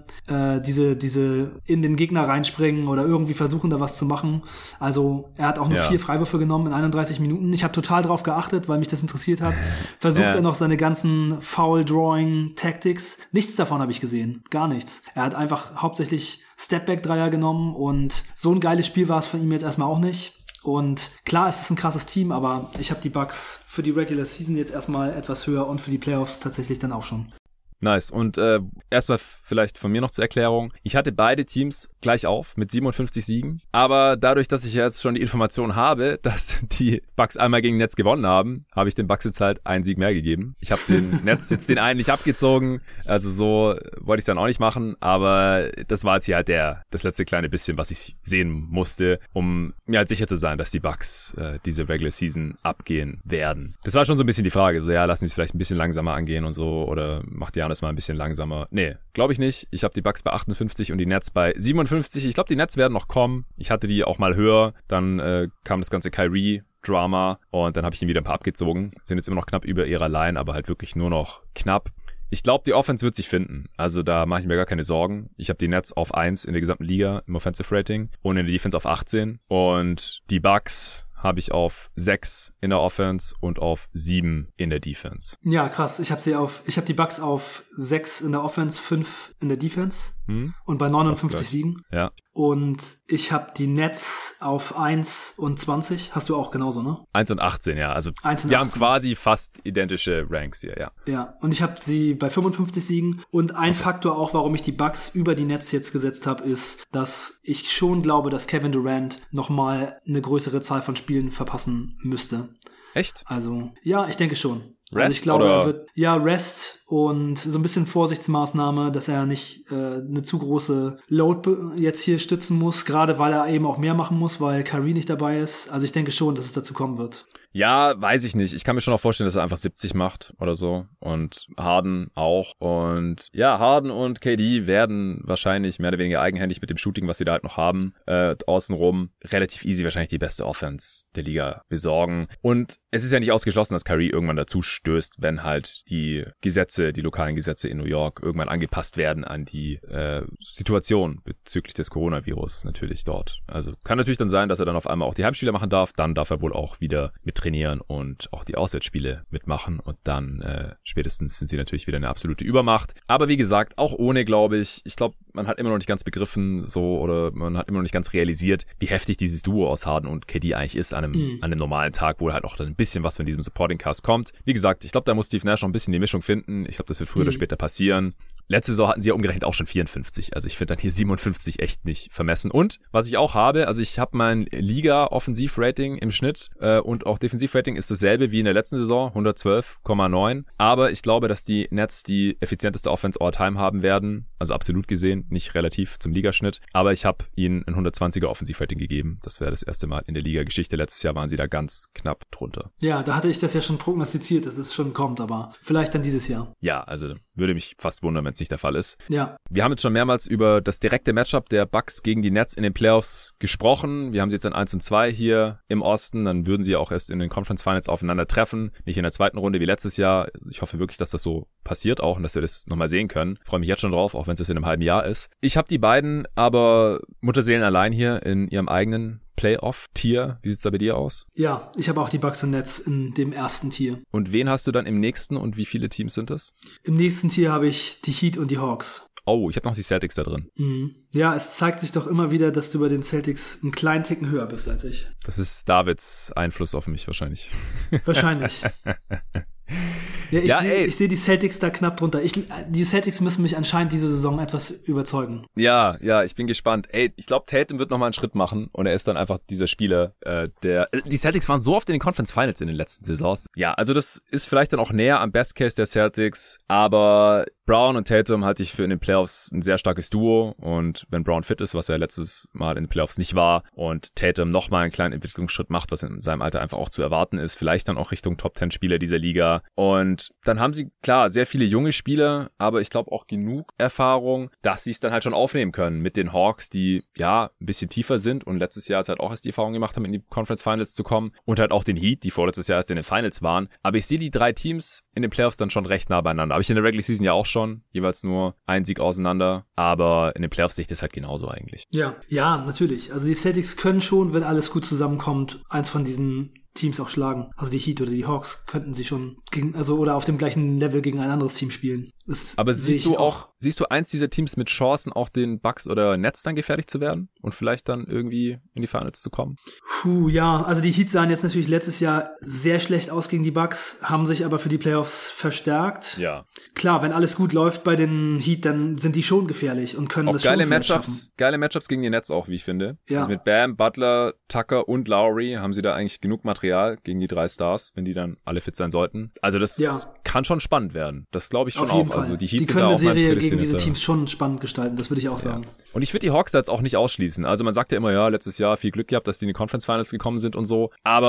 diese in den Gegner reinspringen oder irgendwie versuchen, da was zu machen. Also er hat auch nur 4 Freiwürfe genommen in 31 Minuten. Ich habe total drauf geachtet, weil mich das interessiert hat. Versucht er noch seine ganzen Foul-Drawing-Tactics. Nichts davon habe ich gesehen. Gar nichts. Er hat einfach hauptsächlich Stepback-Dreier genommen und so ein geiles Spiel war es von ihm jetzt erstmal auch nicht. Und klar, es ist ein krasses Team, aber ich habe die Bucks für die Regular Season jetzt erstmal etwas höher und für die Playoffs tatsächlich dann auch schon. Nice. Und erstmal vielleicht von mir noch zur Erklärung. Ich hatte beide Teams gleich auf mit 57 Siegen. Aber dadurch, dass ich jetzt schon die Information habe, dass die Bucks einmal gegen Nets gewonnen haben, habe ich den Bucks jetzt halt einen Sieg mehr gegeben. Ich habe den Nets jetzt den einen nicht abgezogen. Also so wollte ich es dann auch nicht machen. Aber das war jetzt hier halt das letzte kleine bisschen, was ich sehen musste, um mir halt sicher zu sein, dass die Bucks diese Regular Season abgehen werden. Das war schon so ein bisschen die Frage. So, ja, lassen die es vielleicht ein bisschen langsamer angehen und so. Oder macht Janis mal ein bisschen langsamer. Nee, glaube ich nicht. Ich habe die Bucks bei 58 und die Nets bei 57. Ich glaube, die Nets werden noch kommen. Ich hatte die auch mal höher. Dann kam das ganze Kyrie Drama und dann habe ich ihn wieder ein paar abgezogen. Sind jetzt immer noch knapp über ihrer Line, aber halt wirklich nur noch knapp. Ich glaube, die Offense wird sich finden. Also da mache ich mir gar keine Sorgen. Ich habe die Nets auf 1 in der gesamten Liga im Offensive Rating und in der Defense auf 18. Und die Bucks habe ich auf 6 in der Offense und auf 7 in der Defense. Ja, krass. Ich habe die Bucks auf 6 in der Offense, 5 in der Defense und bei 59 Siegen. Ja. Und ich habe die Nets auf 1 und 20. Hast du auch genauso, ne? 1 und 18, ja. Also wir haben quasi fast identische Ranks hier, ja. Ja, und ich habe sie bei 55 Siegen. Und ein Faktor auch, warum ich die Bucks über die Nets jetzt gesetzt habe, ist, dass ich schon glaube, dass Kevin Durant nochmal eine größere Zahl von Spielen verpassen müsste. Echt? Also, ja, ich denke schon. Rest, also ich glaube, oder? er wird, Rest und so ein bisschen Vorsichtsmaßnahme, dass er nicht eine zu große Load jetzt hier stützen muss, gerade weil er eben auch mehr machen muss, weil Kyrie nicht dabei ist. Also ich denke schon, dass es dazu kommen wird. Ja, weiß ich nicht. Ich kann mir schon auch vorstellen, dass er einfach 70 macht oder so. Und Harden auch. Und ja, Harden und KD werden wahrscheinlich mehr oder weniger eigenhändig mit dem Shooting, was sie da halt noch haben, außenrum relativ easy wahrscheinlich die beste Offense der Liga besorgen. Und es ist ja nicht ausgeschlossen, dass Kyrie irgendwann dazu stößt, wenn halt die lokalen Gesetze in New York irgendwann angepasst werden an die Situation bezüglich des Coronavirus natürlich dort. Also kann natürlich dann sein, dass er dann auf einmal auch die Heimspiele machen darf. Dann darf er wohl auch wieder mit trainieren und auch die Auswärtsspiele mitmachen und dann spätestens sind sie natürlich wieder eine absolute Übermacht. Aber wie gesagt, auch ohne, glaube ich, man hat immer noch nicht ganz begriffen oder man hat immer noch nicht ganz realisiert, wie heftig dieses Duo aus Harden und KD eigentlich ist an einem normalen Tag, wo halt auch dann ein bisschen was von diesem Supporting Cast kommt. Wie gesagt, ich glaube, da muss Steve Nash noch ein bisschen die Mischung finden. Ich glaube, das wird früher oder später passieren. Letzte Saison hatten sie ja umgerechnet auch schon 54. Also ich finde dann hier 57 echt nicht vermessen. Und was ich auch habe, also ich habe mein Liga-Offensiv-Rating im Schnitt und auch Defensiv-Rating ist dasselbe wie in der letzten Saison, 112,9. Aber ich glaube, dass die Nets die effizienteste Offense all-time haben werden. Also absolut gesehen, nicht relativ zum Ligaschnitt. Aber ich habe ihnen ein 120er Offensiv-Rating gegeben. Das wäre das erste Mal in der Liga-Geschichte. Letztes Jahr waren sie da ganz knapp drunter. Ja, da hatte ich das ja schon prognostiziert, dass es schon kommt, aber vielleicht dann dieses Jahr. Ja, also würde mich fast wundern, wenn es nicht der Fall ist. Ja. Wir haben jetzt schon mehrmals über das direkte Matchup der Bucks gegen die Nets in den Playoffs gesprochen. Wir haben sie jetzt an 1 und 2 hier im Osten. Dann würden sie ja auch erst in den Conference Finals aufeinander treffen. Nicht in der zweiten Runde wie letztes Jahr. Ich hoffe wirklich, dass das so passiert auch und dass wir das nochmal sehen können. Ich freue mich jetzt schon drauf, auch wenn es jetzt in einem halben Jahr ist. Ich habe die beiden aber Mutterseelen allein hier in ihrem eigenen Playoff-Tier. Wie sieht's da bei dir aus? Ja, ich habe auch die Bucks und Nets in dem ersten Tier. Und wen hast du dann im nächsten und wie viele Teams sind das? Im nächsten Tier habe ich die Heat und die Hawks. Oh, ich habe noch die Celtics da drin. Mhm. Ja, es zeigt sich doch immer wieder, dass du bei den Celtics einen kleinen Ticken höher bist als ich. Das ist Davids Einfluss auf mich wahrscheinlich. Wahrscheinlich. Ja, ich sehe die Celtics da knapp drunter. Die Celtics müssen mich anscheinend diese Saison etwas überzeugen. Ja, ich bin gespannt. Ich glaube, Tatum wird nochmal einen Schritt machen und er ist dann einfach dieser Spieler, die Celtics waren so oft in den Conference Finals in den letzten Saisons. Ja, also das ist vielleicht dann auch näher am Best Case der Celtics, aber Brown und Tatum halte ich für in den Playoffs ein sehr starkes Duo und wenn Brown fit ist, was er letztes Mal in den Playoffs nicht war und Tatum nochmal einen kleinen Entwicklungsschritt macht, was in seinem Alter einfach auch zu erwarten ist, vielleicht dann auch Richtung Top-10-Spieler dieser Liga und dann haben sie, klar, sehr viele junge Spieler, aber ich glaube auch genug Erfahrung, dass sie es dann halt schon aufnehmen können mit den Hawks, die ja ein bisschen tiefer sind und letztes Jahr halt auch erst die Erfahrung gemacht haben, in die Conference Finals zu kommen und halt auch den Heat, die vorletztes Jahr erst in den Finals waren, aber ich sehe die drei Teams in den Playoffs dann schon recht nah beieinander, habe ich in der Regular Season ja auch schon, jeweils nur ein Sieg auseinander, aber in den Playoffs sehe ich das halt genauso eigentlich. Ja, natürlich. Also die Celtics können schon, wenn alles gut zusammenkommt, eins von diesen Teams auch schlagen. Also die Heat oder die Hawks könnten sie schon oder auf dem gleichen Level gegen ein anderes Team spielen. Aber siehst du eins dieser Teams mit Chancen, auch den Bucks oder Nets dann gefährlich zu werden und vielleicht dann irgendwie in die Finals zu kommen? Ja, also die Heat sahen jetzt natürlich letztes Jahr sehr schlecht aus gegen die Bucks, haben sich aber für die Playoffs verstärkt. Ja. Klar, wenn alles gut läuft bei den Heat, dann sind die schon gefährlich und können auch das schon schaffen. Geile Matchups gegen die Nets auch, wie ich finde. Ja. Also mit Bam, Butler, Tucker und Lowry haben sie da eigentlich genug Material gegen die drei Stars, wenn die dann alle fit sein sollten. Also das kann schon spannend werden. Das glaube ich schon auch. Fall. Also die Heat können eine Serie gegen diese Teams schon spannend gestalten, das würde ich auch sagen. Und ich würde die Hawks da jetzt auch nicht ausschließen. Also man sagt ja immer, ja, letztes Jahr viel Glück gehabt, dass die in die Conference Finals gekommen sind und so. Aber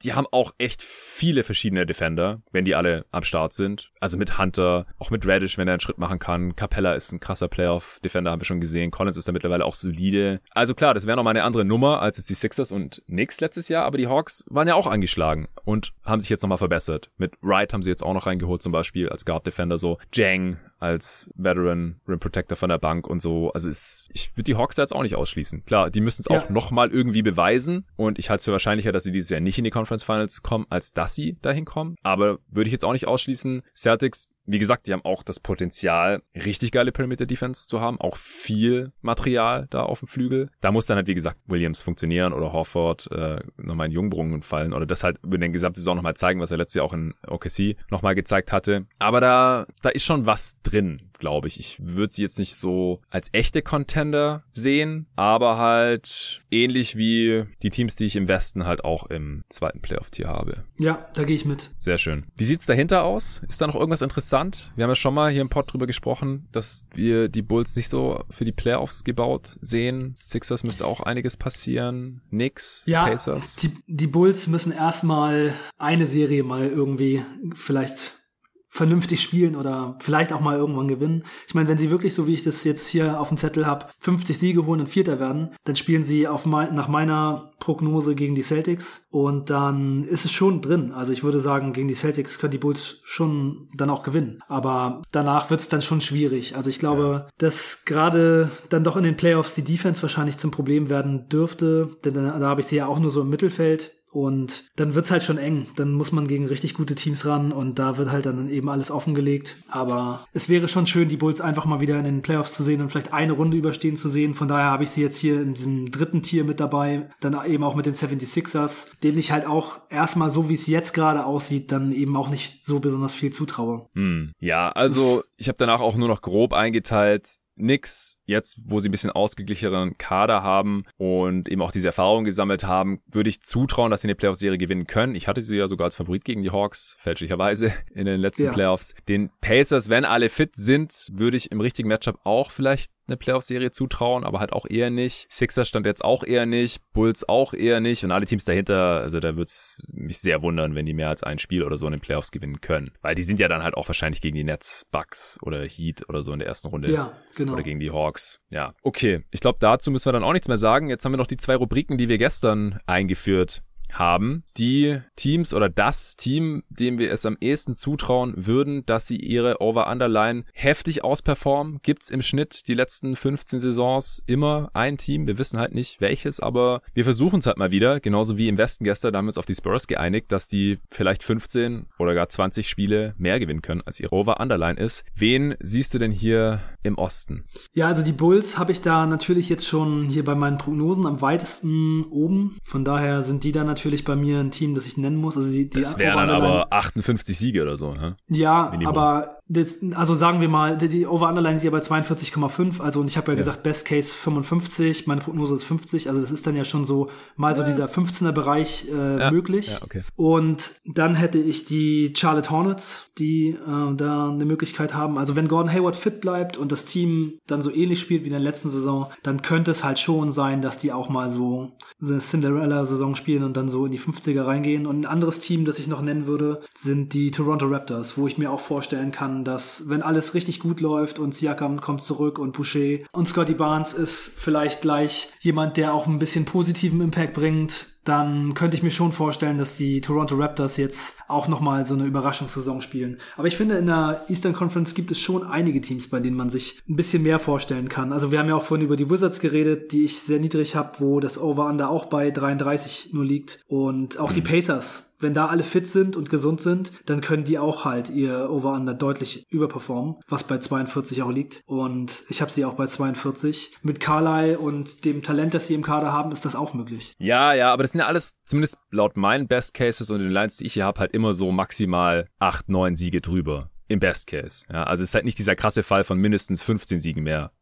die haben auch echt viele verschiedene Defender, wenn die alle am Start sind. Also mit Hunter, auch mit Reddish, wenn er einen Schritt machen kann. Capella ist ein krasser Playoff-Defender, haben wir schon gesehen. Collins ist da mittlerweile auch solide. Also klar, das wäre nochmal eine andere Nummer als jetzt die Sixers und Knicks letztes Jahr, aber die Hawks waren ja auch angeschlagen und haben sich jetzt nochmal verbessert. Mit Wright haben sie jetzt auch noch reingeholt, zum Beispiel als Guard-Defender, so Jang als Veteran Rim Protector von der Bank und so. Also ich würde die Hawks da jetzt auch nicht ausschließen. Klar, die müssen es auch nochmal irgendwie beweisen und ich halte es für wahrscheinlicher, dass sie dieses Jahr nicht in die Conference Finals kommen, als dass sie dahin kommen. Aber würde ich jetzt auch nicht ausschließen. Celtics, wie gesagt, die haben auch das Potenzial, richtig geile Perimeter-Defense zu haben. Auch viel Material da auf dem Flügel. Da muss dann halt, wie gesagt, Williams funktionieren oder Horford nochmal in Jungbrunnen fallen oder das halt über den gesamten Saison nochmal zeigen, was er letztes Jahr auch in OKC nochmal gezeigt hatte. Aber da ist schon was drin, glaube ich. Ich würde sie jetzt nicht so als echte Contender sehen, aber halt ähnlich wie die Teams, die ich im Westen halt auch im zweiten Playoff-Tier habe. Ja, da gehe ich mit. Sehr schön. Wie sieht's dahinter aus? Ist da noch irgendwas interessant? Wir haben ja schon mal hier im Pod drüber gesprochen, dass wir die Bulls nicht so für die Playoffs gebaut sehen. Sixers müsste auch einiges passieren. Knicks, Pacers. Die Bulls müssen erstmal eine Serie mal irgendwie vielleicht vernünftig spielen oder vielleicht auch mal irgendwann gewinnen. Ich meine, wenn sie wirklich, so wie ich das jetzt hier auf dem Zettel habe, 50 Siege holen und Vierter werden, dann spielen sie nach meiner Prognose gegen die Celtics und dann ist es schon drin. Also ich würde sagen, gegen die Celtics können die Bulls schon dann auch gewinnen. Aber danach wird es dann schon schwierig. Also ich glaube, dass gerade dann doch in den Playoffs die Defense wahrscheinlich zum Problem werden dürfte, denn da habe ich sie ja auch nur so im Mittelfeld. Und dann wird's halt schon eng. Dann muss man gegen richtig gute Teams ran und da wird halt dann eben alles offengelegt. Aber es wäre schon schön, die Bulls einfach mal wieder in den Playoffs zu sehen und vielleicht eine Runde überstehen zu sehen. Von daher habe ich sie jetzt hier in diesem dritten Tier mit dabei. Dann eben auch mit den 76ers, denen ich halt auch erstmal so, wie es jetzt gerade aussieht, dann eben auch nicht so besonders viel zutraue. Ja, also ich habe danach auch nur noch grob eingeteilt. Knicks, jetzt, wo sie ein bisschen ausgeglicheneren Kader haben und eben auch diese Erfahrung gesammelt haben, würde ich zutrauen, dass sie eine Playoff-Serie gewinnen können. Ich hatte sie ja sogar als Favorit gegen die Hawks, fälschlicherweise, in den letzten Playoffs. Den Pacers, wenn alle fit sind, würde ich im richtigen Matchup auch vielleicht eine Playoff-Serie zutrauen, aber halt auch eher nicht. Sixers stand jetzt auch eher nicht, Bulls auch eher nicht und alle Teams dahinter, also da wird's mich sehr wundern, wenn die mehr als ein Spiel oder so in den Playoffs gewinnen können. Weil die sind ja dann halt auch wahrscheinlich gegen die Nets, Bucks oder Heat oder so in der ersten Runde. Ja, genau. Oder gegen die Hawks. Ja, okay. Ich glaube, dazu müssen wir dann auch nichts mehr sagen. Jetzt haben wir noch die 2 Rubriken, die wir gestern eingeführt haben. Die Teams oder das Team, dem wir es am ehesten zutrauen würden, dass sie ihre Over-Under-Line heftig ausperformen. Gibt's im Schnitt die letzten 15 Saisons immer ein Team. Wir wissen halt nicht welches, aber wir versuchen es halt mal wieder. Genauso wie im Westen gestern, da haben wir uns auf die Spurs geeinigt, dass die vielleicht 15 oder gar 20 Spiele mehr gewinnen können, als ihre Over-Under-Line ist. Wen siehst du denn hier im Osten? Ja, also die Bulls habe ich da natürlich jetzt schon hier bei meinen Prognosen am weitesten oben. Von daher sind die da natürlich bei mir ein Team, das ich nennen muss. Also das wären dann aber 58 Siege oder so, ne? Ja, Minimum. Aber also sagen wir mal, die Over-Underline liegt ja bei 42,5. Also und ich habe ja gesagt, Best Case 55, meine Prognose ist 50. Also das ist dann ja schon so mal so dieser 15er-Bereich möglich. Ja, okay. Und dann hätte ich die Charlotte Hornets, die da eine Möglichkeit haben. Also wenn Gordon Hayward fit bleibt und das Team dann so ähnlich spielt wie in der letzten Saison, dann könnte es halt schon sein, dass die auch mal so eine Cinderella-Saison spielen und dann so in die 50er reingehen. Und ein anderes Team, das ich noch nennen würde, sind die Toronto Raptors, wo ich mir auch vorstellen kann, dass wenn alles richtig gut läuft und Siakam kommt zurück und Boucher und Scotty Barnes ist vielleicht gleich jemand, der auch ein bisschen positiven Impact bringt, dann könnte ich mir schon vorstellen, dass die Toronto Raptors jetzt auch nochmal so eine Überraschungssaison spielen. Aber ich finde, in der Eastern Conference gibt es schon einige Teams, bei denen man sich ein bisschen mehr vorstellen kann. Also wir haben ja auch vorhin über die Wizards geredet, die ich sehr niedrig habe, wo das Over-Under auch bei 33 nur liegt. Und auch die Pacers. Wenn da alle fit sind und gesund sind, dann können die auch halt ihr Over-Under deutlich überperformen, was bei 42 auch liegt. Und ich habe sie auch bei 42. Mit Carlisle und dem Talent, das sie im Kader haben, ist das auch möglich. Ja, aber das sind ja alles, zumindest laut meinen Best Cases und den Lines, die ich hier habe, halt immer so maximal 8, 9 Siege drüber. Im Best Case. Ja, also es ist halt nicht dieser krasse Fall von mindestens 15 Siegen mehr,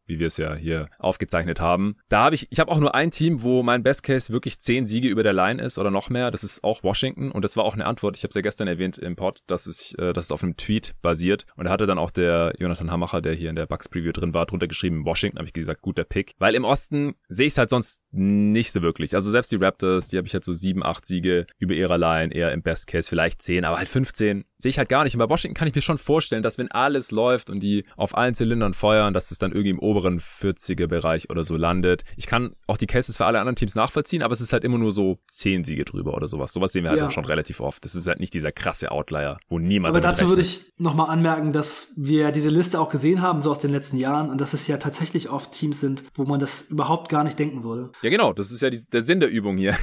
wie wir es ja hier aufgezeichnet haben. Da habe ich habe auch nur ein Team, wo mein Best Case wirklich 10 Siege über der Line ist oder noch mehr. Das ist auch Washington und das war auch eine Antwort. Ich habe es ja gestern erwähnt im Pod, dass es auf einem Tweet basiert und da hatte dann auch der Jonathan Hammacher, der hier in der Bucks Preview drin war, drunter geschrieben, Washington, habe ich gesagt, guter Pick. Weil im Osten sehe ich es halt sonst nicht so wirklich. Also selbst die Raptors, die habe ich halt so 7, 8 Siege über ihrer Line, eher im Best Case vielleicht 10, aber halt 15 sehe ich halt gar nicht. Und bei Washington kann ich mir schon vorstellen, dass wenn alles läuft und die auf allen Zylindern feuern, dass es dann irgendwie im oberen 40er-Bereich oder so landet. Ich kann auch die Cases für alle anderen Teams nachvollziehen, aber es ist halt immer nur so 10 Siege drüber oder sowas. Sowas sehen wir halt auch schon relativ oft. Das ist halt nicht dieser krasse Outlier, wo niemand Aber dazu würde ich nochmal anmerken, dass wir diese Liste auch gesehen haben, so aus den letzten Jahren, und dass es ja tatsächlich oft Teams sind, wo man das überhaupt gar nicht denken würde. Ja, genau. Das ist ja der Sinn der Übung hier.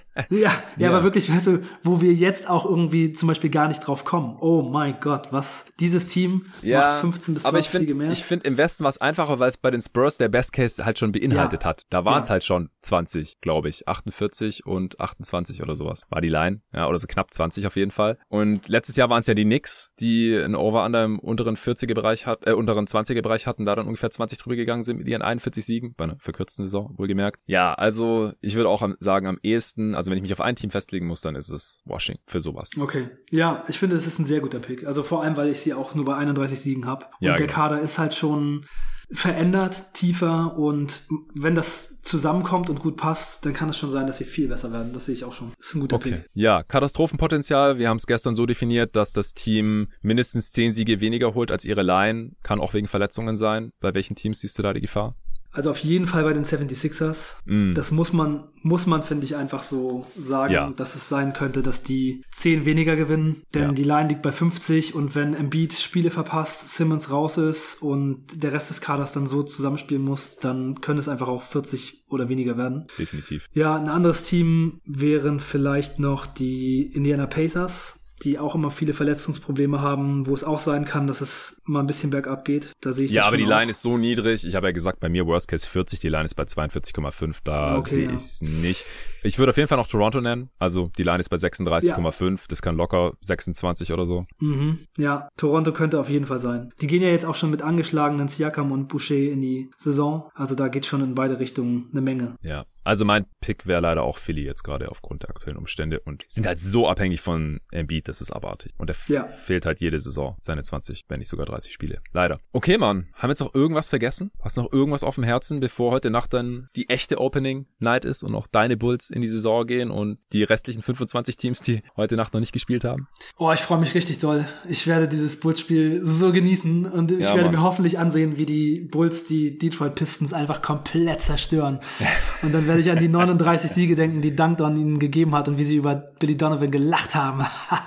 Ja, aber wirklich, weißt du, wo wir jetzt auch irgendwie zum Beispiel gar nicht drauf kommen. Oh mein Gott, was? Dieses Team macht 15 bis 20 Siege mehr. Ich finde, im Westen war es einfacher, weil es bei den Spurs der Best Case halt schon beinhaltet hat. Da waren es halt schon 20, glaube ich. 48 und 28 oder sowas. War die Line. Ja, oder so knapp 20 auf jeden Fall. Und letztes Jahr waren es ja die Knicks, die ein Over-Under im unteren 40er-Bereich unteren 20er-Bereich hatten, da dann ungefähr 20 drüber gegangen sind mit ihren 41 Siegen. Bei einer verkürzten Saison, wohlgemerkt. Ja, also ich würde auch sagen, am ehesten, also wenn ich mich auf ein Team festlegen muss, dann ist es Washington für sowas. Okay. Ja, ich finde, das ist ein sehr guter Pick. Also vor allem, weil ich sie auch nur bei 31 Siegen habe. Und der Kader ist halt schon verändert, tiefer, und wenn das zusammenkommt und gut passt, dann kann es schon sein, dass sie viel besser werden. Das sehe ich auch schon. Das ist ein guter Pick. Ja, Katastrophenpotenzial. Wir haben es gestern so definiert, dass das Team mindestens 10 Siege weniger holt als ihre Line. Kann auch wegen Verletzungen sein. Bei welchen Teams siehst du da die Gefahr? Also auf jeden Fall bei den 76ers. Das muss man, finde ich, einfach so sagen, dass es sein könnte, dass die 10 weniger gewinnen. Denn die Line liegt bei 50 und wenn Embiid Spiele verpasst, Simmons raus ist und der Rest des Kaders dann so zusammenspielen muss, dann können es einfach auch 40 oder weniger werden. Definitiv. Ja, ein anderes Team wären vielleicht noch die Indiana Pacers, die auch immer viele Verletzungsprobleme haben, wo es auch sein kann, dass es mal ein bisschen bergab geht. Da sehe ich das aber schon die Line ist so niedrig. Ich habe ja gesagt, bei mir Worst Case 40, die Line ist bei 42,5. Da sehe ich es nicht. Ich würde auf jeden Fall noch Toronto nennen. Also die Line ist bei 36,5. Das kann locker 26 oder so. Ja, Toronto könnte auf jeden Fall sein. Die gehen ja jetzt auch schon mit angeschlagenen Siakam und Boucher in die Saison. Also da geht schon in beide Richtungen eine Menge. Ja, also mein Pick wäre leider auch Philly jetzt gerade aufgrund der aktuellen Umstände und sind halt so abhängig von Embiid, das ist abartig. Und der fehlt halt jede Saison seine 20, wenn nicht sogar 30 Spiele. Leider. Okay, Mann. Haben wir jetzt noch irgendwas vergessen? Hast du noch irgendwas auf dem Herzen, bevor heute Nacht dann die echte Opening Night ist und auch deine Bulls in die Saison gehen und die restlichen 25 Teams, die heute Nacht noch nicht gespielt haben? Oh, ich freue mich richtig doll. Ich werde dieses Bulls-Spiel so genießen und ich werde mir hoffentlich ansehen, wie die Bulls die Detroit Pistons einfach komplett zerstören. Und dann werde ich an die 39 Siege denken, die Dunkdown ihnen gegeben hat und wie sie über Billy Donovan gelacht haben.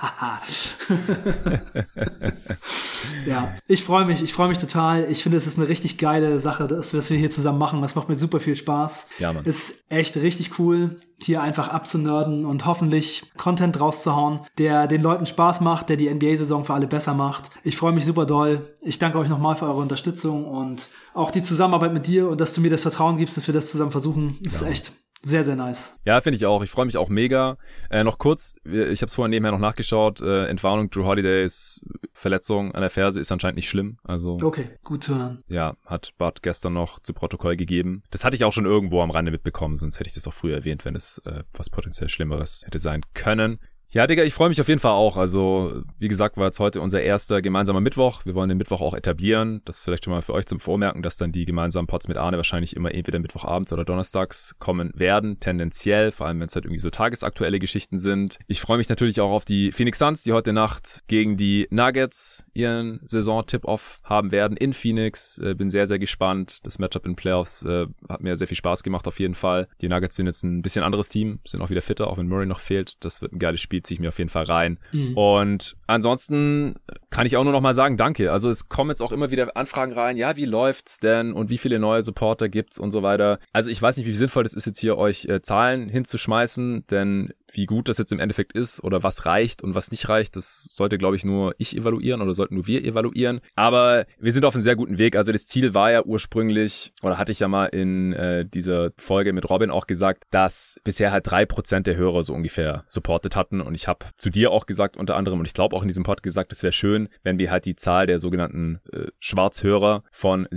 Ja, ich freue mich total. Ich finde, es ist eine richtig geile Sache, das, was wir hier zusammen machen. Das macht mir super viel Spaß. Ja, Mann. Ist echt richtig cool, hier einfach abzunörden und hoffentlich Content rauszuhauen, der den Leuten Spaß macht, der die NBA-Saison für alle besser macht. Ich freue mich super doll. Ich danke euch nochmal für eure Unterstützung und auch die Zusammenarbeit mit dir und dass du mir das Vertrauen gibst, dass wir das zusammen versuchen. Das ist echt sehr, sehr nice. Ja, finde ich auch. Ich freue mich auch mega. Noch kurz, ich habe es vorhin nebenher noch nachgeschaut. Entwarnung, Drew Holidays Verletzung an der Ferse ist anscheinend nicht schlimm. Also okay, gut zu hören. Ja, hat Bart gestern noch zu Protokoll gegeben. Das hatte ich auch schon irgendwo am Rande mitbekommen, sonst hätte ich das auch früher erwähnt, wenn es was potenziell Schlimmeres hätte sein können. Ja, Digga, ich freue mich auf jeden Fall auch. Also, wie gesagt, war jetzt heute unser erster gemeinsamer Mittwoch. Wir wollen den Mittwoch auch etablieren. Das ist vielleicht schon mal für euch zum Vormerken, dass dann die gemeinsamen Pods mit Arne wahrscheinlich immer entweder Mittwochabends oder donnerstags kommen werden, tendenziell, vor allem wenn es halt irgendwie so tagesaktuelle Geschichten sind. Ich freue mich natürlich auch auf die Phoenix Suns, die heute Nacht gegen die Nuggets ihren Saison-Tip-Off haben werden in Phoenix. Bin sehr, sehr gespannt. Das Matchup in Playoffs hat mir sehr viel Spaß gemacht auf jeden Fall. Die Nuggets sind jetzt ein bisschen anderes Team, sind auch wieder fitter, auch wenn Murray noch fehlt. Das wird ein geiles Spiel, ziehe ich mir auf jeden Fall rein. Und ansonsten kann ich auch nur noch mal sagen, danke. Also es kommen jetzt auch immer wieder Anfragen rein, ja, wie läuft's denn und wie viele neue Supporter gibt's und so weiter. Also ich weiß nicht, wie sinnvoll das ist jetzt hier, euch Zahlen hinzuschmeißen, denn wie gut das jetzt im Endeffekt ist oder was reicht und was nicht reicht, das sollte, glaube ich, nur ich evaluieren oder sollten nur wir evaluieren. Aber wir sind auf einem sehr guten Weg. Also das Ziel war ja ursprünglich, oder hatte ich ja mal in dieser Folge mit Robin auch gesagt, dass bisher halt 3% der Hörer so ungefähr supportet hatten. Und ich habe zu dir auch gesagt unter anderem, und ich glaube auch in diesem Pod gesagt, es wäre schön, freuen, wenn wir halt die Zahl der sogenannten Schwarzhörer von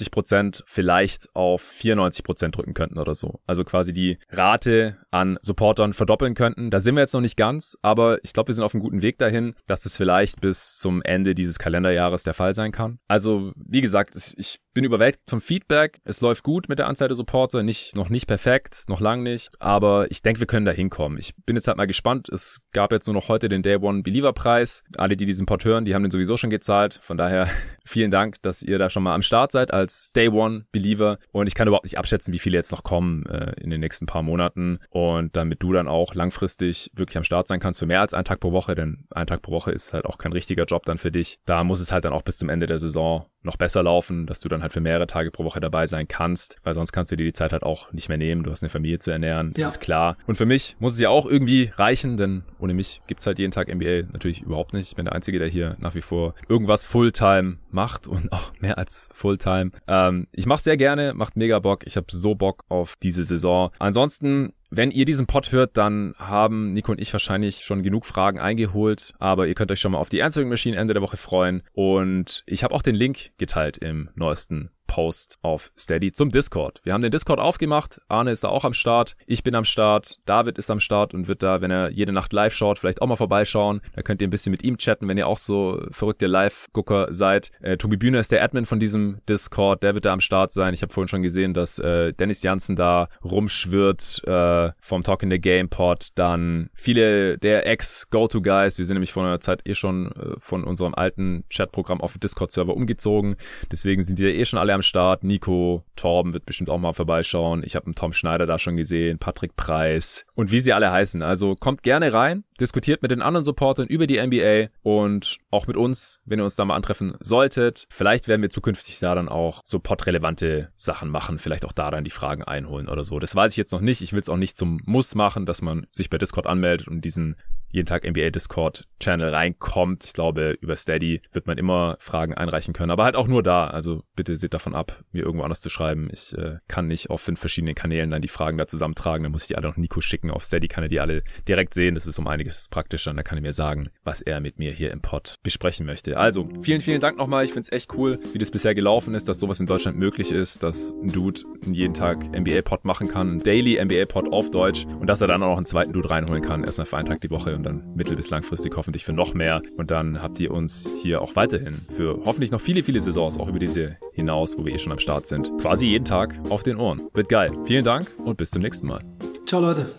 97% vielleicht auf 94% drücken könnten oder so. Also quasi die Rate an Supportern verdoppeln könnten. Da sind wir jetzt noch nicht ganz, aber ich glaube, wir sind auf einem guten Weg dahin, dass das vielleicht bis zum Ende dieses Kalenderjahres der Fall sein kann. Also, wie gesagt, ich bin überwältigt vom Feedback. Es läuft gut mit der Anzahl der Supporter. Noch nicht perfekt, noch lang nicht. Aber ich denke, wir können da hinkommen. Ich bin jetzt halt mal gespannt. Es gab jetzt nur noch heute den Day One Believer Preis. Alle, die diesen Pod hören, die haben den sowieso schon gezahlt. Von daher vielen Dank, dass ihr da schon mal am Start seid als Day One Believer. Und ich kann überhaupt nicht abschätzen, wie viele jetzt noch kommen in den nächsten paar Monaten. Und damit du dann auch langfristig wirklich am Start sein kannst für mehr als einen Tag pro Woche. Denn ein Tag pro Woche ist halt auch kein richtiger Job dann für dich. Da muss es halt dann auch bis zum Ende der Saison noch besser laufen, dass du dann halt für mehrere Tage pro Woche dabei sein kannst, weil sonst kannst du dir die Zeit halt auch nicht mehr nehmen. Du hast eine Familie zu ernähren, das ist klar. Und für mich muss es ja auch irgendwie reichen, denn ohne mich gibt's halt jeden Tag NBA natürlich überhaupt nicht. Ich bin der Einzige, der hier nach wie vor irgendwas Fulltime macht und auch mehr als Fulltime. Ich mach's sehr gerne, macht mega Bock. Ich habe so Bock auf diese Saison. Ansonsten, wenn ihr diesen Pod hört, dann haben Nico und ich wahrscheinlich schon genug Fragen eingeholt, aber ihr könnt euch schon mal auf die Answering Machine Ende der Woche freuen und ich habe auch den Link geteilt im neuesten Post auf Steady zum Discord. Wir haben den Discord aufgemacht, Arne ist da auch am Start, ich bin am Start, David ist am Start und wird da, wenn er jede Nacht live schaut, vielleicht auch mal vorbeischauen. Da könnt ihr ein bisschen mit ihm chatten, wenn ihr auch so verrückte Live-Gucker seid. Tobi Bühner ist der Admin von diesem Discord, der wird da am Start sein. Ich habe vorhin schon gesehen, dass Dennis Janssen da rumschwirrt vom Talk in the Game Pod. Dann viele der Ex-Go-To-Guys, wir sind nämlich vor einer Zeit schon von unserem alten Chatprogramm auf den Discord-Server umgezogen. Deswegen sind die ja schon alle am Start. Nico, Torben wird bestimmt auch mal vorbeischauen. Ich habe einen Tom Schneider da schon gesehen, Patrick Preis und wie sie alle heißen. Also kommt gerne rein, diskutiert mit den anderen Supportern über die NBA und auch mit uns, wenn ihr uns da mal antreffen solltet. Vielleicht werden wir zukünftig da dann auch so podrelevante Sachen machen, vielleicht auch da dann die Fragen einholen oder so. Das weiß ich jetzt noch nicht. Ich will es auch nicht zum Muss machen, dass man sich bei Discord anmeldet und diesen jeden Tag NBA Discord Channel reinkommt. Ich glaube, über Steady wird man immer Fragen einreichen können, aber halt auch nur da. Also bitte seht davon ab, mir irgendwo anders zu schreiben. Ich kann nicht auf 5 verschiedenen Kanälen dann die Fragen da zusammentragen. Dann muss ich die alle noch Nico schicken. Auf Steady kann er die alle direkt sehen. Das ist um einiges praktischer. Und dann kann er mir sagen, was er mit mir hier im Pod besprechen möchte. Also vielen, vielen Dank nochmal. Ich finde es echt cool, wie das bisher gelaufen ist, dass sowas in Deutschland möglich ist, dass ein Dude jeden Tag NBA Pod machen kann, ein Daily NBA Pod auf Deutsch und dass er dann auch noch einen zweiten Dude reinholen kann. Erstmal für einen Tag die Woche und dann mittel- bis langfristig hoffentlich für noch mehr. Und dann habt ihr uns hier auch weiterhin für hoffentlich noch viele, viele Saisons, auch über diese hinaus, wo wir schon am Start sind, quasi jeden Tag auf den Ohren. Wird geil. Vielen Dank und bis zum nächsten Mal. Ciao, Leute.